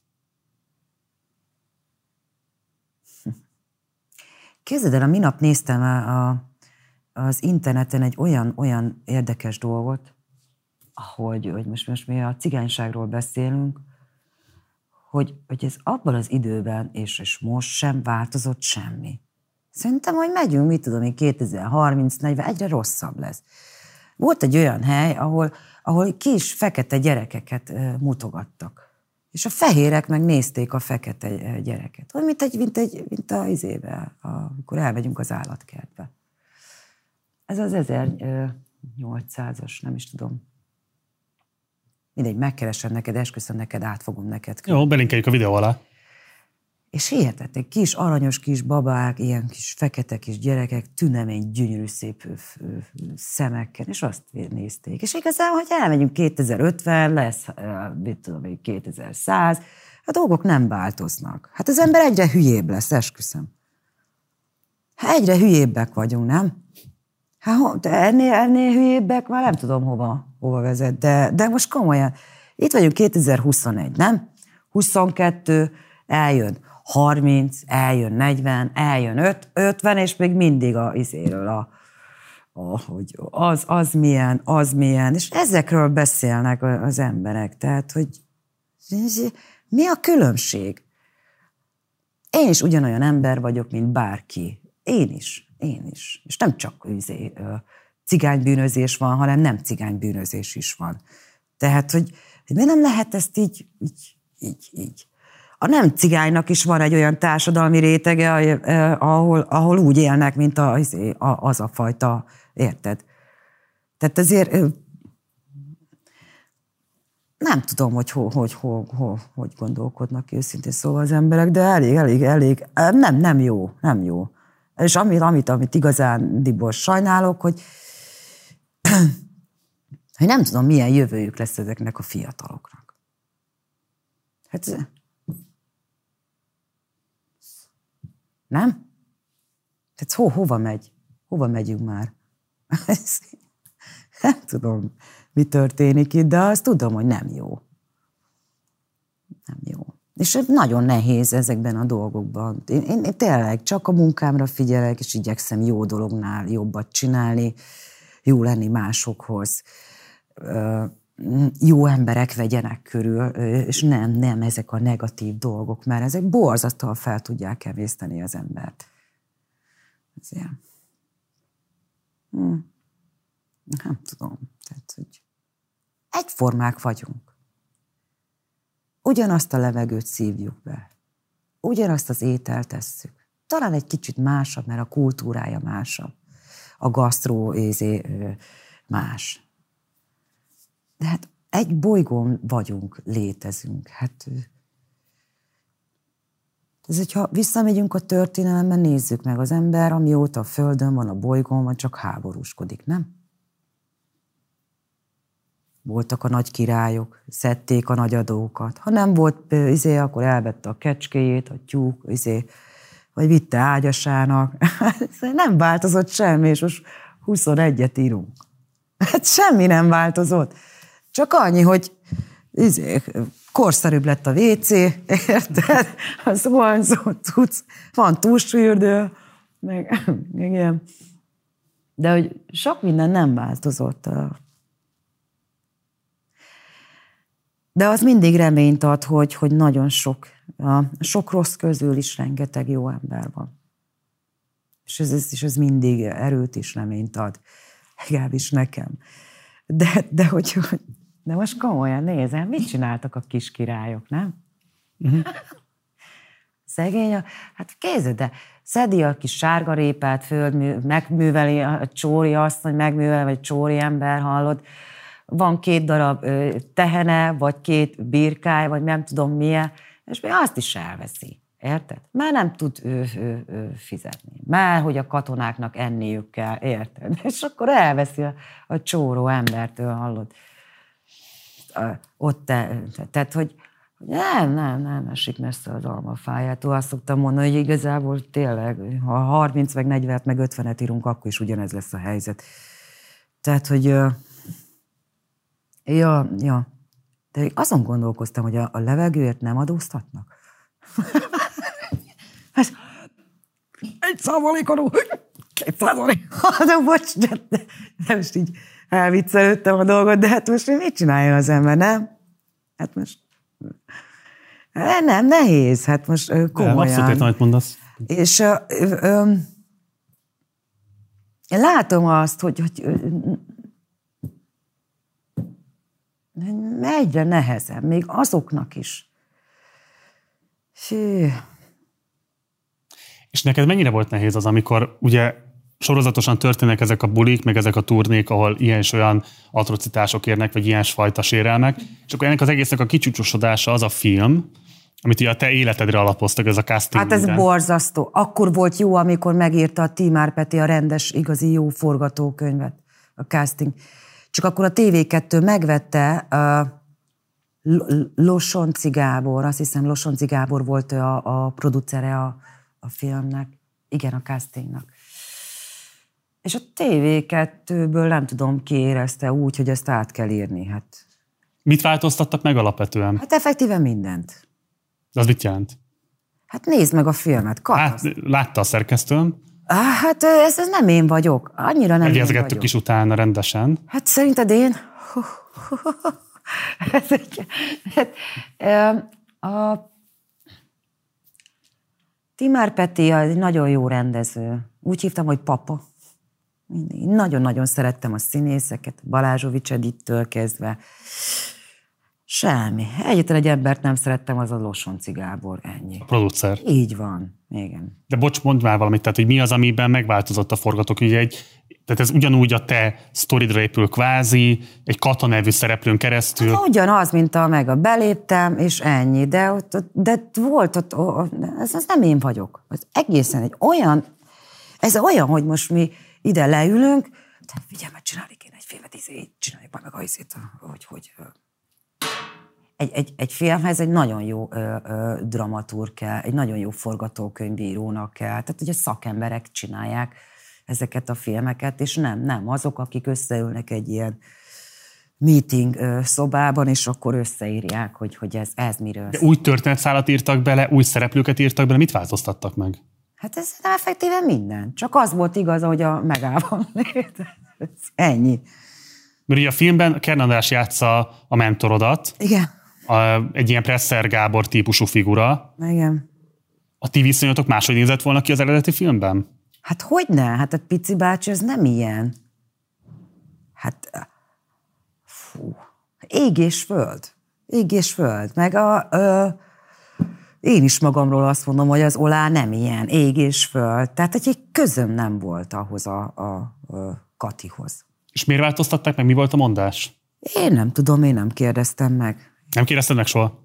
Képzeld el, a minap néztem a, a, az interneten egy olyan, olyan érdekes dolgot, hogy, hogy most, most mi a cigányságról beszélünk, hogy, hogy ez abban az időben, és, és most sem változott semmi. Szerintem, hogy megyünk, mit tudom én, kétezer-harminc-negyven, egyre rosszabb lesz. Volt egy olyan hely, ahol, ahol kis fekete gyerekeket mutogattak. És a fehérek meg nézték a fekete gyereket. Olyan, mint, egy, mint, egy, mint a izébe, amikor elmegyünk az állatkertbe. Ez az ezernyolcszázas, nem is tudom. Mindegy, megkeresem neked, esküszöm neked, át fogom neked. Jó, belinkeljük a videó alá. És hihetetlen, kis aranyos kis babák, ilyen kis fekete kis gyerekek, tünemény, gyönyörű szép szemekkel, és azt nézték. És igazából, hogy elmegyünk kétezer-ötven, lesz, mit tudom, kétezer-száz, a dolgok nem változnak. Hát az ember egyre hülyébb lesz, esküszöm. Hát egyre hülyébbek vagyunk, nem? Hát de ennél, ennél hülyébbek már nem tudom hova, hova vezet, de, de most komolyan. Itt vagyunk kétezer-huszonegy, nem? huszonkettő, eljön harminc, eljön negyven, eljön ötven, és még mindig a izéről, a, a, hogy az, az milyen, az milyen, és ezekről beszélnek az emberek. Tehát, hogy mi a különbség? Én is ugyanolyan ember vagyok, mint bárki. Én is, én is. És nem csak izé, cigánybűnözés van, hanem nem cigánybűnözés is van. Tehát, hogy, hogy miért nem lehet ezt így, így, így, így. A nem cigánynak is van egy olyan társadalmi rétege, ahol, ahol úgy élnek, mint az, az a fajta, érted? Tehát ezért nem tudom, hogy hogy, hogy, hogy, hogy, hogy gondolkodnak őszintén szóval az emberek, de elég, elég, elég, nem, nem jó, nem jó. És amit, amit, amit igazándiból sajnálok, hogy, hogy nem tudom, milyen jövőjük lesz ezeknek a fiataloknak. Hát... Nem? Tehát ho, hova megy? Hova megyünk már? Nem tudom, mi történik itt, de azt tudom, hogy nem jó. Nem jó. És nagyon nehéz ezekben a dolgokban. Én, én, én tényleg csak a munkámra figyelek, és igyekszem jó dolognál jobbat csinálni, jó lenni másokhoz. Jó emberek vegyenek körül, és nem, nem ezek a negatív dolgok, mert ezek borzasztóan fel tudják emészteni az embert. Ezért. Hm. Nem tudom. Tehát, hogy egyformák vagyunk. Ugyanazt a levegőt szívjuk be. Ugyanazt az ételt tesszük. Talán egy kicsit másabb, mert a kultúrája másabb. A gasztró ézé más. De hát egy bolygón vagyunk, létezünk. Hát ez, hogyha visszamegyünk a történelemben, nézzük meg, az ember, amióta a Földön van, a bolygón van, csak háborúskodik, nem? Voltak a nagy királyok, szedték a nagy adókat. Ha nem volt izé, akkor elvette a kecskéjét, a tyúk, izé, vagy vitte ágyasának. Nem változott semmi, és most huszonegyet írunk. Hát semmi nem változott. Csak annyi, hogy izé, korszerűbb lett a vé cé, érted? Az van, van túlsfürdő, meg, meg ilyen. De hogy sok minden nem változott. De az mindig reményt ad, hogy, hogy nagyon sok, a sok rossz közül is rengeteg jó ember van. És ez, ez, és ez mindig erőt is reményt ad. Legalábbis nekem. De, de, hogy, de most komolyan nézem, mit csináltak a kis királyok, nem? Uh-huh. Szegény, a, hát kézed, de szedi a kis sárgarépát, föld, megműveli a csóri asszony, megműveli, vagy csóri ember, hallod? Van két darab tehene, vagy két birkály, vagy nem tudom milyen, és még azt is elveszi. Érted? Már nem tud ő, ő, ő fizetni. Már hogy a katonáknak enniük kell, érted? És akkor elveszi a, a csóró embertől, hallod? Ott te, te, tehát, hogy nem, nem, nem esik messze az almafájától. Azt szoktam mondani, hogy igazából tényleg, ha harminc, meg negyven, meg ötvenet írunk, akkor is ugyanez lesz a helyzet. Tehát, hogy ja, ja. De azon gondolkoztam, hogy a, a levegőért nem adóztatnak. Ez egy százalékon, két százalék. De bocs, de, de, de most így elviccelődtem a dolgot, de hát most mit csinálja az ember, nem? Hát most nem, nehéz, hát most komolyan. Abszolút értem, amit mondasz. És ö, ö, ö, én látom azt, hogy, hogy ö, egyre nehezebb, még azoknak is, Hű. És neked mennyire volt nehéz az, amikor ugye sorozatosan történnek ezek a bulik, meg ezek a turnék, ahol ilyen és olyan atrocitások érnek, vagy ilyen fajta sérelmek, és akkor ennek az egésznek a kicsúcsosodása az a film, amit ugye a te életedre alapoztak, ez a casting. Hát ez minden. borzasztó. Akkor volt jó, amikor megírta a Timár Peti a rendes, igazi jó forgatókönyvet, a casting. Csak akkor a té vé kettő megvette uh, Losonci Gábor, azt hiszem Losonci Gábor volt a, a producere a, a filmnek, igen, a castingnak. És a té vé kettőből nem tudom, ki érezte úgy, hogy ezt át kell írni. Hát, mit változtattak meg alapvetően? hát effektíven mindent. De az mit jelent? Hát nézd meg a filmet, Hát, látta a szerkesztőm. Hát ez, ez nem én vagyok. Annyira nem én vagyok. Egyezgettük is utána rendesen. Hát szerinted én? A Timár Peti egy nagyon jó rendező. Úgy hívtam, hogy papa. Én nagyon-nagyon szerettem a színészeket, Balázsovics Edittől kezdve. Semmi. Egyetlen egy embert nem szerettem, az a Losonci Gábor, ennyi. A producer. Így van, igen. De bocs, mondd már valamit, tehát hogy mi az, amiben megváltozott a forgatókönyv. Egy, tehát ez ugyanúgy a te sztoridra épül kvázi, egy Kata nevű szereplőn keresztül. Hát ugyanaz, mint a meg a beléptem, és ennyi. De, ott, de volt ott, ez, ez nem én vagyok. Ez egészen egy olyan, ez olyan, hogy most mi ide leülünk, de figyelj, mert csinálni kéne egy filmet, így csináljuk már meg a izét, hogy, hogy Egy, egy, egy filmhez egy nagyon jó ö, ö, dramaturg kell, egy nagyon jó forgatókönyvírónak kell. Tehát ugye szakemberek csinálják ezeket a filmeket, és nem, nem azok, akik összeülnek egy ilyen meeting ö, szobában, és akkor összeírják, hogy, hogy ez, ez miről. De új történetszálat írtak bele, új szereplőket írtak bele, mit változtattak meg? Hát ez nem effektíven minden. Csak az volt igaz, hogy a Megában. Ennyi. Mert ugye a filmben Kern András játsza a mentorodat. Igen. A, egy ilyen Presser Gábor típusú figura. Igen. A ti viszonyatok máshogy nézett volna ki az eredeti filmben? Hát hogyne? Hát a Pici bácsi az nem ilyen. Hát, fú, ég és föld. Ég és föld. Meg a, ö, én is magamról azt mondom, hogy az Olá nem ilyen. Ég és föld. Tehát egy közöm nem volt ahhoz a, a, a Katihoz. És miért változtatták meg? Mi volt a mondás? Én nem tudom, én nem kérdeztem meg. Nem kérdezted meg soha?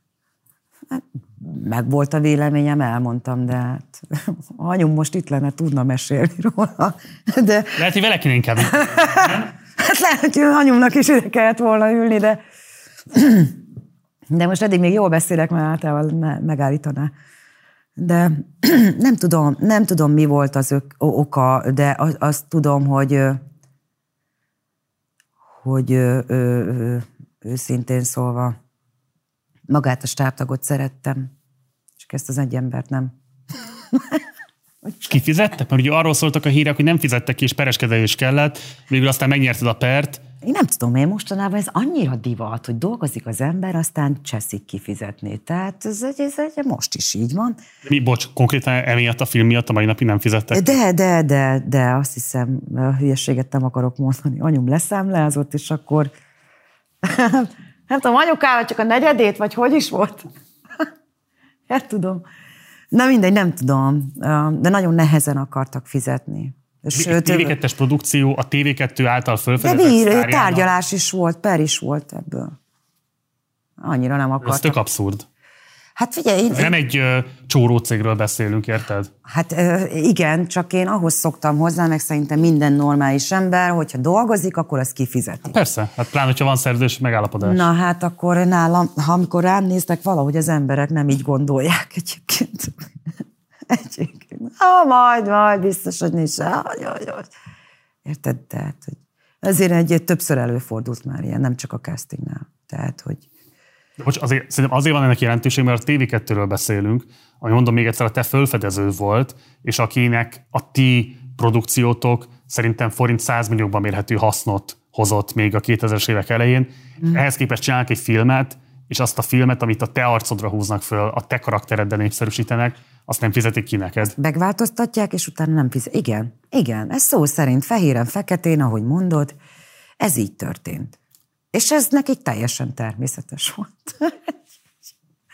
Meg volt a véleményem, elmondtam, de hát, anyum most itt lenne, tudna mesélni róla. De... Lehet, hogy vele kéne inkább. Hát lehet, hogy anyumnak is ide kellett volna ülni, de... De most eddig még jól beszélek, mert általában megállítaná. De nem tudom, nem tudom, mi volt az oka, de azt tudom, hogy hogy ö, ö, ö, őszintén szólva magát a stábtagot szerettem, csak ezt az egy embert nem. És kifizettek? Mert ugye arról szóltak a hírek, hogy nem fizettek ki, és pereskedelés kellett, végül aztán megnyerted a pert. Én nem tudom, én mostanában ez annyira divat, hogy dolgozik az ember, aztán cseszik kifizetni. Tehát ez, ez, ez most is így van. Mi, bocs, konkrétan emiatt a film miatt a mai napig nem fizettek? De, de, de, de azt hiszem, a hülyeséget nem akarok mondani. Anyum leszámlázott, és akkor nem tudom, anyukával csak a negyedét, vagy hogy is volt? Hát tudom. Na mindegy, nem tudom. De nagyon nehezen akartak fizetni. Sőt, té vé kettes produkció, a té vé kettő által fölfedezett de sztárjának. Tárgyalás is volt, per is volt ebből. Annyira nem akartak. Ez tök abszurd. Hát figyelj, én... Nem egy uh, csóró cégről beszélünk, érted? Hát uh, igen, csak én ahhoz szoktam hozzá, meg szerintem minden normális ember, hogyha dolgozik, akkor azt kifizeti. Hát persze, hát pláne, hogyha van szerződés megállapodás. Na hát akkor nálam, ha amikor rám néztek, valahogy az emberek nem így gondolják egyébként. Egyébként. Ah, majd, majd, biztos, hogy nincs. Érted? Tehát, hogy ezért egy többször előfordult már ilyen, nem csak a castingnál. Tehát, hogy... De bocs, azért, szerintem azért van ennek jelentőség, mert a té vé kettőről beszélünk, ami mondom még egyszer, a te fölfedező volt, és akinek a ti produkciótok szerintem forint százmilliókban mérhető hasznot hozott még a kétezres évek elején. Mm. Ehhez képest csinálnak egy filmet, és azt a filmet, amit a te arcodra húznak föl, a te karaktereddel népszerűsítenek, azt nem fizetik ki neked. Megváltoztatják, és utána nem fizet. Igen, igen, ez szó szerint fehéren-feketén, ahogy mondod, ez így történt. És ez nekik teljesen természetes volt.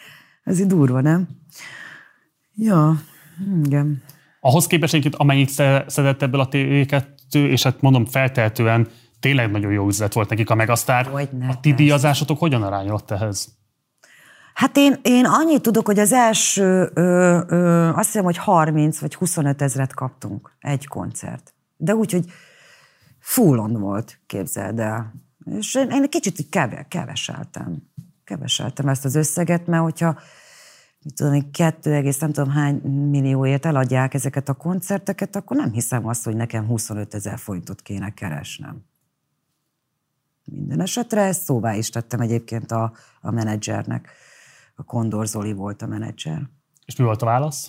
Ez így durva, nem? Ja, igen. Ahhoz képest egyébként, amennyit szedett ebből a té vé kettő, és hát mondom feltehetően tényleg nagyon jó üzlet volt nekik a Megasztár. Hogyne, a ti díjazásotok hogyan arányolott ehhez? Hát én, én annyit tudok, hogy az első, ö, ö, azt hiszem, hogy harminc vagy huszonöt ezret kaptunk egy koncert. De úgy, hogy full-on volt, képzeld el. És én, én kicsit keve, keveseltem. Keveseltem ezt az összeget, mert hogyha mit tudom, kettő egész nem tudom hány millióért eladják ezeket a koncerteket, akkor nem hiszem azt, hogy nekem huszonöt ezer forintot kéne keresnem. Minden esetre ezt szóvá is tettem egyébként a, a menedzsernek. A Kondor Zoli volt a menedzser. És mi volt a válasz?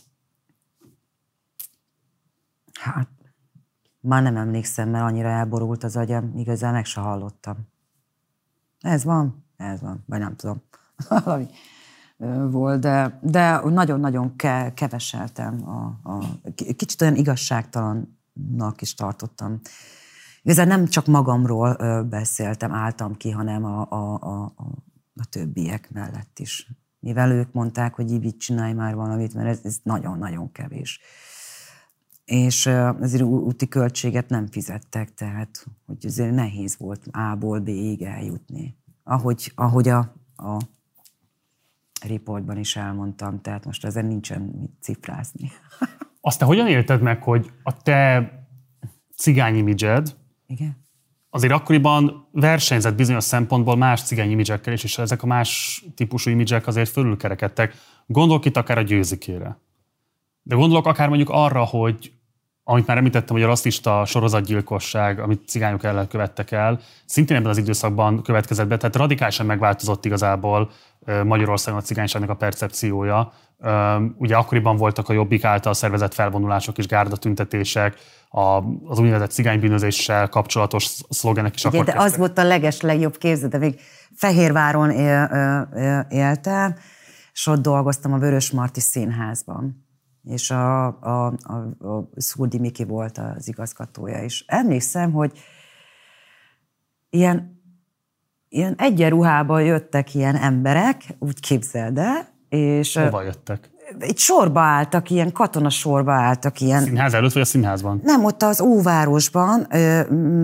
Hát, már nem emlékszem, mert annyira elborult az agyam, igazán meg se hallottam. Ez van, ez van, vagy nem tudom. Valami volt, de, de nagyon-nagyon ke, keveseltem. A, a, kicsit olyan igazságtalannak is tartottam. Igazán nem csak magamról beszéltem, álltam ki, hanem a, a, a, a többiek mellett is. Mivel ők mondták, hogy így csinálj már valamit, mert ez, ez nagyon-nagyon kevés. És azért úti költséget nem fizettek, tehát hogy azért nehéz volt A-ból B-ig eljutni. Ahogy, ahogy a, a riportban is elmondtam, tehát most ezen nincsen mit cifrázni. Azt te hogyan élted meg, hogy a te cigány imidzsed Igen? azért akkoriban versenyzett bizonyos szempontból más cigány imidzsekkel is, és ezek a más típusú imidzsek azért fölülkerekedtek. Gondolok itt akár a Győzikére. De gondolok akár mondjuk arra, hogy amit már említettem, hogy a rasszista sorozatgyilkosság, amit cigányok ellen követtek el, szintén ebben az időszakban következett be, tehát radikálisan megváltozott igazából Magyarországon a cigányságnak a percepciója. Ugye akkoriban voltak a Jobbik által szervezett felvonulások és gárdatüntetések, az úgynevezett cigánybűnözéssel kapcsolatos szlogenek is. Igen, de az volt a leges legjobb képzet, de még Fehérváron él, éltem, és ott dolgoztam a Vörösmarty Színházban. És a, a, a, a Szurdi Miki volt az igazgatója is. Emlékszem, hogy ilyen, ilyen egyenruhában jöttek ilyen emberek, úgy képzeld el, és... Hova jöttek? Itt sorba álltak, ilyen katonasorba álltak. Ilyen, színház előtt, vagy a színházban? Nem, ott az Óvárosban, ö,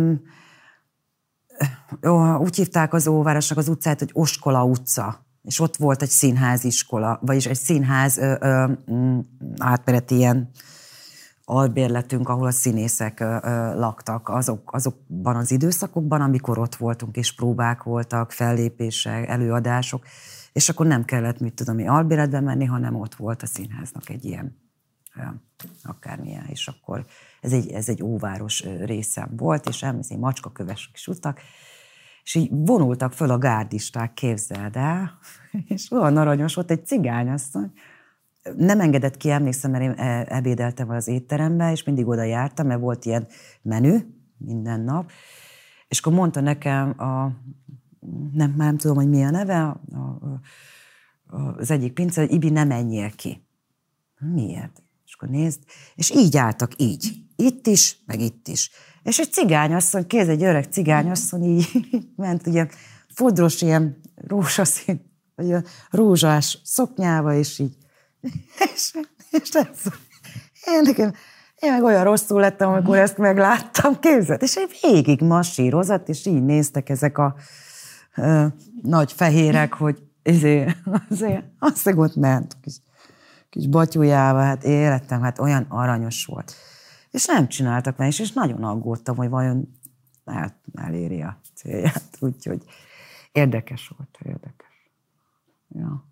ö, úgy hívták az Óvárosnak az utcát, hogy Oskola utca. És ott volt egy színháziskola, vagyis egy színház ö, ö, átmeneti ilyen albérletünk, ahol a színészek ö, ö, laktak azok, azokban az időszakokban, amikor ott voltunk, és próbák voltak, fellépések, előadások, és akkor nem kellett, mit tudom, mi albérletbe menni, hanem ott volt a színháznak egy ilyen ö, akármilyen, és akkor ez egy, ez egy óváros részem volt, és elmészén macskakövesek is uttak, és így vonultak föl a gárdisták, képzeld el, és olyan aranyos volt egy cigányasszony. Nem engedett ki, emlékszem, mert én ebédeltem az étterembe, és mindig oda jártam, mert volt ilyen menü minden nap, és akkor mondta nekem, a, nem, már nem tudom, hogy mi a neve, a, a, az egyik pince, hogy Ibi, ne menjél ki. Miért? És akkor nézd, és így álltak, így. Itt is, meg itt is. És egy cigányasszony, kéz egy öreg cigányasszony, így, így ment, ilyen fodros, ilyen rózsaszín, vagy ilyen rózsás szoknyába, és így. És, és ez, én, nekem, én meg olyan rosszul lettem, amikor ezt megláttam, képzeld. És egy végig massírozott, és így néztek ezek a ö, nagy fehérek, hogy ezért, azért, azt ott ment, kis, kis batyujával, hát életem, hát olyan aranyos volt. És nem csináltak meg, és nagyon aggódtam, hogy vajon el, eléri a célját. Úgyhogy érdekes volt, érdekes. Ja.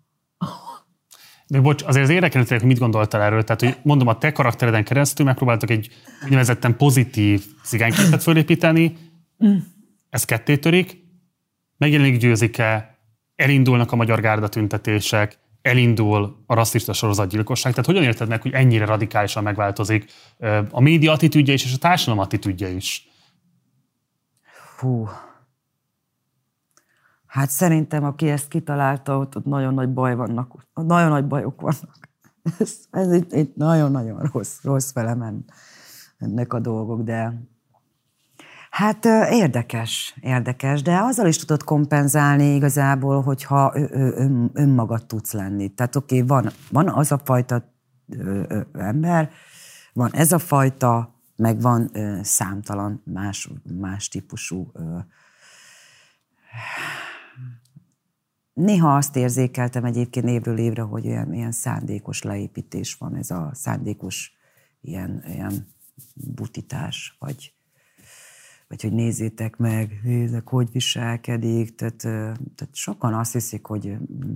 De bocs, azért az érdekelne, hogy mit gondoltál erről. Tehát, hogy mondom, a te karaktereden keresztül megpróbáltak egy úgynevezetten pozitív cigányképet fölépíteni, ez ketté törik, megjelenik Győzike, elindulnak a magyar gárda tüntetések, elindul a rasszista sorozatgyilkosság. Tehát hogyan érted meg, hogy ennyire radikálisan megváltozik a média attitűdje is, és a társadalom attitűdje is? Hú. Hát szerintem, aki ezt kitalálta, ott, ott nagyon nagy baj vannak. Ott nagyon nagy bajok vannak. Ez, ez itt, itt nagyon-nagyon rossz, rossz fele mennek a dolgok, de Hát érdekes, érdekes, de azzal is tudod kompenzálni igazából, hogyha ön, önmagad tudsz lenni. Tehát oké, okay, van, van az a fajta ö, ö, ember, van ez a fajta, meg van ö, számtalan más, más típusú. Ö. Néha azt érzékeltem egyébként évről évre, hogy olyan, ilyen szándékos leépítés van, ez a szándékos ilyen, ilyen butítás, vagy vagy hogy nézzétek meg, nézzek, hogy viselkedik. Tehát, tehát sokan azt hiszik, hogy,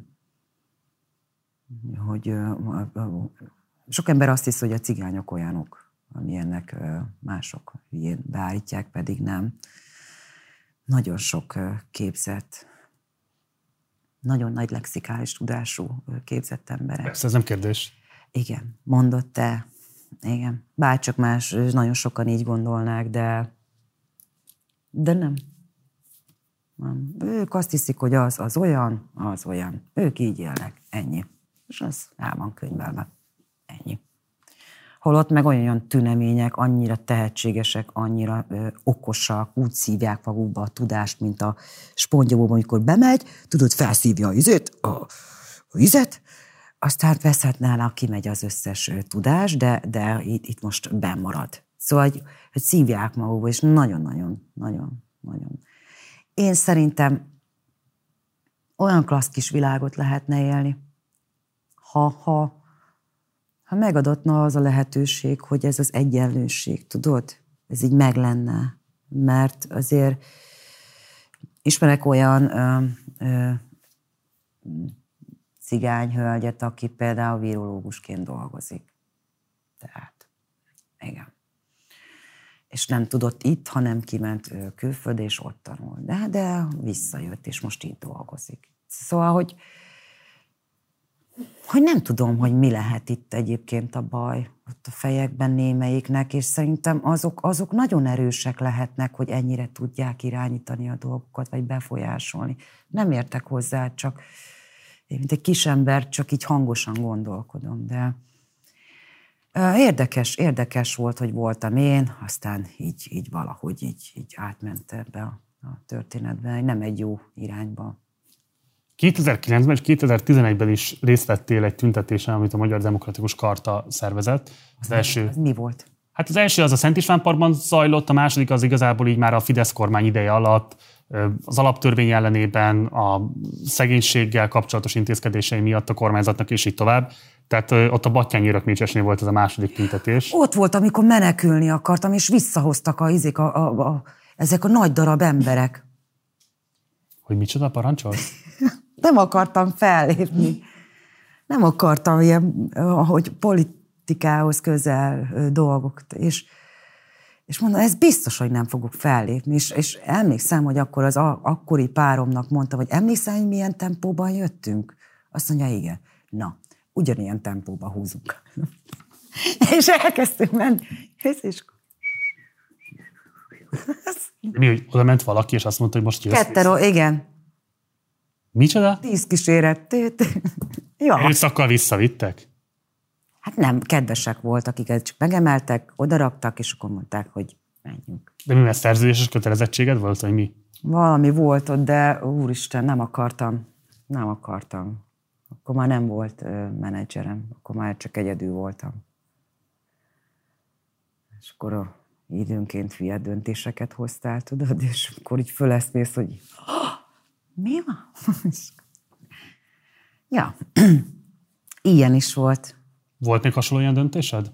hogy sok ember azt hiszi, hogy a cigányok olyanok, amilyennek mások hülyén beállítják, pedig nem. Nagyon sok képzett, nagyon nagy lexikális tudású képzett emberek. Persze, ez nem kérdés. Igen, mondott te. Igen. Bárcsak más, nagyon sokan így gondolnák, de De nem. nem. Ők azt hiszik, hogy az, az olyan, az olyan. Ők így élnek. Ennyi. És az el van könyvelve. Ennyi. Holott meg olyan tünemények, annyira tehetségesek, annyira ö, okosak, úgy szívják magukba a tudást, mint a spongyabóban, amikor bemegy, tudod, felszívja a izét, a, a vizet, aztán veszhet nála, kimegy az összes ö, tudás, de, de itt, itt most benn marad. Szóval, hogy, hogy szívják magukba, és nagyon-nagyon, nagyon, nagyon. Én szerintem olyan klassz kis világot lehetne élni, ha, ha, ha megadatna az a lehetőség, hogy ez az egyenlőség, tudod? Ez így meg lenne. Mert azért ismerek olyan ö, ö, cigányhölgyet, aki például virológusként dolgozik. Tehát, igen. És nem tudott itt, hanem kiment külföldre, és ott tanult. De, de visszajött, és most itt dolgozik. Szóval, hogy, hogy nem tudom, hogy mi lehet itt egyébként a baj, ott a fejekben némelyiknek, és szerintem azok, azok nagyon erősek lehetnek, hogy ennyire tudják irányítani a dolgokat, vagy befolyásolni. Nem értek hozzá, csak én, mint egy kisember, csak így hangosan gondolkodom, de Érdekes, érdekes volt, hogy voltam én, aztán így, így valahogy így, így átment ebbe a, a történetbe, nem egy jó irányba. kétezer-kilencben és kétezer-tizenegyben is részt vettél egy tüntetésen, amit a Magyar Demokratikus Karta szervezett. Az első... Az mi volt? Hát az első az a Szent István Parkban zajlott, a második az igazából így már a Fidesz kormány ideje alatt, az alaptörvény ellenében, a szegénységgel kapcsolatos intézkedései miatt a kormányzatnak, és így tovább. Tehát ott a Batthyány Örökmécsesnél volt ez a második tüntetés. Ott volt, amikor menekülni akartam, és visszahoztak a, izék, a, a, a, ezek a nagy darab emberek. Hogy micsoda, parancsolsz? Nem akartam fellépni. Nem akartam ilyen, hogy politikához közel dolgok. És, és mondom, ez biztos, hogy nem fogok fellépni. És, és emlékszem, hogy akkor az a, akkori páromnak mondta, hogy emlékszem, hogy milyen tempóban jöttünk? Azt mondja, igen. Na, ugyanilyen tempóban húzunk. És elkezdtünk menni. És... Mi, hogy oda ment valaki, és azt mondta, hogy most jössz? Kettő, igen. Micsoda? Tíz kíséret. Ja. Erőszakkal visszavittek? Hát nem, kedvesek voltak, akiket csak megemeltek, odaraktak, és akkor mondták, hogy menjünk. De mi, mert szerződéses kötelezettséged volt, vagy mi? Valami volt ott, de úristen, nem akartam. Nem akartam. Akkor már nem volt uh, menedzserem, akkor már csak egyedül voltam. És akkor a, időnként hülye döntéseket hoztál, tudod, és akkor így föleszmész, hogy mi van? Ja, ilyen is volt. Volt még hasonló ilyen döntésed?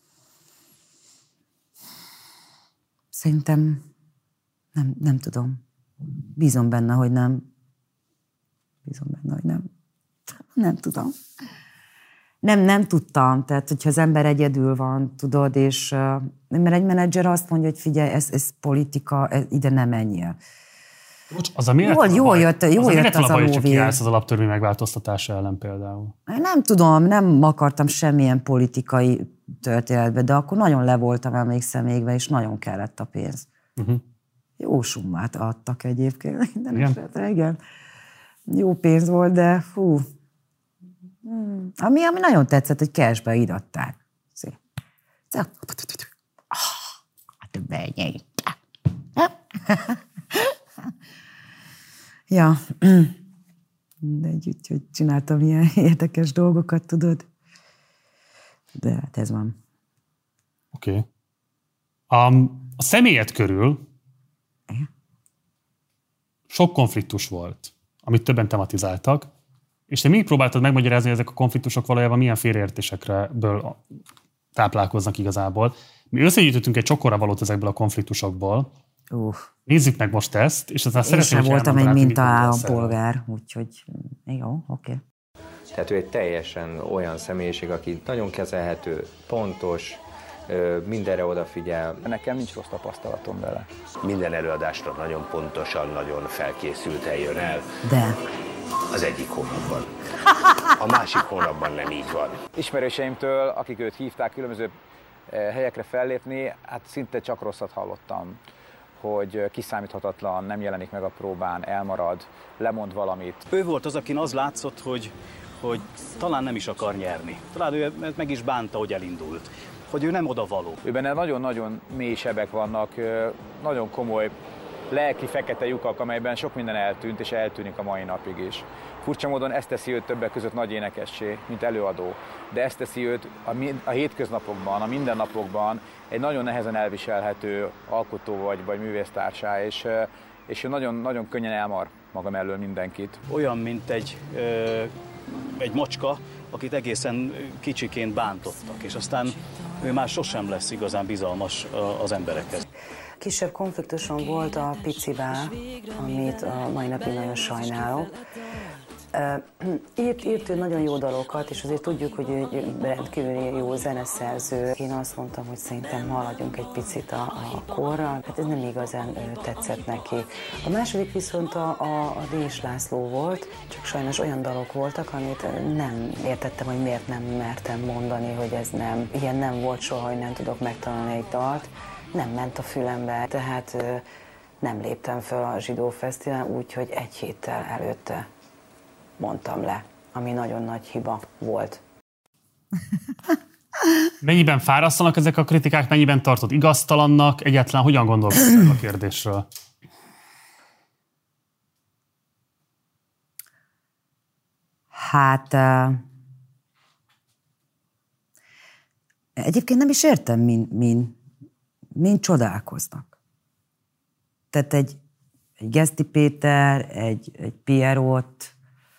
Szerintem nem, nem tudom. Bízom benne, hogy nem. Bízom benne, hogy nem. Nem tudom. Nem, nem tudtam. Tehát, hogyha az ember egyedül van, tudod, és mert egy menedzser azt mondja, hogy figyelj, ez, ez politika, ez, ide nem menjél. Bocs, az a miért jól, jól jött, jól az jött az, az a lóvé. Csak kiállsz az alaptörvény megváltoztatása ellen például? Nem tudom, nem akartam semmilyen politikai történetbe, de akkor nagyon le voltam, emlékszem végbe, és nagyon kellett a pénz. Uh-huh. Jó summát adtak egyébként. Igen? Esetre, igen. Jó pénz volt, de fú. Ami, ami nagyon tetszett, hogy cashbe iratták. Hát benyei. Ja, de együtt, hogy csináltam ilyen érdekes dolgokat, tudod. De hát ez van. Oké. Okay. Um, a személyed körül sok konfliktus volt, amit többen tematizáltak, és te még próbáltad megmagyarázni, hogy ezek a konfliktusok valójában milyen félreértésekből táplálkoznak igazából. Mi összegyűjtöttünk egy csokorra valót ezekből a konfliktusokból. Uh. Nézzük meg most ezt, és aztán Én szeretném, sem voltam egy minta állampolgár, úgyhogy jó, oké. Okay. Tehát ő egy teljesen olyan személyiség, aki nagyon kezelhető, pontos, mindenre odafigyel. Nekem nincs rossz tapasztalatom vele. Minden előadásra nagyon pontosan, nagyon felkészülten jön el. De? Az egyik hónapban. A másik hónapban nem így van. Ismerőseimtől, akik őt hívták különböző helyekre fellépni, hát szinte csak rosszat hallottam, hogy kiszámíthatatlan, nem jelenik meg a próbán, elmarad, lemond valamit. Ő volt az, akin az látszott, hogy, hogy talán nem is akar nyerni. Talán ő meg is bánta, hogy elindult. Hogy ő nem odavaló. Ő benne nagyon-nagyon mély sebek vannak, nagyon komoly lelki fekete lyukak, amelyben sok minden eltűnt, és eltűnik a mai napig is. Furcsa módon ezt teszi őt többek között nagy énekessé, mint előadó. De ezt teszi őt a, a hétköznapokban, a mindennapokban egy nagyon nehezen elviselhető alkotó vagy, vagy művésztársá, és, és ő nagyon, nagyon könnyen elmar maga mellől mindenkit. Olyan, mint egy, ö, egy macska, akit egészen kicsiként bántottak, és aztán ő már sosem lesz igazán bizalmas az emberekhez. Kisebb konfliktusom volt a Picivel, amit a mai napig nagyon sajnálok. Írt, írt ő nagyon jó dalokat, és azért tudjuk, hogy ő egy rendkívül jó zeneszerző. Én azt mondtam, hogy szerintem haladjunk egy picit a, a korral. Hát ez nem igazán tetszett neki. A második viszont a, a, a Dés László volt, csak sajnos olyan dalok voltak, amit nem értettem, hogy miért nem mertem mondani, hogy ez nem. Ilyen nem volt soha, hogy nem tudok megtanulni egy dalt. Nem ment a fülembe, tehát nem léptem fel a Zsidó Fesztiválon, úgyhogy egy héttel előtte mondtam le, ami nagyon nagy hiba volt. Mennyiben fárasztanak ezek a kritikák, mennyiben tartod igaztalannak, egyáltalán hogyan gondolkodsz a kérdésről? Hát uh, egyébként nem is értem, min, min, min csodálkoznak. Tehát egy, egy Geszti Péter, egy, egy Pierrot,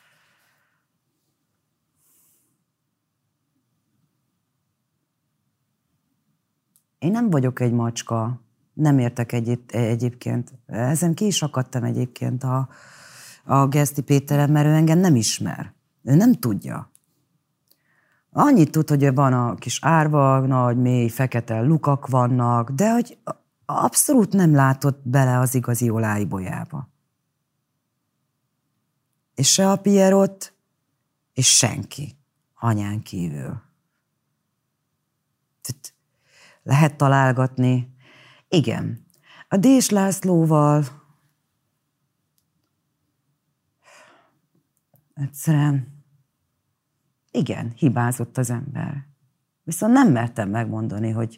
én nem vagyok egy macska, nem értek egyéb, egyébként. Ezen ki is akadtam egyébként a, a Geszti Péteren, mert ő engem nem ismer. Ő nem tudja. Annyit tud, hogy van a kis árva, nagy, mély, fekete lukak vannak, de hogy abszolút nem látott bele az igazi oláibolyába. És se a Pierrot, és senki anyán kívül. Tehát lehet találgatni. Igen. A Dés Lászlóval egyszerűen igen, hibázott az ember. Viszont nem mertem megmondani, hogy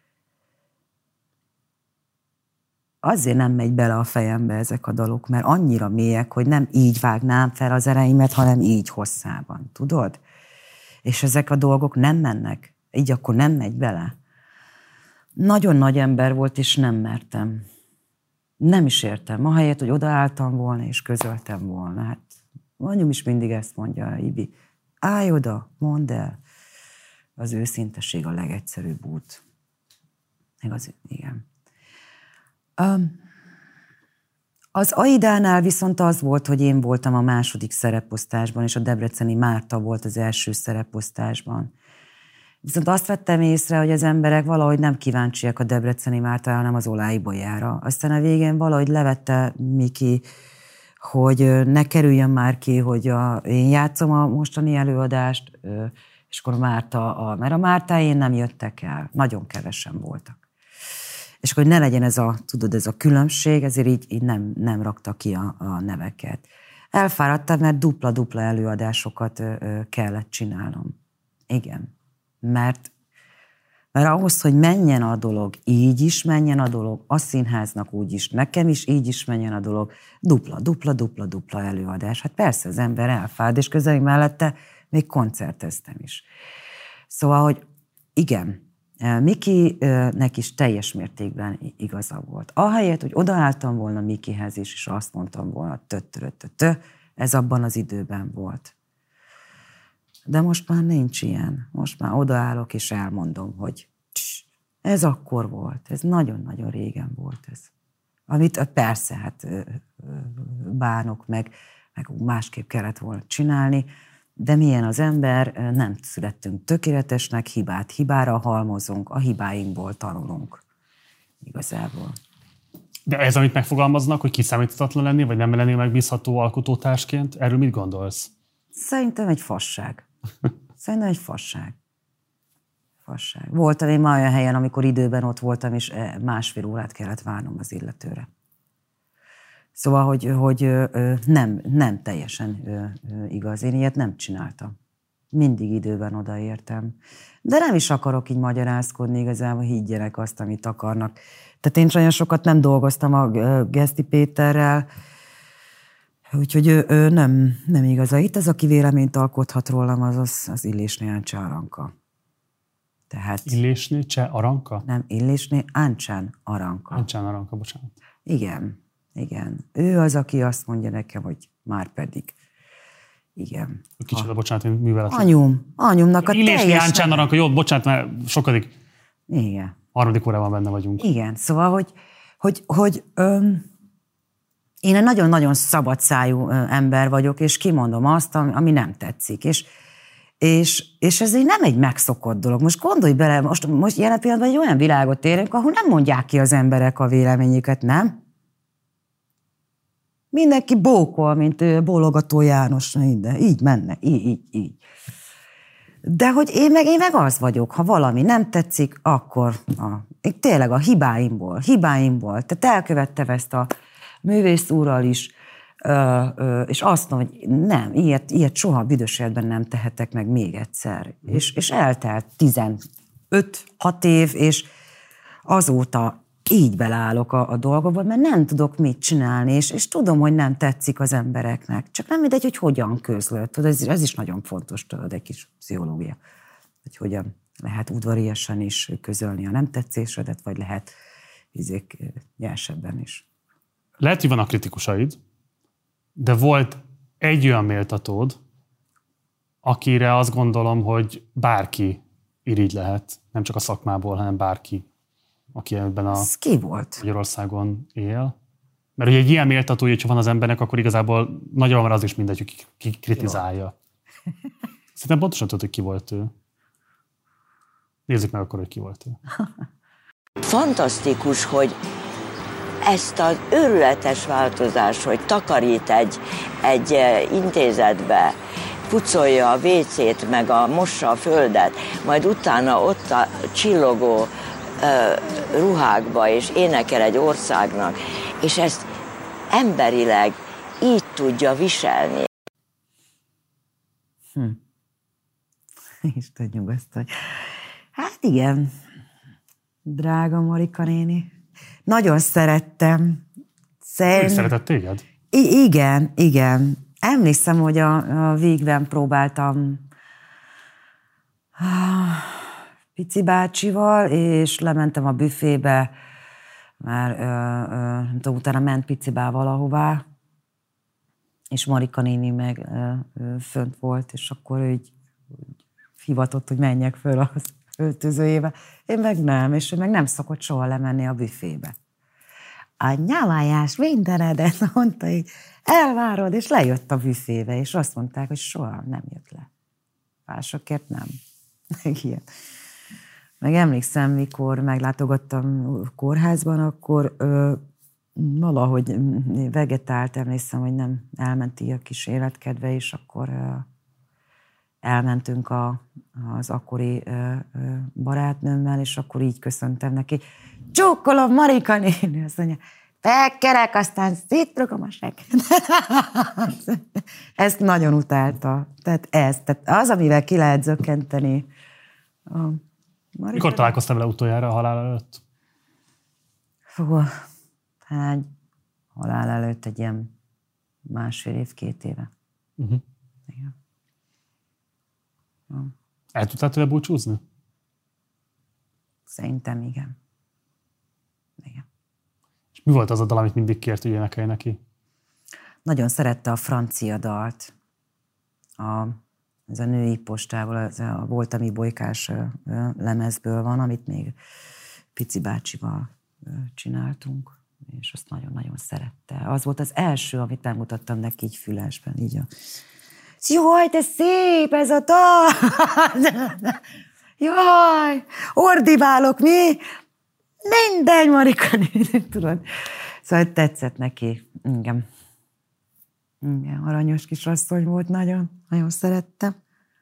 azért nem megy bele a fejembe ezek a dalok, mert annyira mélyek, hogy nem így vágnám fel az ereimet, hanem így hosszában. Tudod? És ezek a dolgok nem mennek. Így akkor nem megy bele. Nagyon nagy ember volt, és nem mertem. Nem is értem. Ahelyett, hogy odaálltam volna, és közöltem volna. Hát anyum is mindig ezt mondja, Ibi. Állj oda, mondd el. Az őszintesség a legegyszerűbb út. Meg az, igen. Um, az Aidánál viszont az volt, hogy én voltam a második szereposztásban, és a debreceni Márta volt az első szereposztásban. Viszont azt vettem észre, hogy az emberek valahogy nem kíváncsiak a debreceni Mártára, hanem az Oláibolyára. Aztán a végén valahogy levette Miki, hogy ne kerüljön már ki, hogy a, én játszom a mostani előadást, és akkor Márta, a, mert a Mártáén nem jöttek el, nagyon kevesen voltak. És akkor, hogy ne legyen ez a, tudod, ez a különbség, ezért így, így nem, nem rakta ki a, a neveket. Elfáradtam, mert dupla-dupla előadásokat ö, ö, kellett csinálnom. Igen. Mert, Mert ahhoz, hogy menjen a dolog, így is menjen a dolog, a színháznak úgy is, nekem is így is menjen a dolog, dupla, dupla, dupla, dupla előadás. Hát persze az ember elfád, és közben mellette még koncerteztem is. Szóval, hogy igen, Mikinek is teljes mértékben igaza volt. Ahelyett, hogy odaálltam volna Mikihez is, és azt mondtam volna, tö-tö-tö-tö, ez abban az időben volt. De most már nincs ilyen. Most már odaállok, és elmondom, hogy ez akkor volt, ez nagyon-nagyon régen volt ez. Amit persze, hát bánok meg, meg másképp kellett volna csinálni, de milyen az ember, nem születtünk tökéletesnek, hibát hibára halmozunk, a hibáinkból tanulunk. Igazából. De ez, amit megfogalmaznak, hogy kiszámíthatatlan lenni, vagy nem lenni megbízható alkotótársként, erről mit gondolsz? Szerintem egy fasság. Szerintem egy fasság. Fasság. Voltam én már olyan helyen, amikor időben ott voltam, és másfél órát kellett várnom az illetőre. Szóval, hogy, hogy nem, nem teljesen igaz. Én ilyet nem csináltam. Mindig időben odaértem. De nem is akarok így magyarázkodni, igazából higgyenek azt, amit akarnak. Tehát én nagyon sokat nem dolgoztam a Geszti Péterrel, úgyhogy ő, ő nem, nem igaz. Itt az, aki véleményt alkothat rólam, az az, az Illésné Ancsa Aranka. Tehát... Illésné Cseh Aranka? Nem, Illésné Ancsán Aranka. Ancsán Aranka, bocsánat. Igen, igen. Ő az, aki azt mondja nekem, hogy már pedig. Igen. Kicsit, a... bocsánat, én műveletlen. Anyum, anyumnak a Illésné teljes... Ancsán Aranka, jó, bocsánat, mert sokadik. Igen. Harmadik órában benne vagyunk. Igen, szóval, hogy, hogy, hogy öm, én egy nagyon-nagyon szabadszájú ember vagyok, és kimondom azt, ami, ami nem tetszik. És, és, és ez nem egy megszokott dolog. Most gondolj bele, most, most jelen pillanatban egy olyan világot érünk, ahol nem mondják ki az emberek a véleményüket, nem? Mindenki bókol, mint ő, Bólogató János, de így menne, így, így, így. De hogy én meg, én meg az vagyok, ha valami nem tetszik, akkor a, tényleg a hibáimból, hibáimból. Tehát elkövettem ezt a művész úrral is, ö, ö, és azt mondom, hogy nem, ilyet, ilyet soha büdös életben nem tehetek meg még egyszer. Mm. És, és eltelt tizenöt-hat év, és azóta így beleállok a, a dolgokba, mert nem tudok mit csinálni, és, és tudom, hogy nem tetszik az embereknek. Csak nem mindegy, hogy hogyan közlöd. Tudod, ez, ez is nagyon fontos, tudod, egy kis pszichológia. Hogy hogyan lehet udvariasan is közölni a nem tetszésedet, vagy lehet izék nyelsebben is. Lehet, hogy vannak kritikusaid, de volt egy olyan méltatód, akire azt gondolom, hogy bárki irigy lehet, nem csak a szakmából, hanem bárki, aki ebben a ki volt? Magyarországon él. Mert ugye egy ilyen méltatója, hogyha van az embernek, akkor igazából nagyon van az is mindegy, hogy ki kritizálja. Szerintem pontosan tudod, hogy ki volt ő. Nézzük meg akkor, hogy ki volt ő. Fantasztikus, hogy ezt az őrületes változás, hogy takarít egy, egy intézetbe, pucolja a vécét, meg a mossa a földet, majd utána ott a csillogó uh, ruhákba, és énekel egy országnak, és ezt emberileg így tudja viselni. Hm. Isten nyugasztalj. Hát igen, drága Marika néni. Nagyon szerettem. Szerint... Ő szeretett téged? I- igen, igen. Emlékszem, hogy a, a végben próbáltam Pici bácsival, és lementem a büfébe, mert ö, ö, nem tudom, utána ment Pici bá valahová, és Marika néni meg ö, ö, fönt volt, és akkor ő így hivatott, hogy menjek föl az öltözőjébe. Én meg nem, és ő meg nem szokott soha lemenni a büfébe. A nyavajás mindenedet, mondta így, elvárod, és lejött a büfébe, és azt mondták, hogy soha nem jött le. Másokért nem. Meg ilyen. Meg emlékszem, mikor meglátogattam kórházban, akkor ö, valahogy vegetált, emlékszem, hogy nem elment így a kis életkedve, és akkor ö, elmentünk a, az akkori ö, ö, barátnőmmel, és akkor így köszöntem neki. Csókolom, Marika néni! Azt mondja, felkerek, aztán szétrugom a segget. Ezt nagyon utálta. Tehát ez, tehát az, amivel ki lehet zökkenteni a Marika... Mikor találkoztál vele utoljára a halál előtt? Fú, hát halál előtt egy ilyen másfél év, két éve. Uh-huh. Igen. El tudtál tőle búcsúzni? Szerintem igen. Igen. És mi volt az a dal, amit mindig kért, hogy énekelj neki? Nagyon szerette a francia dalt. A, ez a Női postával, ez a Voltam Ibolykás lemezből van, amit még Pici bácsival csináltunk, és azt nagyon-nagyon szerette. Az volt az első, amit megmutattam neki így fülesben, így a... Jaj, de szép ez a dal! Jaj, ordibálok, mi? Mindegy, Marika, tudod. Szóval tetszett neki. Igen. Igen, aranyos kis asszony volt, nagyon, nagyon szerettem.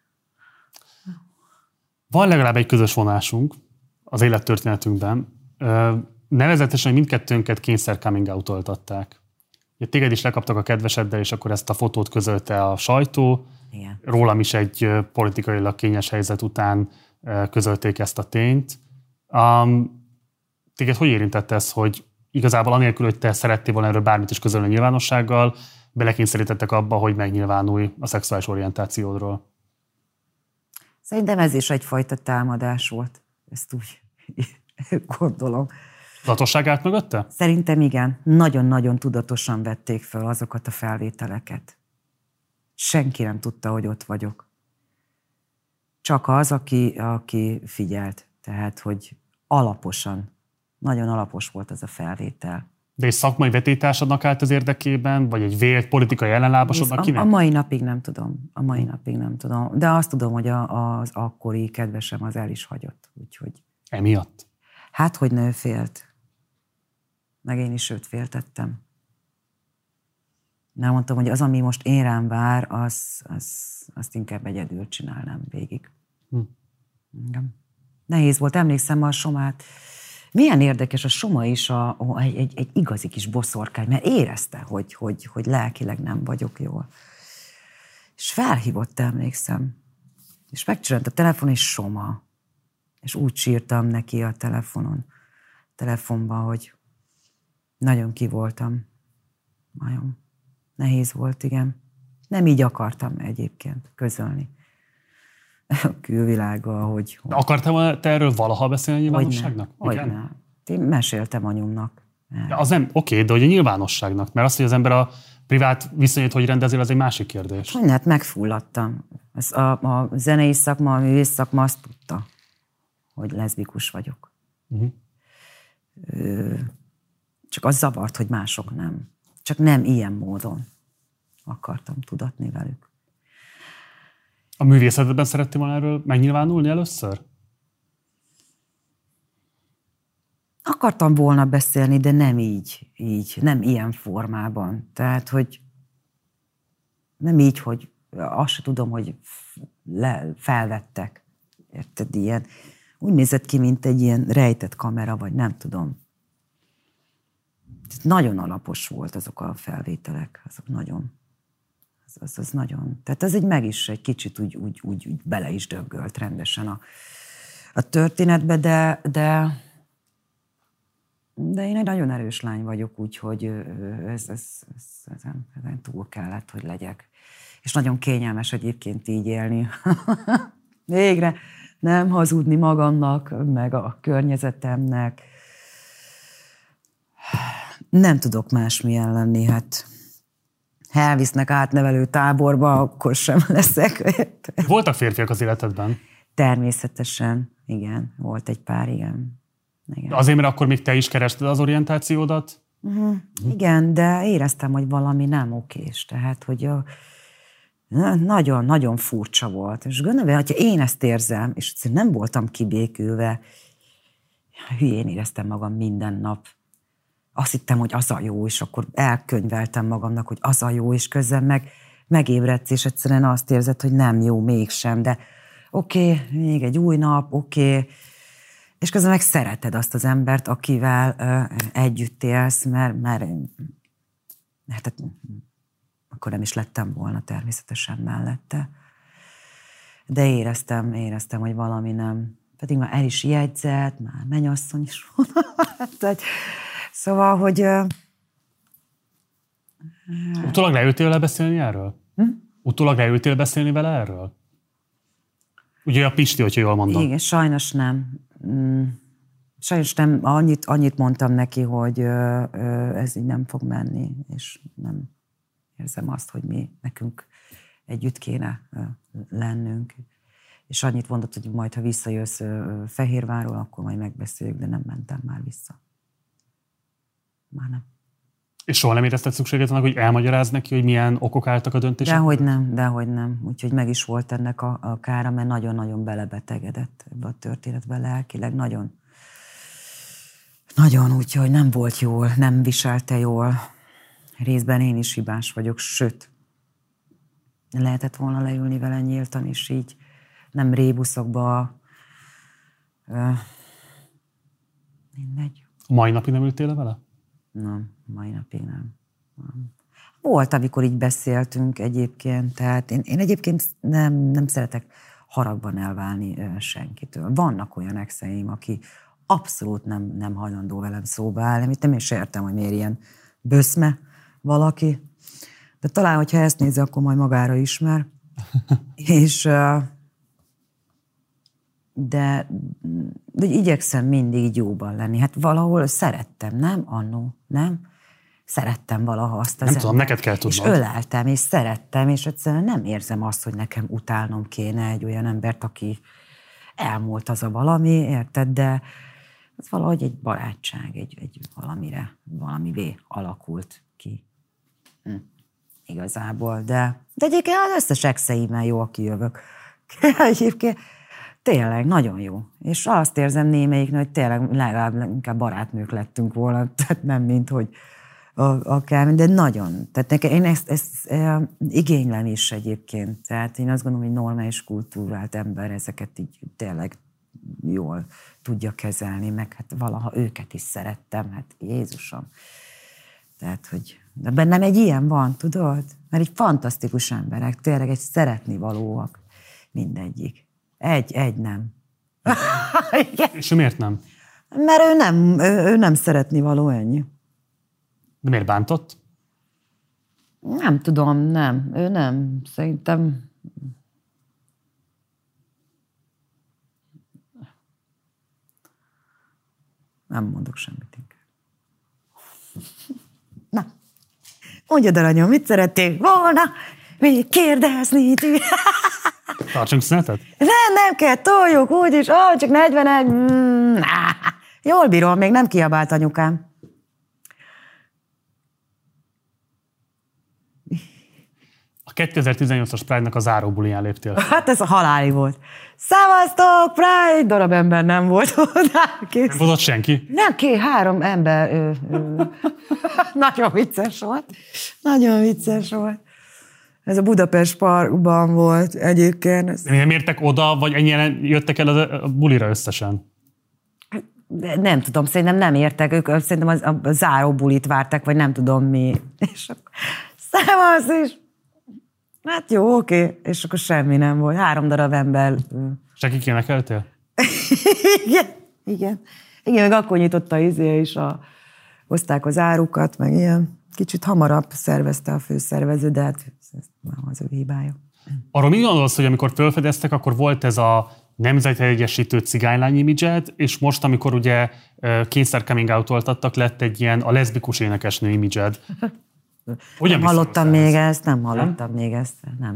Van legalább egy közös vonásunk az élettörténetünkben. Nevezetesen, hogy mindkettőnket kényszer coming out-oltatták. Téged is lekaptak a kedveseddel, és akkor ezt a fotót közölte a sajtó. Igen. Rólam is egy politikailag kényes helyzet után közölték ezt a tényt. Um, téged hogy érintett ez, hogy igazából anélkül, hogy te szerettél volna erről bármit is közölni a nyilvánossággal, belekényszerítettek abba, hogy megnyilvánulj a szexuális orientációdról? Szerintem ez is egyfajta támadás volt. Ezt úgy gondolom. Tudatosság állt mögötte? Szerintem igen. Nagyon-nagyon tudatosan vették föl azokat a felvételeket. Senki nem tudta, hogy ott vagyok. Csak az, aki, aki figyelt. Tehát, hogy alaposan, nagyon alapos volt az a felvétel. De egy szakmai vetélytársadnak állt az érdekében, vagy egy vélt politikai ellenlábasodnak kinek? A, a mai napig nem tudom. A mai napig nem tudom. De azt tudom, hogy a, az akkori kedvesem az el is hagyott. Úgyhogy... Emiatt? Hát, hogy nő félt. Meg én is őt féltettem. Nem mondtam, hogy az, ami most én rám vár, az, az, azt inkább egyedül csinálnám végig. Hm. Igen. Nehéz volt, emlékszem a Somát. Milyen érdekes, a Soma is a, a, egy, egy, egy igazi kis boszorkány, mert érezte, hogy, hogy, hogy lelkileg nem vagyok jól. És felhívott, emlékszem. És megcsinált a telefon, és Soma. És úgy sírtam neki a telefonon, telefonban, hogy nagyon ki voltam. Nagyon nehéz volt, igen. Nem így akartam egyébként közölni a külvilággal, hogy... hogy... Akartál te erről valaha beszélni a nyilvánosságnak? Hogy ne. Én meséltem anyumnak. Ja, az nem, oké, de hogy a nyilvánosságnak, mert az, hogy az ember a privát viszonyét hogy rendezél, az egy másik kérdés. Hogy hát megfulladtam. Ez a, a zenei szakma, a művész szakma azt tudta, hogy leszbikus vagyok. Uh-huh. Ö, csak az zavart, hogy mások nem. Csak nem ilyen módon akartam tudatni velük. A művészetben szerettél volna erről megnyilvánulni először? Akartam volna beszélni, de nem így, így, nem ilyen formában. Tehát, hogy nem így, hogy azt se tudom, hogy le, felvettek. Érted, ilyen. Úgy nézett ki, mint egy ilyen rejtett kamera, vagy nem tudom. Nagyon alapos volt azok a felvételek, azok nagyon, az, az, az nagyon, tehát ez egy meg is egy kicsit úgy, úgy, úgy, úgy bele is döggölt rendesen a, a történetbe, de, de, de én egy nagyon erős lány vagyok, úgyhogy ez, ez, ez, ezen, ezen túl kellett, hogy legyek. És nagyon kényelmes egyébként így élni. Végre nem hazudni magamnak, meg a környezetemnek. Nem tudok másmilyen lenni, hát ha elvisznek átnevelő táborba, akkor sem leszek. Voltak férfiak az életedben? Természetesen, igen. Volt egy pár, igen. igen. Azért, mert akkor még te is kerested az orientációdat? Uh-huh. Igen, de éreztem, hogy valami nem okés. Tehát, hogy nagyon-nagyon furcsa volt. És gondolom, hogyha én ezt érzem, és nem voltam kibékülve, hülyén éreztem magam minden nap. Azt hittem, hogy az a jó, és akkor elkönyveltem magamnak, hogy az a jó, és közben meg megébredsz, és egyszerűen azt érzed, hogy nem jó mégsem, de oké, okay, még egy új nap, oké, okay. És közben meg szereted azt az embert, akivel uh, együtt élsz, mert, mert, mert hát, akkor nem is lettem volna természetesen mellette. De éreztem, éreztem, hogy valami nem. pedig már el is jegyzett, már mennyasszony is van. Szóval, hogy... Uh, Utólag leültél vele beszélni erről? Hm? Utólag leültél beszélni vele erről? Ugye a Pisti, hogyha jól mondom. Igen, sajnos nem. Sajnos nem. Annyit, annyit mondtam neki, hogy ö, ö, ez így nem fog menni, és nem érzem azt, hogy mi nekünk együtt kéne ö, lennünk. És annyit mondott, hogy majd, ha visszajössz ö, Fehérvárról, akkor majd megbeszéljük, de nem mentem már vissza. Már nem. És soha nem érezted szükséget annak, hogy elmagyaráz neki, hogy milyen okok álltak a döntések? Dehogy nem, dehogy nem. Úgyhogy meg is volt ennek a, a kára, mert nagyon-nagyon belebetegedett ebbe a történetbe lelkileg. Nagyon, nagyon úgyhogy nem volt jól, nem viselte jól. Részben én is hibás vagyok, sőt, lehetett volna leülni vele nyíltan, és így nem rébuszokba. Mindegy. A mai napig nem ültél le vele? Nem, mai napig nem. nem. Volt, amikor így beszéltünk egyébként, tehát én, én egyébként nem, nem szeretek haragban elválni ö, senkitől. Vannak olyan exeim, aki abszolút nem, nem hajlandó velem szóba állni, amit nem is értem, hogy miért ilyen böszme valaki. De talán, hogyha ezt nézi, akkor majd magára ismer. És... Ö, De, de igyekszem mindig így jóban lenni. Hát valahol szerettem, nem? Annó, nem? Szerettem valaha azt az Nem tudom, neked kell tudnod. És öleltem, és szerettem, és egyszerűen nem érzem azt, hogy nekem utálnom kéne egy olyan embert, aki elmúlt az a valami, érted? De ez valahogy egy barátság, egy, egy valamire, valamivé alakult ki. Hm. Igazából, de, de egyébként az összes exeimmel jó, aki jövök. Egyébként tényleg, nagyon jó. És azt érzem némelyiknek, hogy tényleg legalább inkább barátnők lettünk volna, tehát nem mint, hogy akár, de nagyon. Tehát nekem, én ezt, ezt e, igénylem is egyébként. Tehát én azt gondolom, hogy normális kultúrált ember ezeket így tényleg jól tudja kezelni, meg hát valaha őket is szerettem, hát Jézusom. Tehát, hogy de bennem egy ilyen van, tudod? Mert egy fantasztikus emberek, tényleg egy szeretni valóak mindegyik. Egy, egy nem. És ő miért nem? Mert ő nem, ő, ő nem szeretni való, ennyi. De miért bántott? Nem tudom, nem. Ő nem. Szerintem... Nem mondok semmit inkább. Na, mondjad el, anyom, mit szerették volna még kérdezni? Tartsunk szünetet? Nem, nem kell, toljuk úgyis, ó, csak negyvenegy. Mm, jól bírom, még nem kiabált anyukám. A kétezer-tizennyolcas Pride-nak a záróbuliján léptél. Hát ez a haláli volt. Szevasztok, Pride! Darab ember nem volt oda. Kész. Nem volt ott senki? Nem, ki, három ember. Ő, ő. Nagyon vicces volt. Nagyon vicces volt. Ez a Budapest Parkban volt egyébként. Nem értek oda, vagy ennyien jöttek el a bulira összesen? Nem tudom, szerintem nem értek. Ők szerintem az, a záró bulit várták, vagy nem tudom mi. És akkor szevasz is. Hát jó, oké. És akkor semmi nem volt. Három darab ember. Senki énekeltél? Igen, igen. Igen, meg akkor nyitotta izé is, a, hozták az árukat, meg ilyen. Kicsit hamarabb szervezte a főszervező, de hát ez nem az ő hibája. Arról mi gondolsz, hogy amikor felfedeztek, akkor volt ez a nemzetegyesítő cigánylány imidzsed, és most, amikor ugye kényszer coming out-oltattak, lett egy ilyen a leszbikus énekesnő imidzsed. Nem hallottam még ezt, nem hallottam nem? még ezt, nem.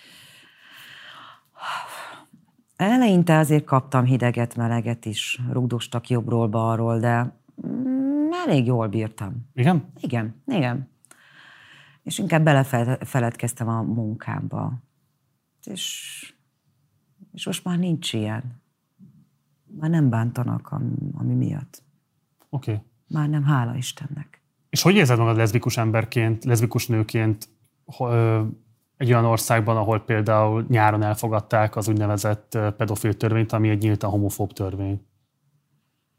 Eleinte azért kaptam hideget, meleget is, rugdostak jobbról-balról, de elég jól bírtam. Igen? Igen, igen. És inkább belefeledkeztem a munkámba. És, és most már nincs ilyen. Már nem bántanak, ami, ami miatt. Oké. Okay. Már nem, hála Istennek. És hogy érzed magad leszbikus emberként, leszbikus nőként egy olyan országban, ahol például nyáron elfogadták az úgynevezett pedofil törvényt, ami egy nyíltan homofób törvény?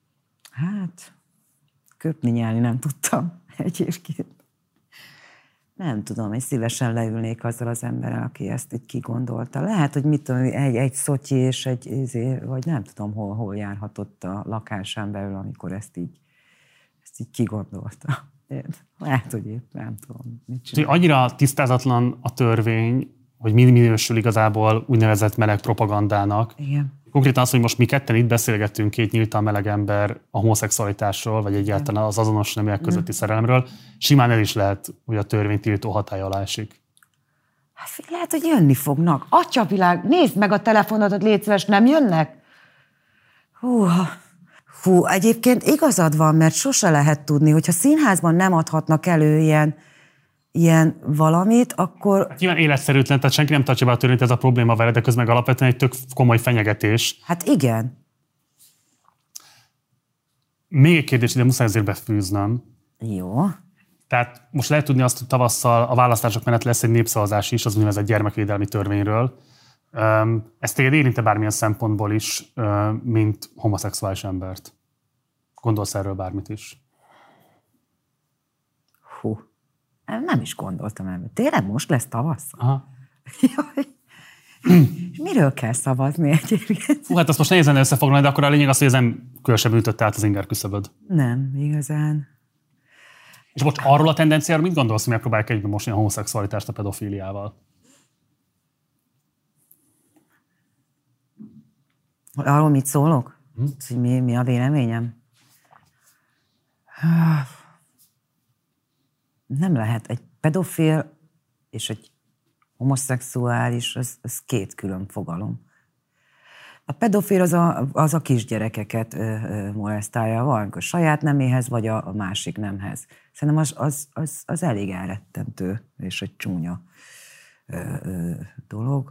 Hát, köpni nyelni nem tudtam egyébként. Nem tudom, én szívesen leülnék azzal az emberrel, aki ezt így kigondolta. Lehet, hogy mit tudom, egy, egy szotyi és egy, vagy nem tudom, hol, hol járhatott a lakásán belül, amikor ezt így, ezt így kigondolta. Lehet, hogy épp nem tudom. Annyira tisztázatlan a törvény, hogy mi minősül igazából úgynevezett meleg propagandának. Igen. Konkrétan az, hogy most mi ketten itt beszélgettünk, két nyíltan meleg ember a homoszexualitásról, vagy egyáltalán az azonos neműek közötti szerelemről, simán el is lehet, hogy a törvény tiltó hatálya alá esik. Hát lehet, hogy jönni fognak. Atyavilág, nézd meg a telefonodat, légy szíves, nem jönnek? Hú, hú, egyébként igazad van, mert sose lehet tudni, hogyha színházban nem adhatnak elő ilyen, ilyen valamit, akkor... Hát nyilván életszerűtlen, tehát senki nem tartja be a törvényt, ez a probléma vele, de közben alapvetően egy tök komoly fenyegetés. Hát igen. Még egy kérdés, ide muszáj azért befűznöm. Jó. Tehát most lehet tudni azt, hogy tavasszal a választások mellett lesz egy népszavazás is, az úgynevezett gyermekvédelmi törvényről. Ez téged érinte bármilyen szempontból is, mint homoszexuális embert? Gondolsz erről bármit is? Hú. Nem is gondoltam el. Tényleg most lesz tavasz? Aha. Jaj. És miről kell szavazni egyébként? Hú, hát azt most nehéz lenne összefoglalni, de akkor a lényeg az, hogy ez nem különösebben ütött át az inger küszöböd. Nem, igazán. És most arról a tendenciáról mit gondolsz, hogy megpróbálják egyben mosni a homoszexualitást a pedofíliával? Arról mit szólok? Hm? Hogy mi, mi a véleményem? Nem lehet. Egy pedofil és egy homoszexuális, az, az két külön fogalom. A pedofil az a, az a kisgyerekeket ö, ö, molesztálja, valamikor saját neméhez, vagy a, a másik nemhez. Szerintem az, az, az, az elég elrettentő és egy csúnya ö, ö, dolog.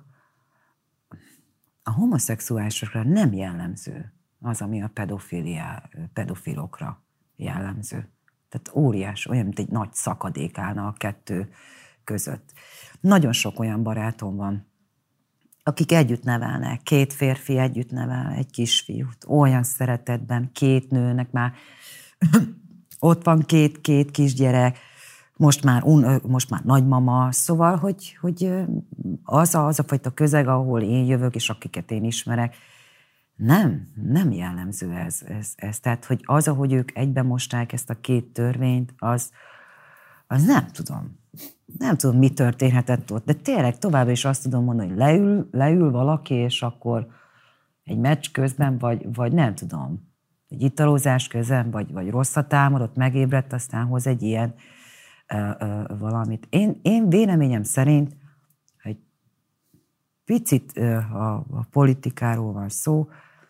A homoszexuálisokra nem jellemző az, ami a pedofiliá, pedofilokra jellemző. Tehát óriás, olyan, mint egy nagy szakadék állna a kettő között. Nagyon sok olyan barátom van, akik együtt nevelnek, két férfi együtt nevel egy kisfiút, olyan szeretetben, két nőnek már ott van két, két kisgyerek, most már, un, most már nagymama, szóval, hogy, hogy az, a, az a fajta közeg, ahol én jövök, és akiket én ismerek, nem, nem jellemző ez, ez, ez. Tehát, hogy az, ahogy ők egyben mosták ezt a két törvényt, az, az nem tudom. Nem tudom, mi történhetett ott, de tényleg továbbra is azt tudom mondani, hogy leül, leül valaki, és akkor egy meccs közben, vagy, vagy nem tudom, egy italozás közben, vagy, vagy rosszat álmodott, megébredt, aztán hoz egy ilyen ö, ö, valamit. Én, én véleményem szerint, hogy picit ö, a, a politikáról van szó,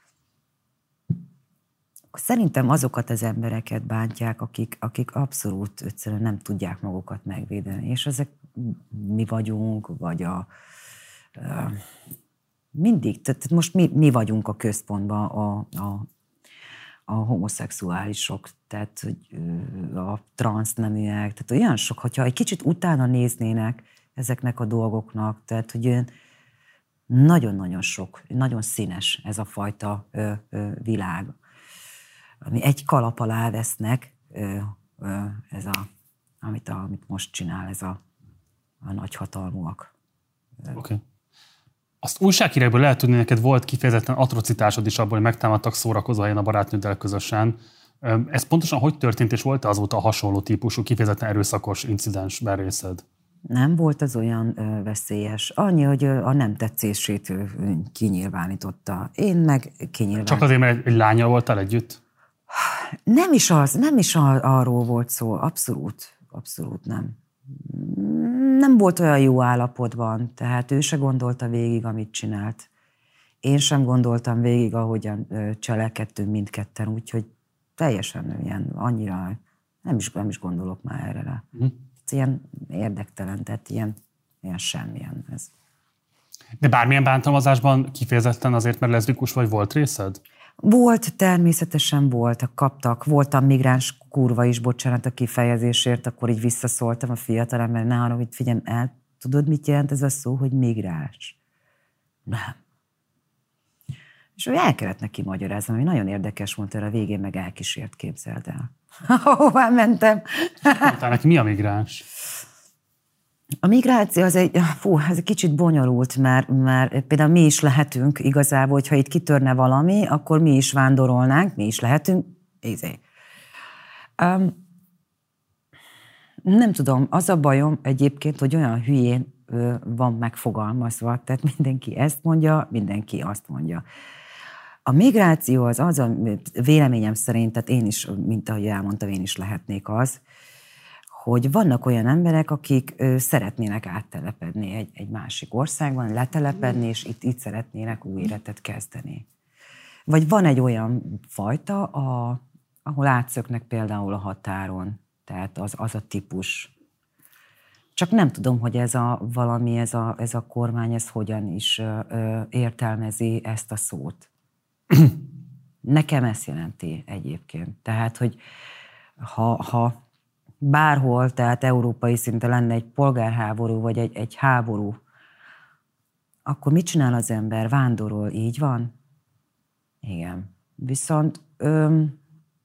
szerintem azokat az embereket bántják, akik, akik abszolút egyszerűen nem tudják magukat megvédeni. És ezek mi vagyunk, vagy a... Uh, mindig, tehát most mi, mi vagyunk a központban a, a, a homoszexuálisok, tehát hogy, uh, a transzneműek, tehát olyan sok, hogyha egy kicsit utána néznének ezeknek a dolgoknak, tehát hogy olyan nagyon-nagyon sok, nagyon színes ez a fajta ö, ö, világ, ami egy kalap alá vesznek, ö, ö, ez a, amit, a, amit most csinál, ez a, a nagyhatalmúak. Oké. Okay. Azt újsághírekből lehet tudni, neked volt kifejezetten atrocitásod is abból, hogy megtámadtak szórakozó helyen a barátnőddel közösen. Ez pontosan hogy történt, és volt-e azóta hasonló típusú, kifejezetten erőszakos incidensben részed? Nem volt az olyan ö, veszélyes. Annyi, hogy ö, a nem tetszését ö, kinyilvánította. Én meg kinyilvánítom. Csak azért, mert egy lányal voltál együtt? Nem is az, nem is arról volt szó, abszolút, abszolút nem. Nem volt olyan jó állapotban, tehát ő se gondolta végig, amit csinált. Én sem gondoltam végig, ahogyan cselekedtünk mindketten, úgyhogy teljesen ilyen, annyira, nem is, nem is gondolok már erre rá. Mm. Ez ilyen érdektelen, tehát ilyen, ilyen semmilyen ez. De bármilyen bántalmazásban kifejezetten azért, mert leszbikus vagy, volt részed? Volt, természetesen volt, kaptak. Voltam migráns kurva is, bocsánat a kifejezésért, akkor így visszaszóltam a fiatalember, ne arra, hogy figyelj, el tudod, mit jelent ez a szó, hogy migráns? Nem. És ő el kellett neki magyaráznom, hogy nagyon érdekes volt, erre a végén meg elkísért, képzeld el. Hová mentem? Mondtál neki, mi a migráns? A migráció az egy, fú, ez egy kicsit bonyolult, mert, mert például mi is lehetünk igazából, hogyha itt kitörne valami, akkor mi is vándorolnánk, mi is lehetünk. Izé. Um, nem tudom, az a bajom egyébként, hogy olyan hülyén ö, van megfogalmazva, tehát mindenki ezt mondja, mindenki azt mondja. A migráció az az, a véleményem szerint, tehát én is, mint ahogy elmondtam, én is lehetnék az, hogy vannak olyan emberek, akik ö, szeretnének áttelepedni egy, egy másik országban, letelepedni, és itt, itt szeretnének új életet kezdeni. Vagy van egy olyan fajta, a, ahol átszöknek például a határon, tehát az, az a típus. Csak nem tudom, hogy ez a valami, ez a, ez a kormány, ez hogyan is ö, ö, értelmezi ezt a szót. Nekem ezt jelenti egyébként. Tehát, hogy ha, ha bárhol, tehát európai szinten lenne egy polgárháború, vagy egy, egy háború, akkor mit csinál az ember? Vándorol, így van? Igen. Viszont öm,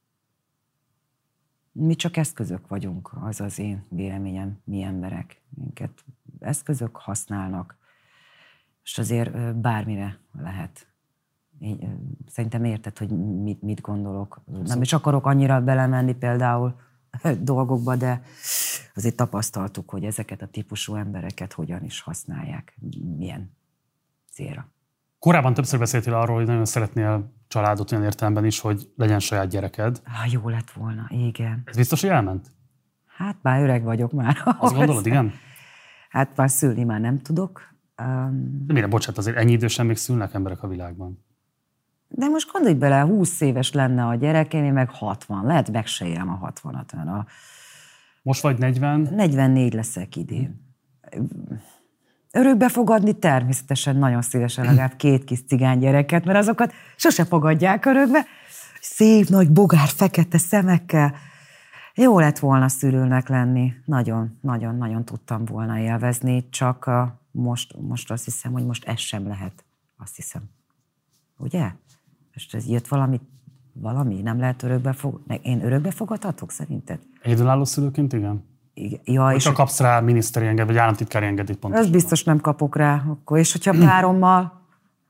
mi csak eszközök vagyunk, az az én véleményem, mi emberek. Minket eszközök használnak, és azért bármire lehet. Én, szerintem érted, hogy mit, mit gondolok. Nem is akarok annyira belemenni például dolgokba, de azért tapasztaltuk, hogy ezeket a típusú embereket hogyan is használják, milyen célra. Korábban többször beszéltél arról, hogy nagyon szeretnél családot olyan értelemben is, hogy legyen saját gyereked. Ah, jó lett volna, igen. Ez biztos, hogy elment? Hát már öreg vagyok már. Azt gondolod, igen? Hát már szülni már nem tudok. Um... De mire, bocsánat, azért ennyi idősen még szülnek emberek a világban. De most gondolj bele, húsz éves lenne a gyerekem, én meg hatvan. Lehet meg se érem a hatvanat. A... Most vagy negyven? negyvennégy leszek idén. Örökbe fogadni természetesen nagyon szívesen legalább két kis cigány gyereket, mert azokat sose fogadják örökbe. Szép, nagy, bogár, fekete szemekkel. Jó lett volna szülőnek lenni. Nagyon, nagyon, nagyon tudtam volna élvezni, csak most, most azt hiszem, hogy most ez sem lehet. Azt hiszem. Ugye? Most ez jött valami, valami, nem lehet örökbe fogadni. Én örökbe fogadhatok szerinted? Egyedülálló szülőként, igen? Igen. Ja, vagy és csak kapsz rá miniszteri engedélyt, vagy államtitkári engedélyt pontosan. Ez biztos nem kapok rá akkor. És hogyha párommal...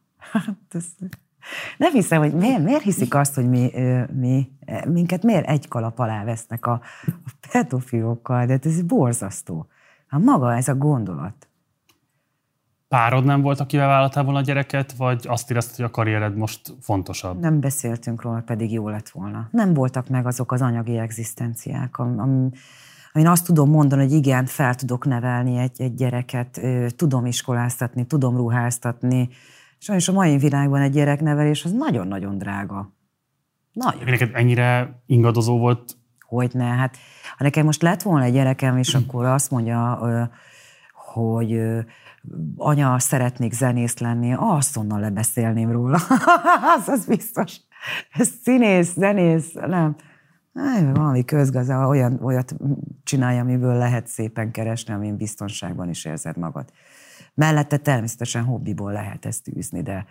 Nem hiszem, hogy miért, miért hiszik azt, hogy mi, mi, minket miért egy kalap alá vesznek a, a pedofilokkal, de ez borzasztó. Hát maga ez a gondolat. Párod nem volt, akivel vállaltál volna a gyereket, vagy azt érezted, hogy a karriered most fontosabb? Nem beszéltünk róla, pedig jó lett volna. Nem voltak meg azok az anyagi egzisztenciák, amin am, azt tudom mondani, hogy igen, fel tudok nevelni egy, egy gyereket, tudom iskoláztatni, tudom ruháztatni. Sajnos a mai világban egy gyereknevelés az nagyon-nagyon drága. Nagyon. Neked ennyire ingadozó volt? Hogyne, hát ha nekem most lett volna egy gyerekem, és akkor azt mondja, hogy anya, szeretnék zenész lenni, azt onnan lebeszélném róla. az, az biztos. Ez színész, zenész, nem. Valami közgazda, olyan, olyat csinálja, amiből lehet szépen keresni, amin biztonságban is érzed magad. Mellette természetesen hobbiból lehet ezt űzni, de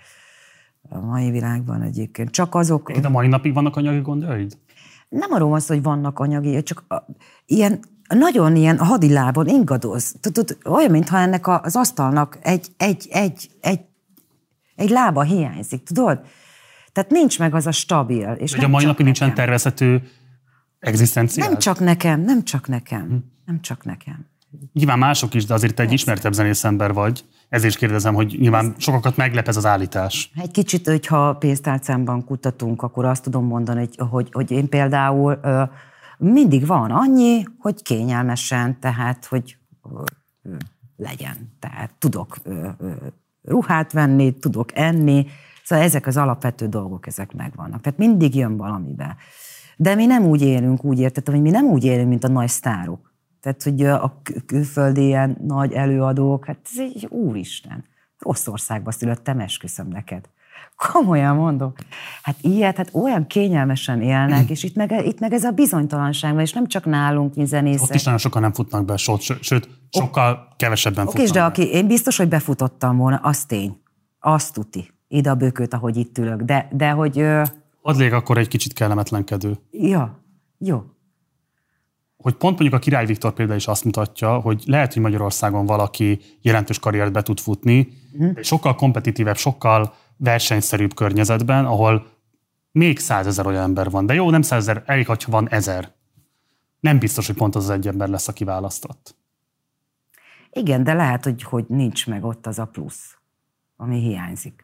a mai világban egyébként csak azok... De a mai napig vannak anyagi gondjaid? Nem arról van szó, hogy vannak anyagi, csak a, ilyen, nagyon ilyen hadilábon ingadoz. Tudod, olyan, mintha ennek az asztalnak egy, egy, egy, egy, egy lába hiányzik, tudod? Tehát nincs meg az a stabil. És de a mai napig nincsen tervezhető egzisztenciád? Nem csak nekem, nem csak nekem, hm. nem csak nekem. Nyilván mások is, de azért te egy ismertebb zenész ember vagy. Ezért is kérdezem, hogy nyilván sokakat meglep ez az állítás. Egy kicsit, hogyha pénztárcámban kutatunk, akkor azt tudom mondani, hogy, hogy, hogy én például ö, mindig van annyi, hogy kényelmesen, tehát, hogy ö, ö, legyen. Tehát tudok ö, ö, ruhát venni, tudok enni. Szóval ezek az alapvető dolgok, ezek megvannak. Tehát mindig jön valamibe. De mi nem úgy élünk, úgy értettem, hogy mi nem úgy élünk, mint a nagy sztárok. Tehát, hogy a külföldi ilyen nagy előadók, hát ez egy úristen. Rossz országba születtem, esküszöm neked. Komolyan mondom. Hát ilyet, hát olyan kényelmesen élnek, és itt meg, itt meg ez a bizonytalanság van, és nem csak nálunk, mi zenészek. Ott is nagyon sokan nem futnak be, sőt, sokkal kevesebben okay, futnak de be. Aki, én biztos, hogy befutottam volna, az tény. Azt tuti. Ide a bököt, ahogy itt ülök. De, de hogy... Hadd légy akkor egy kicsit kellemetlenkedő. Ja, jó. hogy pont mondjuk a Király Viktor példa is azt mutatja, hogy lehet, hogy Magyarországon valaki jelentős karriert be tud futni, mm. de sokkal kompetitívebb, sokkal versenyszerűbb környezetben, ahol még százezer olyan ember van. De jó, nem százezer, elég, hogyha van ezer. Nem biztos, hogy pont az az egy ember lesz, aki választott. Igen, de lehet, hogy, hogy nincs meg ott az a plusz, ami hiányzik.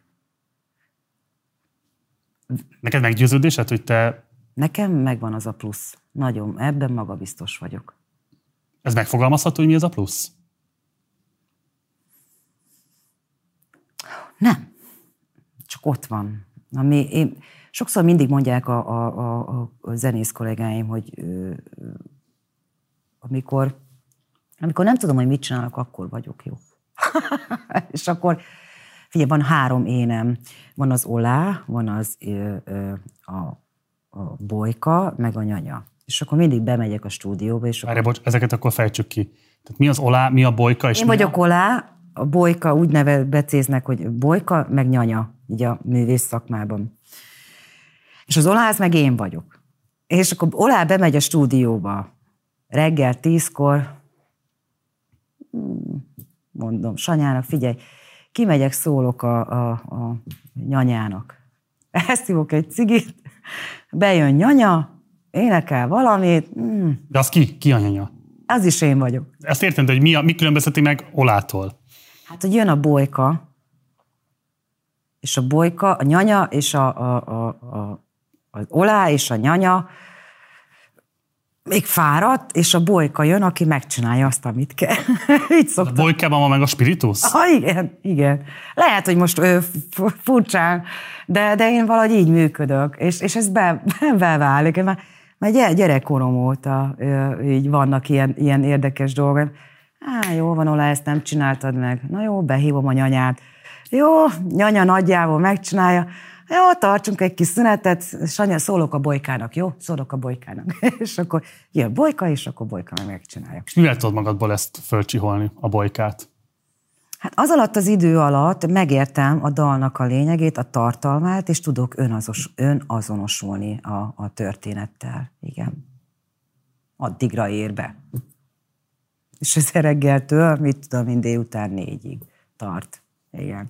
Neked meggyőződésed, hogy te... Nekem megvan az a plusz. Nagyon, ebben magabiztos vagyok. Ez megfogalmazható, hogy mi ez a plusz? Nem. Csak ott van. Ami én, sokszor mindig mondják a, a, a, a zenész kollégáim, hogy ö, ö, amikor, amikor nem tudom, hogy mit csinálok, akkor vagyok jó. És akkor, figyelj, van három énem. Van az Olá, van az ö, ö, a, a Bolyka, meg a Nyanya. És akkor mindig bemegyek a stúdióba, és Várj, akkor... bocs, ezeket akkor fejtsük ki. Tehát mi az Olá, mi a Bolyka? És én vagyok a... Olá, a Bolyka, úgy neve becéznek, hogy Bolyka, meg Nyanya, így a művész szakmában. És az Olá, az meg én vagyok. És akkor Olá bemegy a stúdióba reggel tízkor, mondom, Sanyának, figyelj, kimegyek, szólok a, a, a Nyanyának. Ezt hívok egy cigit, bejön Nyanya, énekel valamit. Mm. De az ki? Ki a Nyanya? Az is én vagyok. Ezt értem, hogy mi, a, mi különbözteti meg Olától? Hát, hogy jön a Bolyka, és a Bolyka, a Nyanya, és a, a, a, a, az Olá, és a Nyanya még fáradt, és a Bolyka jön, aki megcsinálja azt, amit kell. Így szoktam. A Bolykában van meg a spiritus? Ah, igen, igen. Lehet, hogy most ö, furcsán, de, de én valahogy így működök, és, és ez be, beválik. Már, már gyerekkorom óta ö, így vannak ilyen, ilyen érdekes dolgok. Á, jó van, Olá, ezt nem csináltad meg. Na jó, behívom a Nyanyát. Jó, Nyanya nagyjából megcsinálja. Jó, tartsunk egy kis szünetet, Sanya, szólok a Bolykának, jó? Szólok a Bolykának. És akkor jön Bolyka, és akkor Bolyka meg megcsinálja. És mivel tudod magadból ezt fölcsiholni, a Bolykát? Hát az alatt az idő alatt megértem a dalnak a lényegét, a tartalmát, és tudok önazos, önazonosulni a, a történettel. Igen. Addigra ér be. És ez reggeltől, mit tudom, én délután négyig tart. Igen.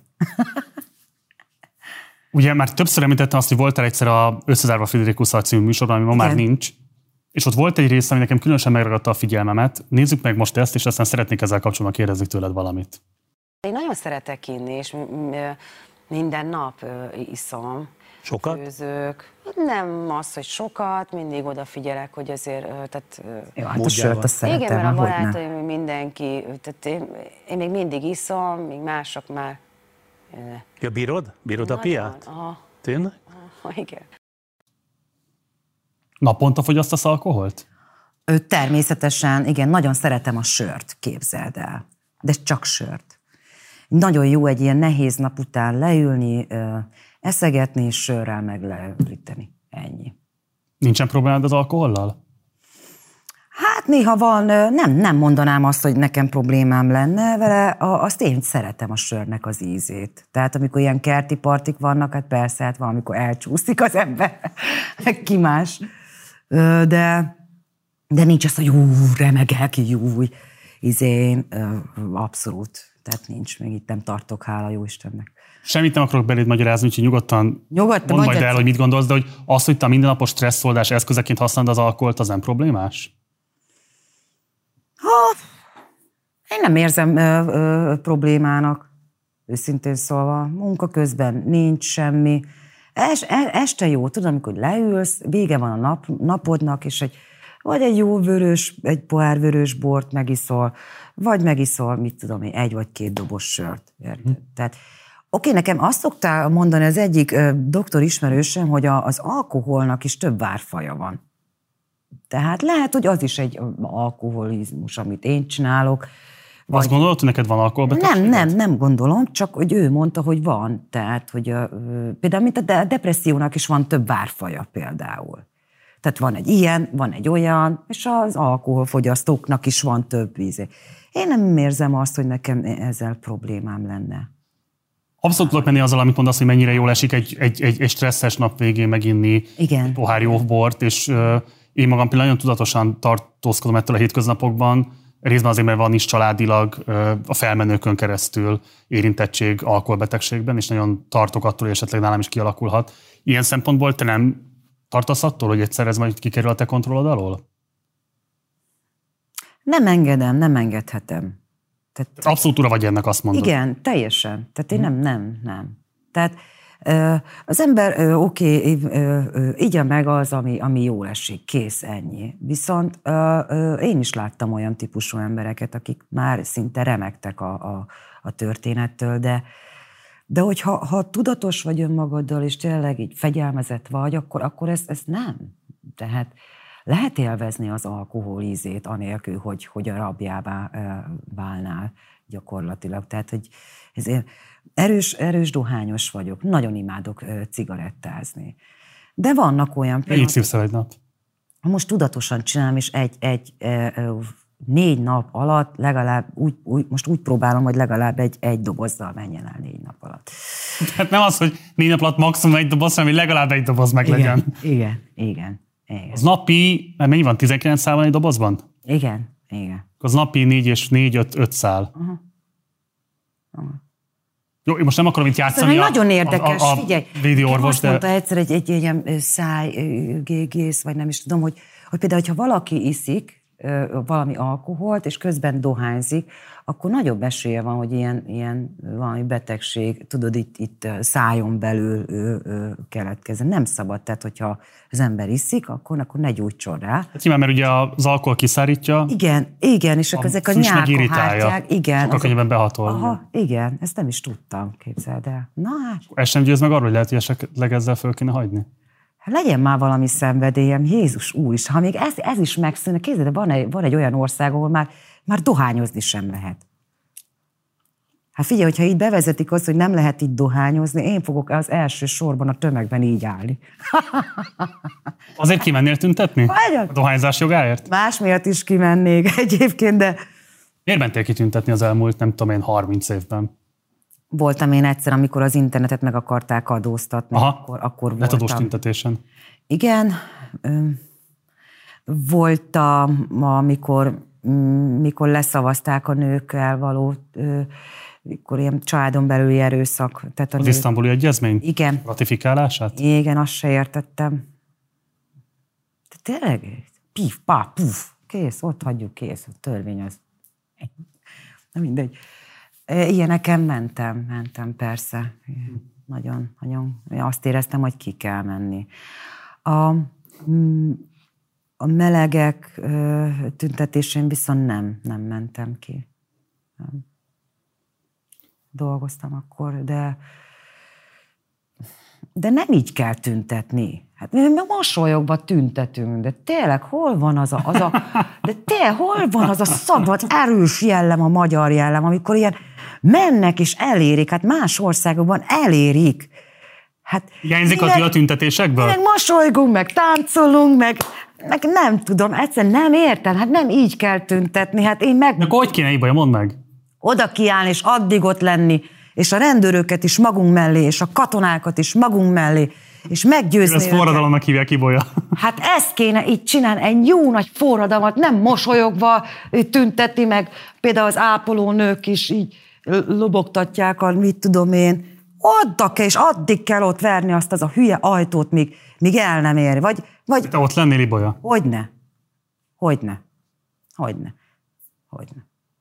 Ugye már többször említettem azt, hogy voltál egyszer a Összezárva Friderikusszal című műsorban, ami ma igen. már nincs. És ott volt egy rész, ami nekem különösen megragadta a figyelmemet. Nézzük meg most ezt, és aztán szeretnék ezzel kapcsolatban kérdezni tőled valamit. Én nagyon szeretek inni, és minden nap iszom. Sokat? Főzők. Nem az, hogy sokat, mindig odafigyelek, hogy azért... Tehát, jó, hát a sört azt szeretem. Igen, mert a barátaim, mindenki, tehát én, én még mindig iszom, még mások már... Ja, bírod? Bírod a piát? Aha. Tényleg? Aha, igen. Naponta fogyasztasz alkoholt? Ő természetesen, igen, nagyon szeretem a sört, képzeld el. De csak sört. Nagyon jó egy ilyen nehéz nap után leülni, eszegetni, és sörrel megleülíteni. Ennyi. Nincsen problémád az alkohollal? Hát néha van, nem, nem mondanám azt, hogy nekem problémám lenne vele, azt én szeretem a sörnek az ízét. Tehát amikor ilyen kerti partik vannak, hát persze, hát valamikor elcsúszik az ember, ki más. De, de nincs az, hogy jú, remegel ki, jú, izén, abszolút. Tehát nincs, még itt nem tartok, hála jó Istennek. Semmit nem akarok beléd magyarázni, úgyhogy nyugodtan, nyugodtan mondd majd el, hogy mit gondolsz, de hogy az, hogy te a mindennapos stresszoldás eszközeként használod az alkoholt, az nem problémás? Ha, én nem érzem ö, ö, problémának, őszintén szólva. Munka közben nincs semmi. Es, este jó, tudom, amikor leülsz, vége van a nap, napodnak, és egy, vagy egy jó vörös, egy pohár vörös bort megiszol, vagy megiszol, mit tudom én, egy vagy két dobos sört. Érted? Mm. Tehát, oké, nekem azt szoktál mondani az egyik ö, doktor ismerősöm, hogy a, az alkoholnak is több várfaja van. Tehát lehet, hogy az is egy alkoholizmus, amit én csinálok. Vagy... Azt gondolod, hogy neked van alkoholbetegséged? Nem, nem, nem gondolom, csak hogy ő mondta, hogy van. Tehát, hogy a, például mint a depressziónak is van több várfaja például. Tehát van egy ilyen, van egy olyan, és az alkoholfogyasztóknak is van több vízé. Én nem érzem azt, hogy nekem ezzel problémám lenne. Abszolút tudok menni azzal, amit mondasz, hogy mennyire jól esik egy, egy, egy, egy stresszes nap végén meginni igen. egy pohár jó bort, és Én magam például nagyon tudatosan tartózkodom ettől a hétköznapokban, részben azért, mert van is családilag a felmenőkön keresztül érintettség alkoholbetegségben, és nagyon tartok attól, hogy esetleg nálam is kialakulhat. Ilyen szempontból te nem tartasz attól, hogy egyszer ez majd kikerül a te kontrollod alól? Nem engedem, nem engedhetem. Tehát, abszolút ura vagy ennek, azt mondod. Igen, teljesen. Tehát én nem, nem, nem. Tehát az ember oké, okay, igye meg az, ami, ami jól esik, kész, ennyi. Viszont én is láttam olyan típusú embereket, akik már szinte remegtek a, a, a történettől, de, de hogyha ha tudatos vagy önmagaddal, és tényleg így fegyelmezett vagy, akkor, akkor ezt, ezt nem. Tehát lehet élvezni az alkohol ízét, anélkül, hogy, hogy a rabjává válnál gyakorlatilag. Tehát, hogy ezért erős, erős dohányos vagyok, nagyon imádok cigarettázni. De vannak olyan pillanatok... Mennyit szívszel egy nap? Most tudatosan csinálom, és egy, egy négy nap alatt legalább, úgy, úgy, most úgy próbálom, hogy legalább egy, egy dobozzal menjen el négy nap alatt. Tehát nem az, hogy négy nap alatt maximum egy doboz, hanem hogy legalább egy doboz meg igen, legyen. Igen, igen, igen. Az napi, mert mennyi van, tizenkilenc szál van egy dobozban? Igen, igen. Az napi négy és négy, öt, öt szál. Aha. Aha. Jó, én most nem akarom itt játszani szóval a, nagyon érdekes, a, a, a figyelj. védőorvos, azt de... mondta egyszer egy, egy ilyen szájgész, vagy nem is tudom, hogy, hogy például, hogyha valaki iszik valami alkoholt, és közben dohányzik, akkor nagyobb esélye van, hogy ilyen, ilyen valami betegség, tudod, itt, itt szájon belül ő, ő, keletkezzen. Nem szabad, tehát hogyha az ember iszik, akkor, akkor ne gyújtson rá. Hát nyilván, mert ugye az alkohol kiszárítja. Igen, igen, és akkor ezek a nyálkahártyák. Igen. Sokkal könnyebben behatol. Aha, igen, ezt nem is tudtam, képzeld el. Na hát. Ez sem győz meg arról, hogy lehet, hogy esetleg ezzel föl kéne hagyni? Legyen már valami szenvedélyem, Jézus úr is. Ha még ez, ez is megszűnne, képzeld, van egy, van egy olyan ország, ahol már, már dohányozni sem lehet. Hát figyelj, hogyha így bevezetik azt, hogy nem lehet itt dohányozni, én fogok az első sorban a tömegben így állni. Azért kimennél tüntetni? A dohányzás jogáért? Más miatt is kimennék egyébként, de... Miért mentél kitüntetni az elmúlt, nem tudom én, harminc évben? Voltam én egyszer, amikor az internetet meg akarták adóztatni. Aha, akkor, akkor voltam. letadós tüntetésen. Igen. Voltam, amikor, mikor leszavazták a nőkkel való, mikor ilyen családon belüli erőszak. Tehát a az nők... isztambuli egyezmény? Igen. Ratifikálását? Igen, azt se értettem. De tényleg, pif, pá, puf, kész, ott hagyjuk, kész, a törvény az. Na mindegy. Ilyeneken mentem, mentem persze. Nagyon, nagyon. Azt éreztem, hogy ki kell menni. A, a melegek tüntetésén viszont nem, nem mentem ki. Nem. Dolgoztam akkor, de, de nem így kell tüntetni. Hát mi mosolyogva tüntetünk, de tényleg hol van az a, az a de tényleg hol van az a szabad, erős jellem, a magyar jellem, amikor ilyen mennek és elérik, hát más országokban elérik. Hát hiányzik a a tüntetésekből? Meg mosolygunk, meg táncolunk, meg, meg nem tudom, egyszerűen nem értem, hát nem így kell tüntetni, hát én meg... De hogy kéne, Ibolya, mondd meg? Oda kiállni, és addig ott lenni, és a rendőröket is magunk mellé, és a katonákat is magunk mellé, és meggyőzni Ez forradalomnak hívják, Ibolya. Hát ezt kéne így csinálni, egy jó nagy forradalmat, nem mosolyogva tüntetni, meg például az ápolónők is így lobogtatják, a, mit tudom én, oda kell, és addig kell ott verni azt az a hülye ajtót, míg, míg el nem ér. Vagy, vagy... Te ott lennél, Ibolya? Hogyne. Hogyne. Hogyne. Hogyne.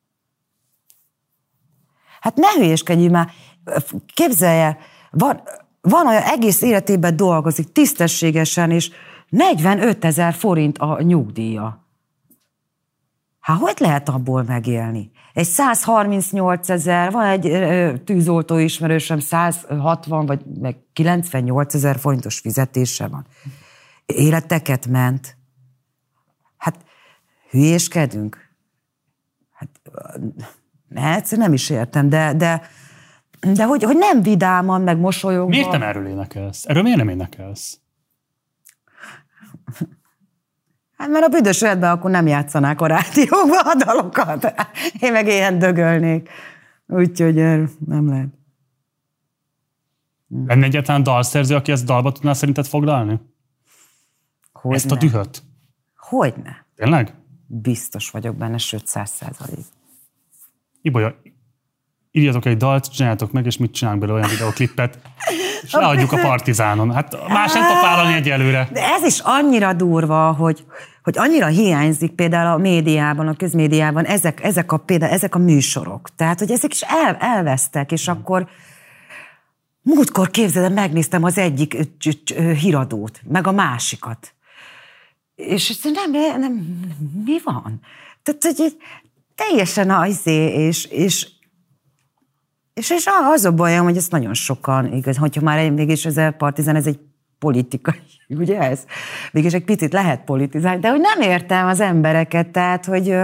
Hát ne hülyéskedjünk már. Képzelj el, van, van olyan egész életében dolgozik tisztességesen, és negyvenötezer forint a nyugdíja. Hát hogy lehet abból megélni? Egy százharmincnyolcezer, van egy ö, tűzoltó ismerősöm, száz hatvan vagy meg kilencvennyolcezer forintos fizetése van. Életeket ment. Hát hülyéskedünk? Hát egyszerűen nem is értem, de, de, de hogy, hogy nem vidáman, meg mosolyogva. Miért nem erről énekelsz? Erről miért nem énekelsz? Hát mert a büdös életben akkor nem játszanák a rádiókba a dalokat. Én meg ilyen dögölnék. Úgyhogy nem lehet. Lenne egyáltalán dalszerző, aki ezt dalba tudná szerinted foglalni? Hogy ezt ne. a dühöt? Hogyne. Tényleg? Biztos vagyok benne, sőt száz százalék. Ibolya, írjatok egy dalt, csináljátok meg, és mit csinálunk belőle olyan videoklippet, és leadjuk a Partizánon. Hát más nem tudok vállalni egyelőre. De ez is annyira durva, hogy, hogy annyira hiányzik például a médiában, a közmédiában ezek, ezek, a, például, ezek a műsorok. Tehát, hogy ezek is el, elvesztek, és hmm. akkor múltkor képzeld, megnéztem az egyik híradót, meg a másikat. És nem, nem, mi van? Tehát, hogy teljesen azé, és, és, és, és az a bajom, hogy ez nagyon sokan, igaz, hogyha már mégis ez a Partizán, ez egy politikai, ugye ez? Mégis egy picit lehet politizálni, de hogy nem értem az embereket, tehát, hogy,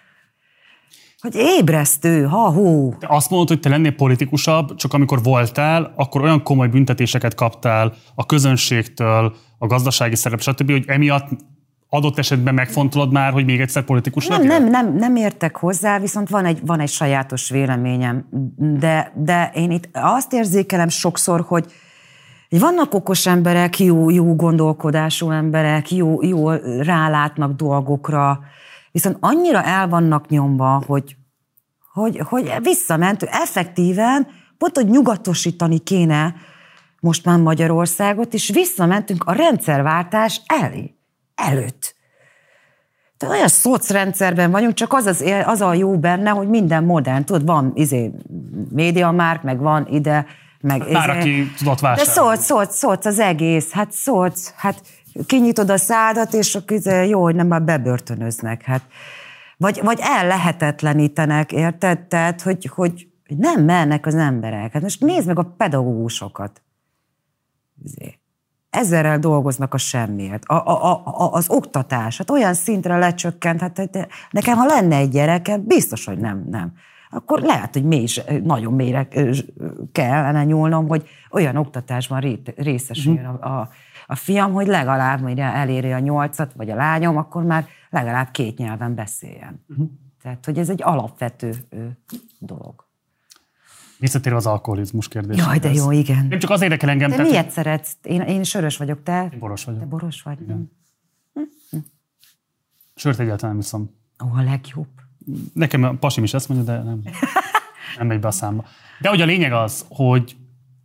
hogy ébresztő, ha-hó. Te azt mondod, hogy te lennél politikusabb, csak amikor voltál, akkor olyan komoly büntetéseket kaptál a közönségtől, a gazdasági szerep, stb., hogy emiatt adott esetben megfontolod már, hogy még egyszer politikus nem, nem, nem, nem értek hozzá, viszont van egy, van egy sajátos véleményem, de, de én itt azt érzékelem sokszor, hogy vannak okos emberek, jó, jó gondolkodású emberek, jó, jó rálátnak dolgokra, viszont annyira el vannak nyomva, hogy, hogy, hogy visszamentünk, effektíven, pont, hogy nyugatosítani kéne most már Magyarországot, és visszamentünk a rendszerváltás elé. Előtt. Tehát olyan szocrendszerben vagyunk, csak az, az, az a jó benne, hogy minden modern, tudod, van izé, MediaMarkt, meg van ide, meg... Hát már izé, aki tudott vásárolni. De szólsz, szólsz, szólsz az egész, hát szólsz, hát kinyitod a szádat, és akkor izé, jó, hogy nem már bebörtönöznek, hát. Vagy, vagy ellehetetlenítenek, érted? Tehát, hogy, hogy nem mennek az emberek. Hát most nézd meg a pedagógusokat. Izé. Ezerrel dolgoznak a semmiért. A, a, a, az oktatás, hát olyan szintre lecsökkent, hát nekem, ha lenne egy gyerekem, biztos, hogy nem, nem. Akkor lehet, hogy mély, nagyon mélyre kellene nyúlnom, hogy olyan oktatásban részesüljön a, a, a fiam, hogy legalább, mire eléri a nyolcat, vagy a lányom, akkor már legalább két nyelven beszéljen. Uh-huh. Tehát, hogy ez egy alapvető dolog. Visszatérve az alkoholizmus kérdésére. Jaj, de jó, igen. Nem csak az érdekel engem. Te tehát, miért szeretsz? Én, én sörös vagyok, te? Én boros vagyok. Te boros vagy. Igen. Hm. Sört egyáltalán nem iszom. Ó, a legjobb. Nekem a pasim is ezt mondja, de nem, nem megy be a számba. De ugye a lényeg az, hogy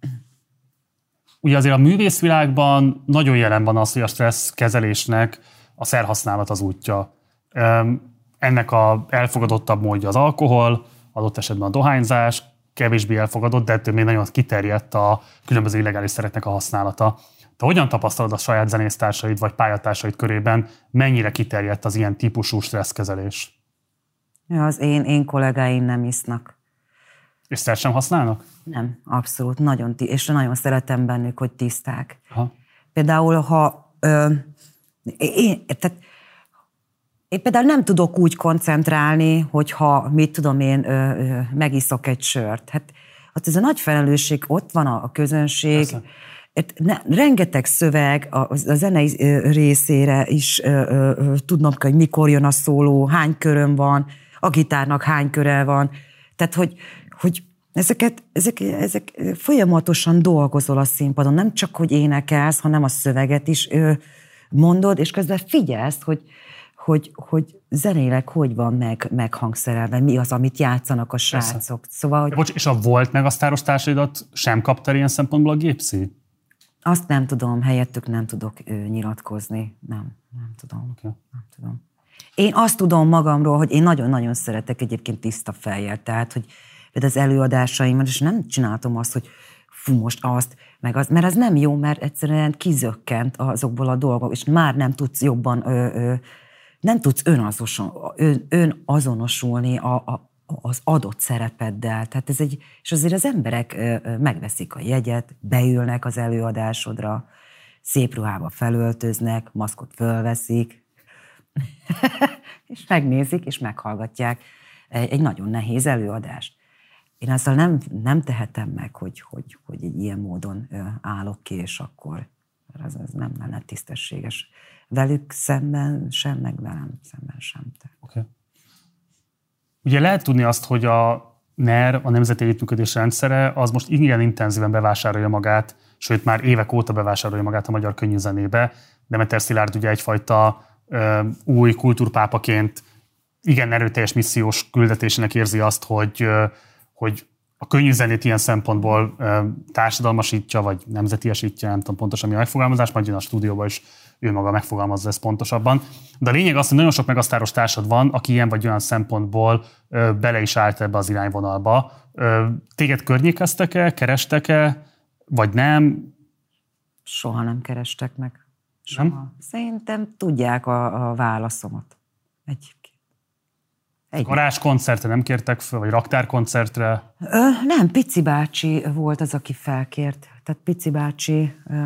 ugye azért a művészvilágban nagyon jelen van az, hogy a stressz kezelésnek a szerhasználat az útja. Ennek a elfogadottabb módja az alkohol, adott esetben a dohányzás, kevésbé elfogadott, de ettől még nagyon kiterjedt a különböző illegális szereknek a használata. Te hogyan tapasztalod a saját zenésztársaid vagy pályatársaid körében, mennyire kiterjedt az ilyen típusú stresszkezelés? Ja, az én, én kollégáim nem isznak. És szert sem használnak? Nem, abszolút. Nagyon, és nagyon szeretem bennük, hogy tiszták. Aha. Például, ha ö, én, tehát, én például nem tudok úgy koncentrálni, hogyha, mit tudom én, ö, ö, megiszok egy sört. Hát, hát ez a nagy felelősség, ott van a, a közönség, ne, rengeteg szöveg a, a zenei részére is ö, ö, tudnom kell, hogy mikor jön a szóló, hány köröm van, a gitárnak hány köre van. Tehát, hogy, hogy ezeket, ezek, ezek folyamatosan dolgozol a színpadon, nem csak, hogy énekelsz, hanem a szöveget is ö, mondod, és közben figyelsz, hogy Hogy, hogy zenéleg hogy van meg, meghangszerelve, mi az, amit játszanak a srácok. Szóval, hogy... Bocs, és a volt meg a sztáros társaidat sem kaptál ilyen szempontból a gépszi? Azt nem tudom, helyettük nem tudok ö, nyilatkozni. Nem, nem tudom. Okay. Nem tudom. Én azt tudom magamról, hogy én nagyon-nagyon szeretek egyébként tiszta fejjel, tehát, hogy az előadásaimban, és nem csináltam azt, hogy fú, most azt, meg az, mert ez nem jó, mert egyszerűen kizökkent azokból a dolgok, és már nem tudsz jobban ö, ö, nem tudsz önazonosul, ön, önazonosulni a, a, az adott szerepeddel. Tehát ez egy, és azért az emberek megveszik a jegyet, beülnek az előadásodra, szép ruhába felöltöznek, maszkot fölveszik, és megnézik, és meghallgatják egy, egy nagyon nehéz előadást. Én azzal nem, nem tehetem meg, hogy, hogy, hogy egy ilyen módon állok ki, és akkor ez, ez nem lenne tisztességes. Velük szemben sem, meg velem szemben sem. Okay. Ugye lehet tudni azt, hogy a NER, a Nemzeti Együttműködés Rendszere, az most igen intenzíven bevásárolja magát, sőt már évek óta bevásárolja magát a magyar könnyűzenébe. Demeter Szilárd ugye egyfajta új kultúrpápaként igen erőteljes missziós küldetésének érzi azt, hogy, hogy a könnyű zenét ilyen szempontból társadalmasítja, vagy nemzetiesítja, nem tudom pontosan mi a megfogalmazás, majd jön a stúdióba is ő maga megfogalmazza ezt pontosabban. De a lényeg az, hogy nagyon sok megasztáros társad van, aki ilyen vagy olyan szempontból bele is állt ebbe az irányvonalba. Téged környékeztek-e, kerestek-e, vagy nem? Soha nem kerestek meg. Soha. Nem? Szerintem tudják a, a válaszomat. Egyébként. Egy. Garázskoncertre nem kértek föl, vagy raktárkoncertre? Ö, nem, Pici bácsi volt az, aki felkért. Tehát Pici bácsi ö,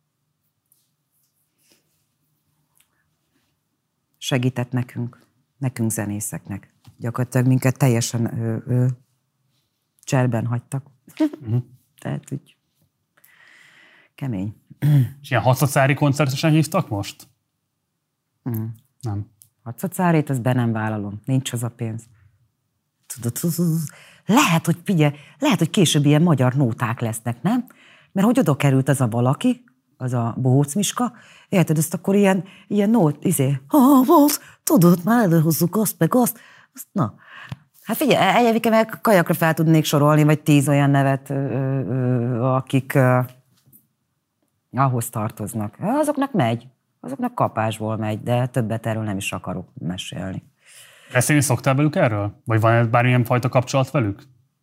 segített nekünk, nekünk zenészeknek. Gyakorlatilag minket teljesen ö, ö, cserben hagytak. Uh-huh. Tehát úgy kemény. És ilyen hatszatszári koncertesen hívtak most? Mm. Nem. Hatszatszárét, azt be nem vállalom. Nincs az a pénz. Lehet, hogy figyelj, lehet, hogy később ilyen magyar nóták lesznek, nem? Mert hogy oda került az a valaki, az a Bohóc Miska, érted, ezt akkor ilyen, ilyen nót, izé, ha, az, tudod, már előhozzuk azt, meg azt, azt, na. Hát figyelj, egyébként meg kajakra fel tudnék sorolni, vagy tíz olyan nevet, ö, ö, akik ö, ahhoz tartoznak. Azoknak megy. Azoknak kapásból megy, de többet erről nem is akarok mesélni. Beszélni szoktál velük erről? Vagy van bármilyen fajta kapcsolat velük?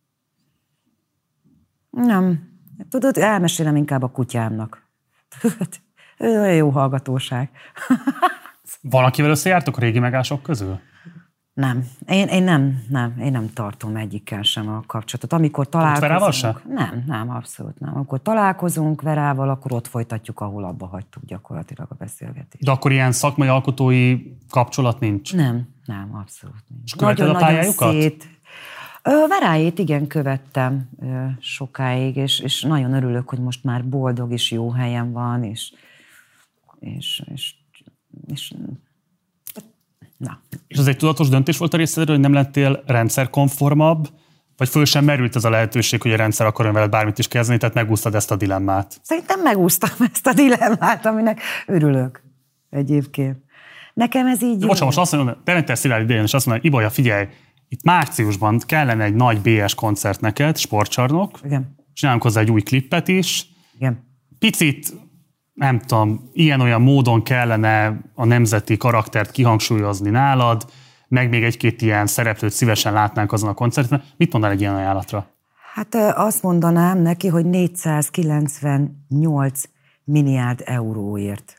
Nem. Tudod, elmesélem inkább a kutyámnak. Ő olyan jó hallgatóság. Van, akivel összejártok a régi megások közül? Nem. Én, én nem, nem. Én nem tartom egyikkel sem a kapcsolatot. Amikor találkozunk... Verával se? Nem, nem, abszolút nem. Amikor találkozunk Verával, akkor ott folytatjuk, ahol abba hagytuk gyakorlatilag a beszélgetést. De akkor ilyen szakmai alkotói kapcsolat nincs? Nem, nem, abszolút nincs. És követed a pályájukat? Szét. Verájét igen követtem sokáig, és, és nagyon örülök, hogy most már boldog és jó helyen van, és, és, és, és na. És ez egy tudatos döntés volt a részedről, hogy nem lettél rendszerkonformabb, vagy föl sem merült ez a lehetőség, hogy a rendszer akarjon veled bármit is kezdeni, tehát megúsztad ezt a dilemmát? Szerintem megúsztam ezt a dilemmát, aminek örülök egyébként. Nekem ez így... Bocsánat, most azt mondom, te mentél Szilágyi idején, és azt mondom, hogy Ibolya, figyelj, itt márciusban kellene egy nagy bé es koncert neked, sportcsarnok. Igen. Csinálunk hozzá egy új klippet is. Igen. Picit, nem tudom, ilyen-olyan módon kellene a nemzeti karaktert kihangsúlyozni nálad, meg még egy-két ilyen szereplőt szívesen látnánk azon a koncerten. Mit mondanál egy ilyen ajánlatra? Hát azt mondanám neki, hogy négyszázkilencvennyolc milliárd euróért.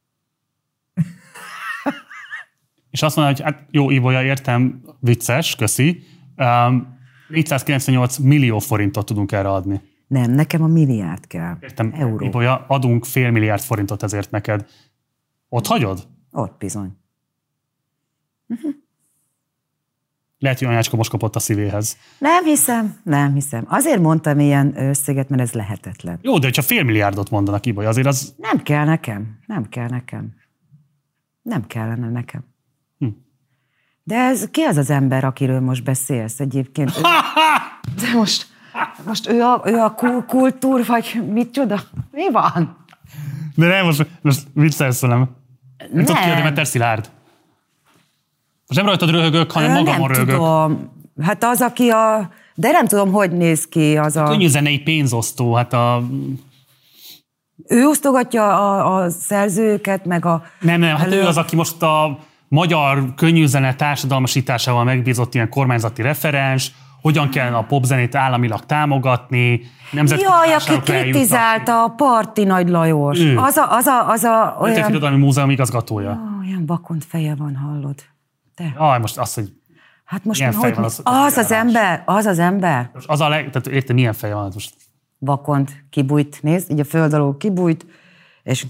És azt mondja, hogy hát jó, Ibolya, értem, vicces, köszi. Um, négyszázkilencvennyolc millió forintot tudunk erre adni. Nem, nekem a milliárd kell. Értem, euró. Ibolya, adunk fél milliárd forintot ezért neked. Ott hagyod? Ott bizony. Uh-huh. Lehet, hogy anyácska most kapott a szívéhez. Nem hiszem, nem hiszem. Azért mondtam ilyen összeget, mert ez lehetetlen. Jó, de hogyha fél milliárdot mondanak, Ibolya, azért az... Nem kell nekem, nem kell nekem. Nem kellene nekem. Hm. De ez, ki az az ember, akiről most beszélsz egyébként? Ő, de most, most ő a, ő a kultúr, vagy mit csoda? Mi van? De nem, most, most viccelsz velem. Nem tudod ki a Demeter Szilárd? Most nem rajtad röhögök, hanem Ö, magamon nem röhögök. Tudom. Hát az, aki a... De nem tudom, hogy néz ki az a... Könnyű zenei pénzosztó, hát a... Ő osztogatja a, a szerzőket, meg a... Nem, nem, hát elő... ő az, aki most a magyar könnyűzene társadalmasításával megbízott ilyen kormányzati referens, hogyan kellene a popzenét államilag támogatni, nemzetközi Jaj, aki vásárokra kritizálta a Parti Nagy Lajos. Ő. Az a, az a, az a olyan... olyan... Irodalmi Múzeum igazgatója. Ó, olyan vakond feje van, hallod? Te. Jaj, most azt, hogy Hát most milyen hogy fej van, az, az, az, az ember, az az ember. Most az a leg... Tehát érted, milyen feje van most? Vakond, kibújt, nézd, így a föld alól kibújt, és...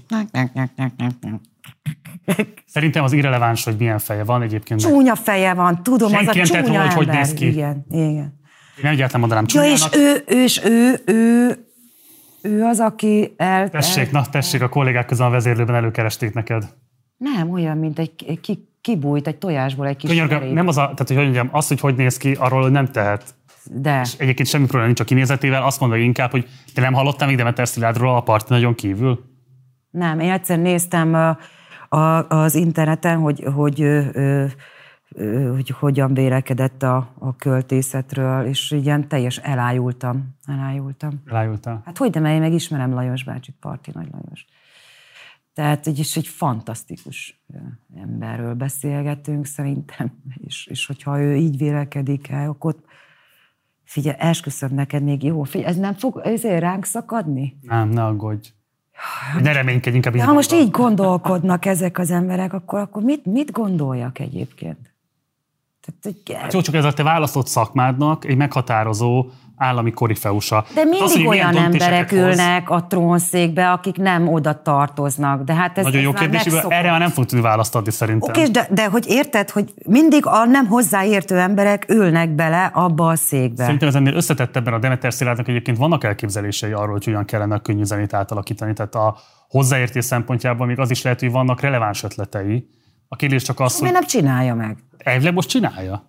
Szerintem az irreleváns, hogy milyen feje van egyébként. Csúnya feje van, tudom, senki az a nem csúnya tett volna, hogy ember. hogy néz ki. Igen, igen. Én egyáltalán mondanám Ja, és csúnyának. ő, ő, és ő, ő, ő az, aki el... Tessék, na tessék, a kollégák közben a vezérlőben előkeresték neked. Nem, olyan, mint egy ki, kibújt egy tojásból egy kis Könyörgöm, cserép. nem az a, tehát hogy mondjam, az, hogy hogy néz ki, arról nem tehet. De. És egyébként semmi probléma nincs a kinézetével, azt mondom inkább, hogy te nem hallottál még Demeter Szilárdról a Parti Nagyon kívül? Nem, én egyszer néztem a, az interneten, hogy, hogy, hogy, hogy hogyan vélekedett a, a költészetről, és ilyen teljes elájultam. Elájultam. Elájultál? Hát hogy, de mert én meg ismerem Lajos bácsit, Parti Nagy Lajos. Tehát egy, és egy fantasztikus emberről beszélgetünk szerintem, és, és hogyha ő így vélekedik el, akkor figyelj, esküszöm neked még jó, figyelj, ez nem fog ezért ránk szakadni? Nem, ne aggódj. Ne reménykedjünk ebben. Ha most így gondolkodnak ezek az emberek, akkor, akkor mit, mit gondoljak egyébként? Tehát, hát jó, csak ez a te választott szakmádnak egy meghatározó állami korifeusa. De mindig az, olyan emberek hoz... ülnek a trónszékbe, akik nem oda tartoznak. De hát ez, nagyon ez jó már kérdés, erre már nem fog tudni választ adni szerintem. Oké, de, de hogy érted, hogy mindig a nem hozzáértő emberek ülnek bele abba a székbe. Szerintem ez ennél összetettebben a Demeter Szilárdnak egyébként vannak elképzelései arról, hogy hogyan kellene a könnyű zenét átalakítani. Tehát a hozzáértés szempontjából még az is lehet, hogy vannak releváns ötletei. A kérdés csak az, hogy... Miért nem csinálja meg? Elvileg most csinálja.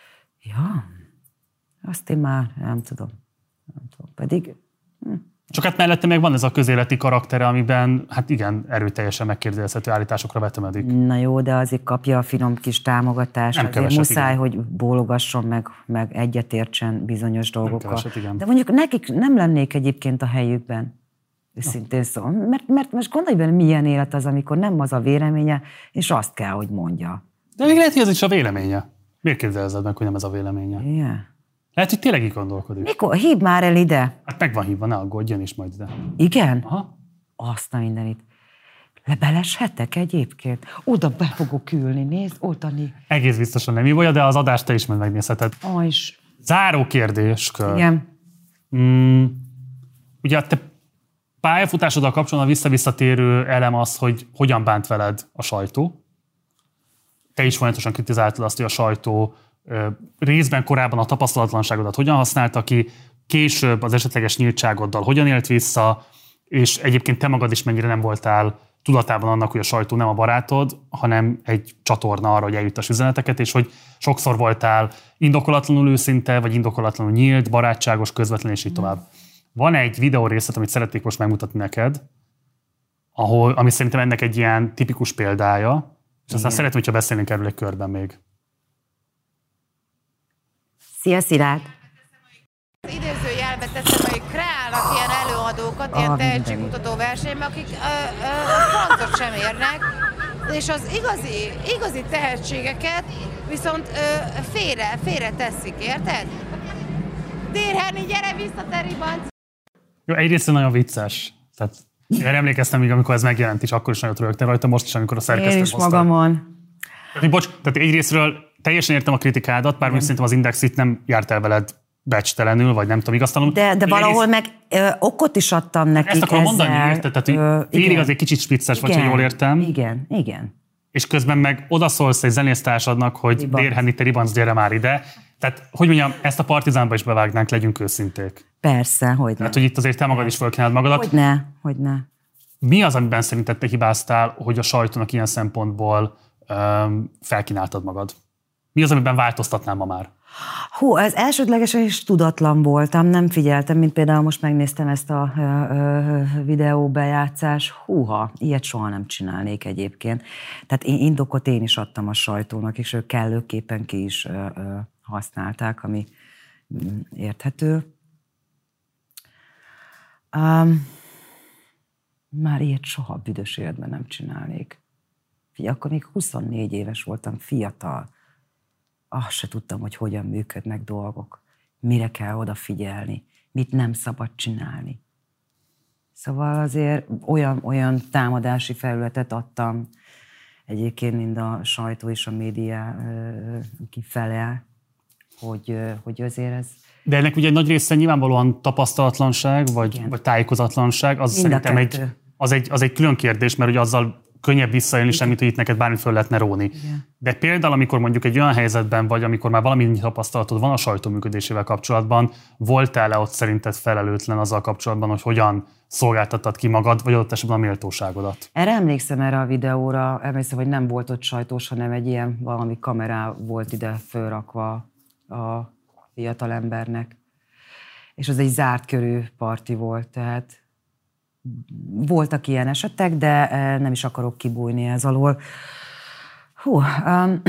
Ja, azt én már nem tudom. Nem tudom. Pedig... Hm. Csak hát mellette még van ez a közéleti karaktere, amiben hát igen, erőteljesen megkérdezhető állításokra vetemedik. Na jó, de azért kapja a finom kis támogatást. Nem azért keveset, muszáj, igen. hogy bólogasson meg, meg egyetértsen bizonyos dolgokkal. keveset, igen. De mondjuk nekik nem lennék egyébként a helyükben. Őszintén szóval. Mert, mert most gondolj benne, milyen élet az, amikor nem az a véleménye, és azt kell, hogy mondja. De még lehet, hogy ez is a véleménye. Miért kérdezed meg, hogy nem ez a véleménye? Yeah. Lehet, hogy tényleg így gondolkodik. Mikor? Hívd már el ide. Hát meg van hívva, ne aggódj, jön is majd ide. Igen? Aha. Azt a mindenit. Lebeleshetek egyébként? Oda be fogok ülni, nézd, oldani. Egész biztosan nem Ibolya, de az adást te is majd megnézheted. Ah, is. Záró kérdéskör. Igen. Mm, ugye a te pályafutásoddal kapcsolatban visszavisszatérő elem az, hogy hogyan bánt veled a sajtó. Te is folyamatosan kritizáltad azt, hogy a sajtó ö, részben korábban a tapasztalatlanságodat hogyan használta ki, később az esetleges nyíltságoddal hogyan élt vissza, és egyébként te magad is mennyire nem voltál tudatában annak, hogy a sajtó nem a barátod, hanem egy csatorna arra, hogy eljuttass üzeneteket, és hogy sokszor voltál indokolatlanul őszinte, vagy indokolatlanul nyílt, barátságos, közvetlen, és így tovább. Van egy videó részlet, amit szeretnék most megmutatni neked, ahol, ami szerintem ennek egy ilyen tipikus példája, és aztán szeretném, hogyha beszélnénk erről egy körben még. Szia, Szilárd! Az idézőjelbe teszem, hogy kreálnak ilyen előadókat, ilyen tehetségkutató versenyben, akik ö, ö, francot sem érnek, és az igazi, igazi tehetségeket viszont ö, félre, félre teszik, érted? Dérherni, gyere vissza, te ribanc! Jó, egyrészt nagyon vicces. Tehát én emlékeztem még, amikor ez megjelent is, akkor is nagyot rögtem rajta, most is, amikor a szerkesztő Én is magamon. Tehát, bocs, tehát egyrésztről teljesen értem a kritikádat, bár most szerintem az Index itt nem járt el veled becstelenül, vagy nem tudom igaztalanul. De, de valahol meg ö, okot is adtam nekik. Ezt akarom ezzel. mondani, érted? Tehát, hogy félig azért kicsit spicces vagy, ha jól értem. Igen, igen. És közben meg odaszólsz egy zenésztársadnak, hogy Dérhenni, te ribanc, gyere már ide. Tehát, hogy mondjam, ezt a Partizánba is bevágnánk, legyünk őszinték. Persze, hogy ne. Tehát, hogy itt azért te magad is fölkínáld magadat. Hogy ne, hogy ne. Mi az, amiben szerinted te hibáztál, hogy a sajtónak ilyen szempontból um, felkínáltad magad? Mi az, amiben változtatnám ma már? Hú, az elsődlegesen is tudatlan voltam, nem figyeltem, mint például most megnéztem ezt a ö, ö, videóbejátszás. Húha, ilyet soha nem csinálnék egyébként. Tehát én indokot én is adtam a sajtónak, és ők kellőképpen ki is ö, ö, használták, ami érthető. Um, már ilyet soha büdös életben nem csinálnék. Figyelj, akkor még huszonnégy éves voltam, fiatal. Azt se tudtam, hogy hogyan működnek dolgok, mire kell odafigyelni, mit nem szabad csinálni. Szóval azért olyan, olyan támadási felületet adtam egyébként, mind a sajtó és a média kifele, hogy, hogy azért ez... De ennek ugye egy nagy része nyilvánvalóan tapasztalatlanság, vagy, vagy tájékozatlanság, az Mind szerintem egy, az, egy, az egy külön kérdés, mert ugye azzal könnyebb visszaélni semmit, hogy itt neked bármit föl lehetne róni. Igen. De például, amikor mondjuk egy olyan helyzetben vagy, amikor már valami tapasztalatod van a sajtó működésével kapcsolatban, voltál-e ott szerinted felelőtlen azzal kapcsolatban, hogy hogyan szolgáltattad ki magad, vagy adott esetben a méltóságodat? Erre emlékszem, erre a videóra, emlékszem, hogy nem volt ott sajtós, hanem egy ilyen valami kamerá volt ide fölrakva a fiatalembernek. És az egy zárt körű parti volt, tehát voltak ilyen esetek, de nem is akarok kibújni ez alól. Hú, um,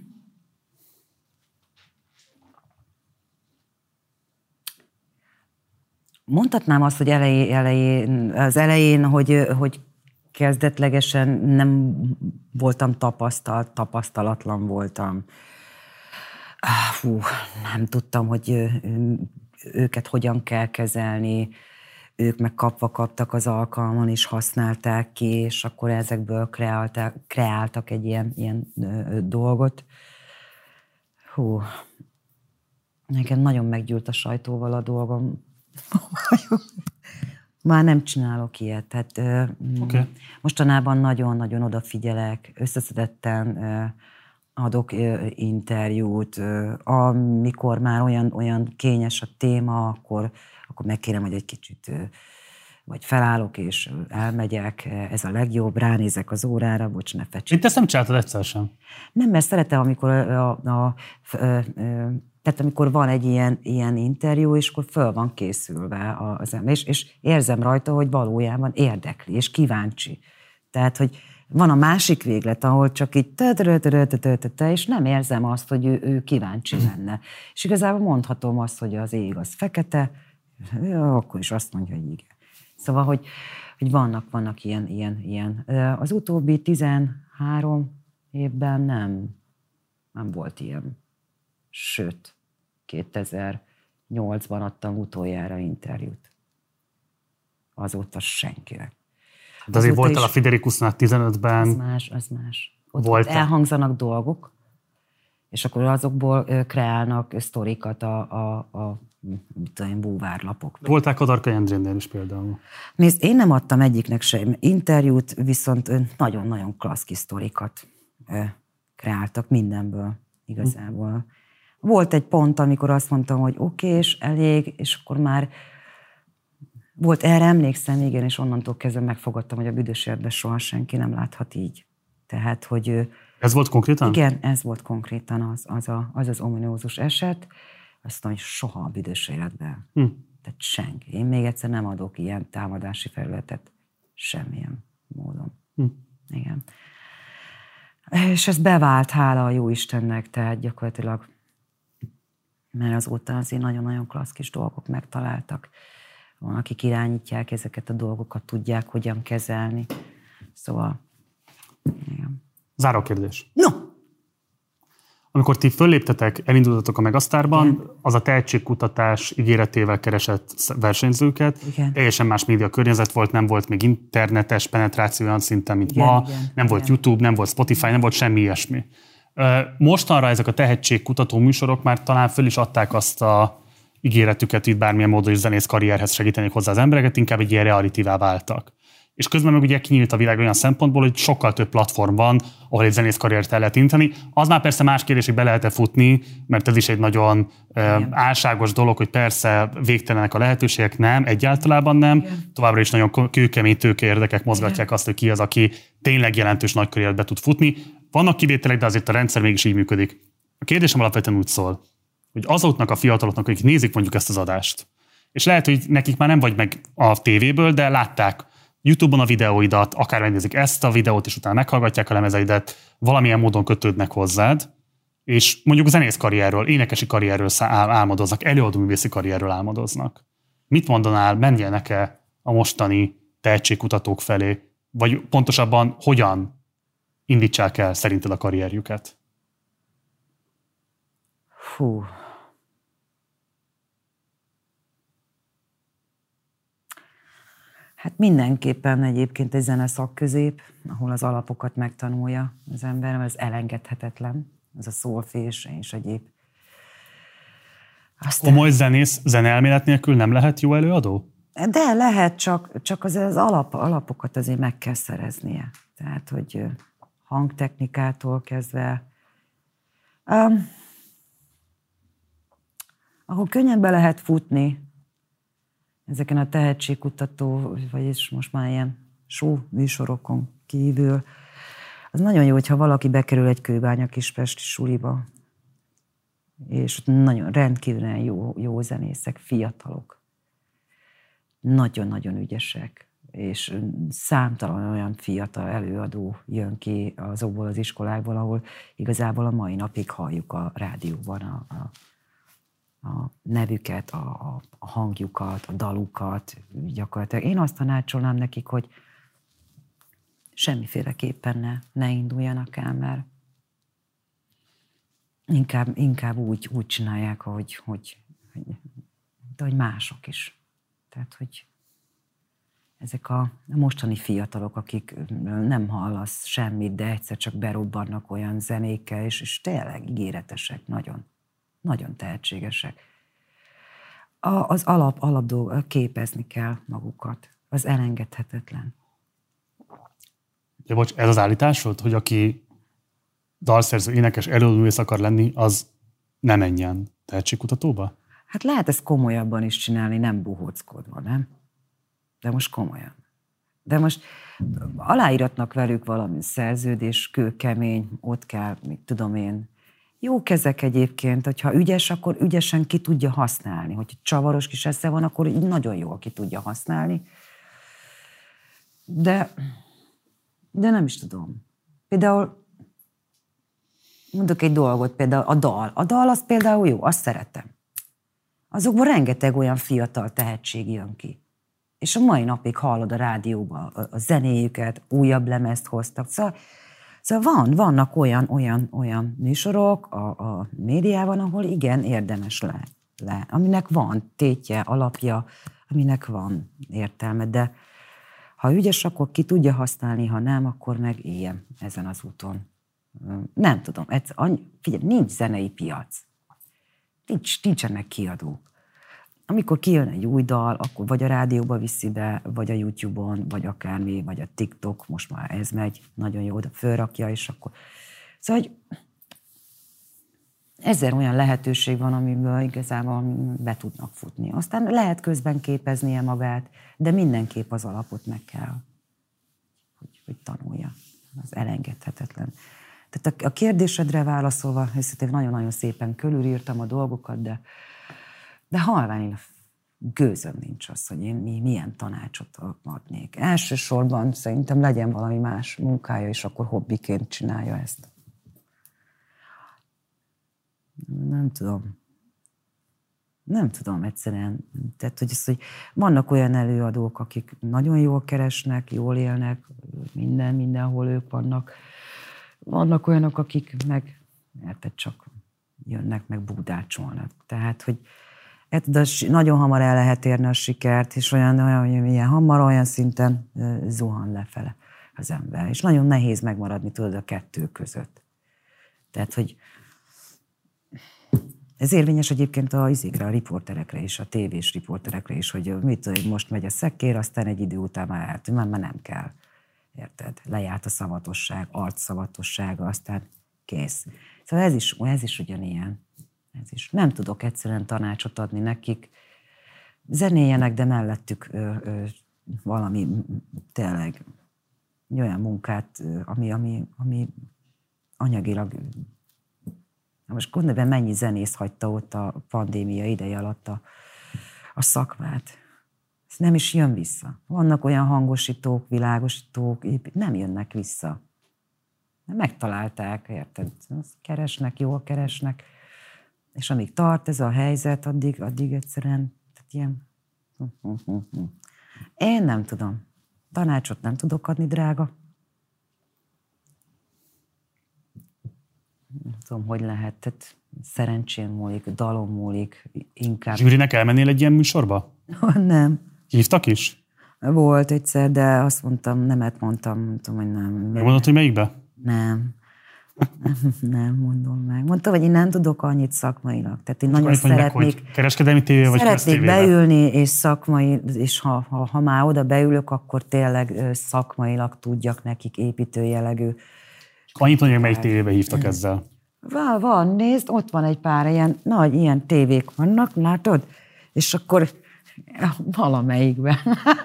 mondhatnám azt, hogy elejé, elején, az elején, hogy, hogy kezdetlegesen nem voltam tapasztalt, tapasztalatlan voltam. Hú, nem tudtam, hogy őket hogyan kell kezelni, ők meg kapva kaptak az alkalmon, és használták ki, és akkor ezekből kreálták, kreáltak egy ilyen, ilyen ö, dolgot. Hú, nekem nagyon meggyűlt a sajtóval a dolgom. Már nem csinálok ilyet. Tehát, ö, okay. Mostanában nagyon-nagyon odafigyelek, összeszedetten ö, adok ö, interjút. Ö, amikor már olyan, olyan kényes a téma, akkor akkor megkérem, hogy egy kicsit vagy felállok és elmegyek, ez a legjobb, ránézek az órára, bocs, ne fecsik. Itt ezt nem csináltad egyszer sem? Nem, mert szeretem, amikor, a, a, a, a, tehát amikor van egy ilyen, ilyen interjú, és akkor föl van készülve az ember, és, és érzem rajta, hogy valójában érdekli, és kíváncsi. Tehát, hogy van a másik véglet, ahol csak így és nem érzem azt, hogy ő, ő kíváncsi lenne. És igazából mondhatom azt, hogy az ég az fekete, ja, akkor is azt mondja, hogy igen. Szóval, hogy, hogy vannak, vannak ilyen, ilyen, ilyen. Az utóbbi tizenhárom évben nem, nem volt ilyen. Sőt, kétezer-nyolcban adtam utoljára interjút. Azóta senkinek. De azért voltál a Friderikusznál tizenötben. Az más, az más. Ott, ott elhangzanak dolgok, és akkor azokból kreálnak sztorikat a, a, a tudom, búvárlapok. Voltál Kadarkai Endrénnél is például. Nézd, én nem adtam egyiknek sem interjút, viszont nagyon-nagyon klassz kis sztorikat kreáltak mindenből igazából. Hm. Volt egy pont, amikor azt mondtam, hogy oké, okay, és elég, és akkor már volt, erre emlékszem, igen, és onnantól kezdve megfogadtam, hogy a büdös erdben soha senki nem láthat így. Tehát, hogy... Ez volt konkrétan? Igen, ez volt konkrétan az az, a, az, az ominózus eset. Azt mondom, hogy soha a büdös életben. Hm. Tehát senki. Én még egyszer nem adok ilyen támadási felületet semmilyen módon. Hm. Igen. És ez bevált, hála a jó Istennek, tehát gyakorlatilag, mert azóta azért nagyon-nagyon klassz kis dolgok megtaláltak. Van, akik irányítják ezeket a dolgokat, tudják, hogyan kezelni. Szóval, igen. Záró kérdés. No! Amikor ti fölléptetek, elindultatok a Megasztárban, igen. Az a tehetségkutatás ígéretével keresett versenyzőket. Igen. Teljesen más média környezet volt, nem volt még internetes penetráció olyan szinten, mint igen, ma, igen, nem igen. volt YouTube, nem volt Spotify, nem volt semmi ilyesmi. Mostanra ezek a tehetségkutató műsorok már talán föl is adták azt a ígéretüket, itt bármilyen módon is zenész karrierhez segítenék hozzá az embereket, inkább egy ilyen realitívá váltak. És közben meg ugye kinyílt a világ olyan szempontból, hogy sokkal több platform van, ahol egy zenész karriert el lehet inteni. Az már persze más kérdés, hogy be lehet-e futni, mert ez is egy nagyon igen. álságos dolog, hogy persze végtelenek a lehetőségek, nem, egyáltalában nem. Igen. Továbbra is nagyon kőkemény tőke érdekek mozgatják igen. azt, hogy ki az, aki tényleg jelentős nagy karriert be tud futni. Vannak kivételek, de azért a rendszer mégis így működik. A kérdésem alapvetően úgy szól, hogy azoknak a fiataloknak, akik nézik mondjuk ezt az adást, és lehet, hogy nekik már nem vagy meg a tévéből, de látták YouTube-on a videóidat, akár megnézik ezt a videót, és utána meghallgatják a lemezeidet, valamilyen módon kötődnek hozzád, és mondjuk zenész karrierről, énekesi karrierről álmodoznak, előadóművészi karrierről álmodoznak. Mit mondanál, menjenek-e a mostani tehetségkutatók felé, vagy pontosabban hogyan indítsák el szerinted a karrierjüket? Hú. Hát mindenképpen egyébként egy zeneszakközép, ahol az alapokat megtanulja az ember, mert ez elengedhetetlen, ez a szólfés és egyéb. Aztán... Komoly zenész zeneelmélet nélkül nem lehet jó előadó? De lehet, csak, csak az, az alap, alapokat azért meg kell szereznie. Tehát, hogy hangtechnikától kezdve... Um, ahol könnyen be lehet futni, ezeken a tehetségkutató, vagyis most már ilyen show műsorokon kívül, az nagyon jó, hogyha valaki bekerül egy kőbánya kispesti suliba, és nagyon rendkívül jó, jó zenészek, fiatalok, nagyon-nagyon ügyesek, és számtalan olyan fiatal előadó jön ki azokból az iskolákból, ahol igazából a mai napig halljuk a rádióban a, a, a nevüket, a, a hangjukat, a dalukat. Gyakorlatilag én azt tanácsolnám nekik, hogy semmiféleképpen ne, ne induljanak el, mert inkább, inkább úgy, úgy csinálják, hogy, hogy, hogy, de hogy mások is. Tehát, hogy ezek a mostani fiatalok, akik nem hallasz semmit, de egyszer csak berobbannak olyan zenékkel, és, és tényleg ígéretesek, nagyon, nagyon tehetségesek. A, az alap, alap dolog, képezni kell magukat. Az elengedhetetlen. Ja, bocs, ez az állításod, hogy aki dalszerző, énekes, előadóművész akar lenni, az ne menjen tehetségkutatóba? Hát lehet ezt komolyabban is csinálni, nem buhóckodva, nem? De most komolyan. De most aláíratnak velük valami szerződés, kőkemény, ott kell, mit tudom én. Jó kezek egyébként, hogyha ügyes, akkor ügyesen ki tudja használni. Hogyha csavaros kis esze van, akkor nagyon jól ki tudja használni. De, de nem is tudom. Például mondok egy dolgot, például a dal. A dal az például jó, azt szeretem. Azokból rengeteg olyan fiatal tehetség jön ki. És a mai napig hallod a rádióban a, a zenéjüket, újabb lemezt hoztak. Szóval, szóval van, vannak olyan, olyan, olyan műsorok a, a médiában, ahol igen, érdemes le, le. Aminek van tétje, alapja, aminek van értelme, de ha ügyes, akkor ki tudja használni, ha nem, akkor meg éljen ezen az úton. Nem tudom, egyszer, annyi, figyelj, nincs zenei piac. Nincs, nincsenek kiadók. Amikor kijön egy új dal, akkor vagy a rádióba viszi be, vagy a YouTube-on, vagy akármi, vagy a TikTok, most már ez megy, nagyon jó, oda fölrakja, és akkor... Szóval, hogy ezer olyan lehetőség van, amiből igazából be tudnak futni. Aztán lehet közben képeznie magát, de mindenképp az alapot meg kell, hogy, hogy tanulja. Az elengedhetetlen. Tehát a kérdésedre válaszolva, összetén nagyon-nagyon szépen körülírtam a dolgokat, de, de halvány én gőzöm nincs az, hogy én milyen tanácsot adnék. Elsősorban szerintem legyen valami más munkája, és akkor hobbiként csinálja ezt. Nem tudom. Nem tudom egyszerűen. Tehát, hogy, az, hogy vannak olyan előadók, akik nagyon jól keresnek, jól élnek, minden, mindenhol ők vannak. Vannak olyanok, akik meg, érted, csak jönnek, meg búdácsolnak. Tehát, hogy érted, nagyon hamar el lehet érni a sikert, és olyan, olyan ilyen hamar, olyan szinten zuhan lefele az ember. És nagyon nehéz megmaradni, tudod, a kettő között. Tehát, hogy ez érvényes egyébként a izékre, a riporterekre is, a tévés riporterekre is, hogy mit tudom, most megy a szekér, aztán egy idő után már eltűnt, már, már nem kell. Érted? Lejárt a szavatosság, arcszavatossága, aztán kész. Szóval ez is, ez is ugyanilyen. Ez is. Nem tudok egyszerűen tanácsot adni nekik. Zenéljenek, de mellettük ö, ö, valami tényleg olyan munkát, ami, ami, ami anyagilag... Na most gondolj be, mennyi zenész hagyta ott a pandémia ideje alatt a, a szakmát. Ez nem is jön vissza. Vannak olyan hangosítók, világosítók, nem jönnek vissza. Megtalálták, érted? Keresnek, jól keresnek, és amíg tart ez a helyzet, addig, addig egyszerűen, tehát ilyen... Én nem tudom. Tanácsot nem tudok adni, drága. Nem tudom, hogy lehet. Tehát szerencsén múlik, dalom múlik, inkább... Zsűrinek elmennél egy ilyen műsorba? Nem. Hívtak is? Volt egyszer, de azt mondtam, nemet mondtam, mondtam, hogy nem. Megmondod, hogy melyikbe? Nem. Nem mondom meg. Mondtam, hogy én nem tudok annyit szakmailag. Tehát én nagyon szeretnék... Meg, kereskedelmi tévé vagy szeretnék beülni, és szakmai, és ha, ha, ha már oda beülök, akkor tényleg szakmailag tudjak nekik építő jellegű. Annyit mondja, melyik tévébe hívtak ezzel? Van, van, nézd, ott van egy pár ilyen nagy ilyen tévék vannak, látod? És akkor valamelyikben.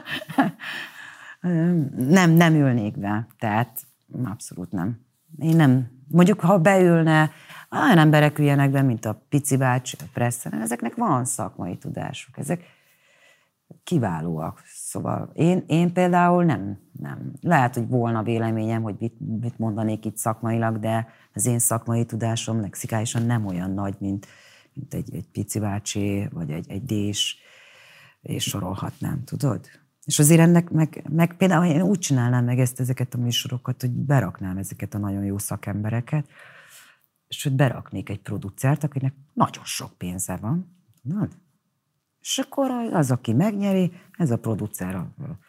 nem, nem ülnék be, tehát abszolút nem. Én nem. Mondjuk, ha beülne, olyan emberek üljenek be, mint a Pici bácsi, a Presszeren, ezeknek van szakmai tudásuk. Ezek kiválóak. Szóval én, én például nem, nem. Lehet, hogy volna véleményem, hogy mit, mit mondanék itt szakmailag, de az én szakmai tudásom lexikálisan nem olyan nagy, mint, mint egy, egy Pici bácsi, vagy egy, egy Dés, és sorolhatnám, tudod? És azért ennek meg, meg például én úgy csinálnám meg ezt, ezeket a műsorokat, hogy beraknám ezeket a nagyon jó szakembereket, és hogy beraknék egy producert, akinek nagyon sok pénze van, tudod? És akkor az, aki megnyeri, ez a producer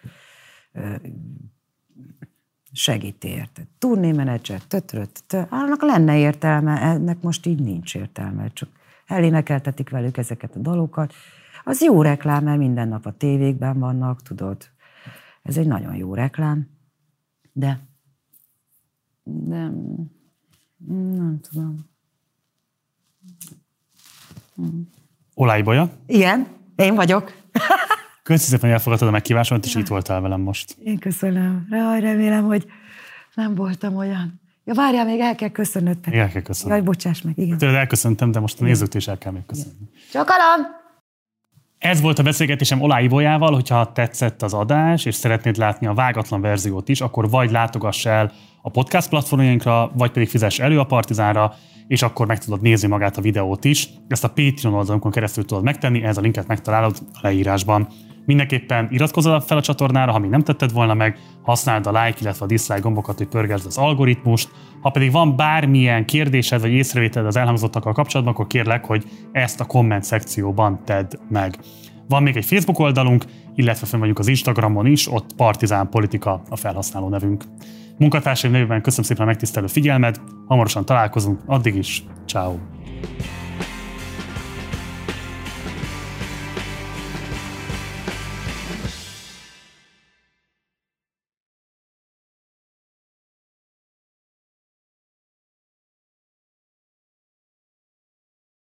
segíti, érted? Turnémenedzser, tötröt, annak lenne értelme, ennek most így nincs értelme, csak elénekeltetik velük ezeket a dalokat. Az jó reklám, mert minden nap a tévékben vannak, tudod. Ez egy nagyon jó reklám, de, de nem tudom. Olá Ibolya. Igen, én vagyok. Köszönöm szépen, hogy elfogadtad a meghívásomat, és itt voltál velem most. Én köszönöm. Raj, remélem, hogy nem voltam olyan. Ja, várjál, még el kell köszönöd. Még el kell köszönöm. Jaj, bocsáss meg, igen. Tőled elköszöntem, de most a nézőt is el kell még köszönni. Csokolom! Ez volt a beszélgetésem Olá Ibolyával, hogyha tetszett az adás, és szeretnéd látni a vágatlan verziót is, akkor vagy látogass el a podcast platformjainkra, vagy pedig fizess elő a Partizánra, és akkor meg tudod nézni magát a videót is. Ezt a Patreon oldalunkon keresztül tudod megtenni, ehhez a linket megtalálod a leírásban. Mindenképpen iratkozz fel a csatornára, ha még nem tetted volna meg, használd a like, illetve a dislike gombokat, hogy pörgesd az algoritmust. Ha pedig van bármilyen kérdésed vagy észrevételed az elhangzottakkal kapcsolatban, akkor kérlek, hogy ezt a komment szekcióban tedd meg. Van még egy Facebook oldalunk, illetve fenn vagyunk az Instagramon is, ott Partizán Politika a felhasználó nevünk. Munkatársaim nevében köszönöm szépen a megtisztelő figyelmed, hamarosan találkozunk, addig is, ciao.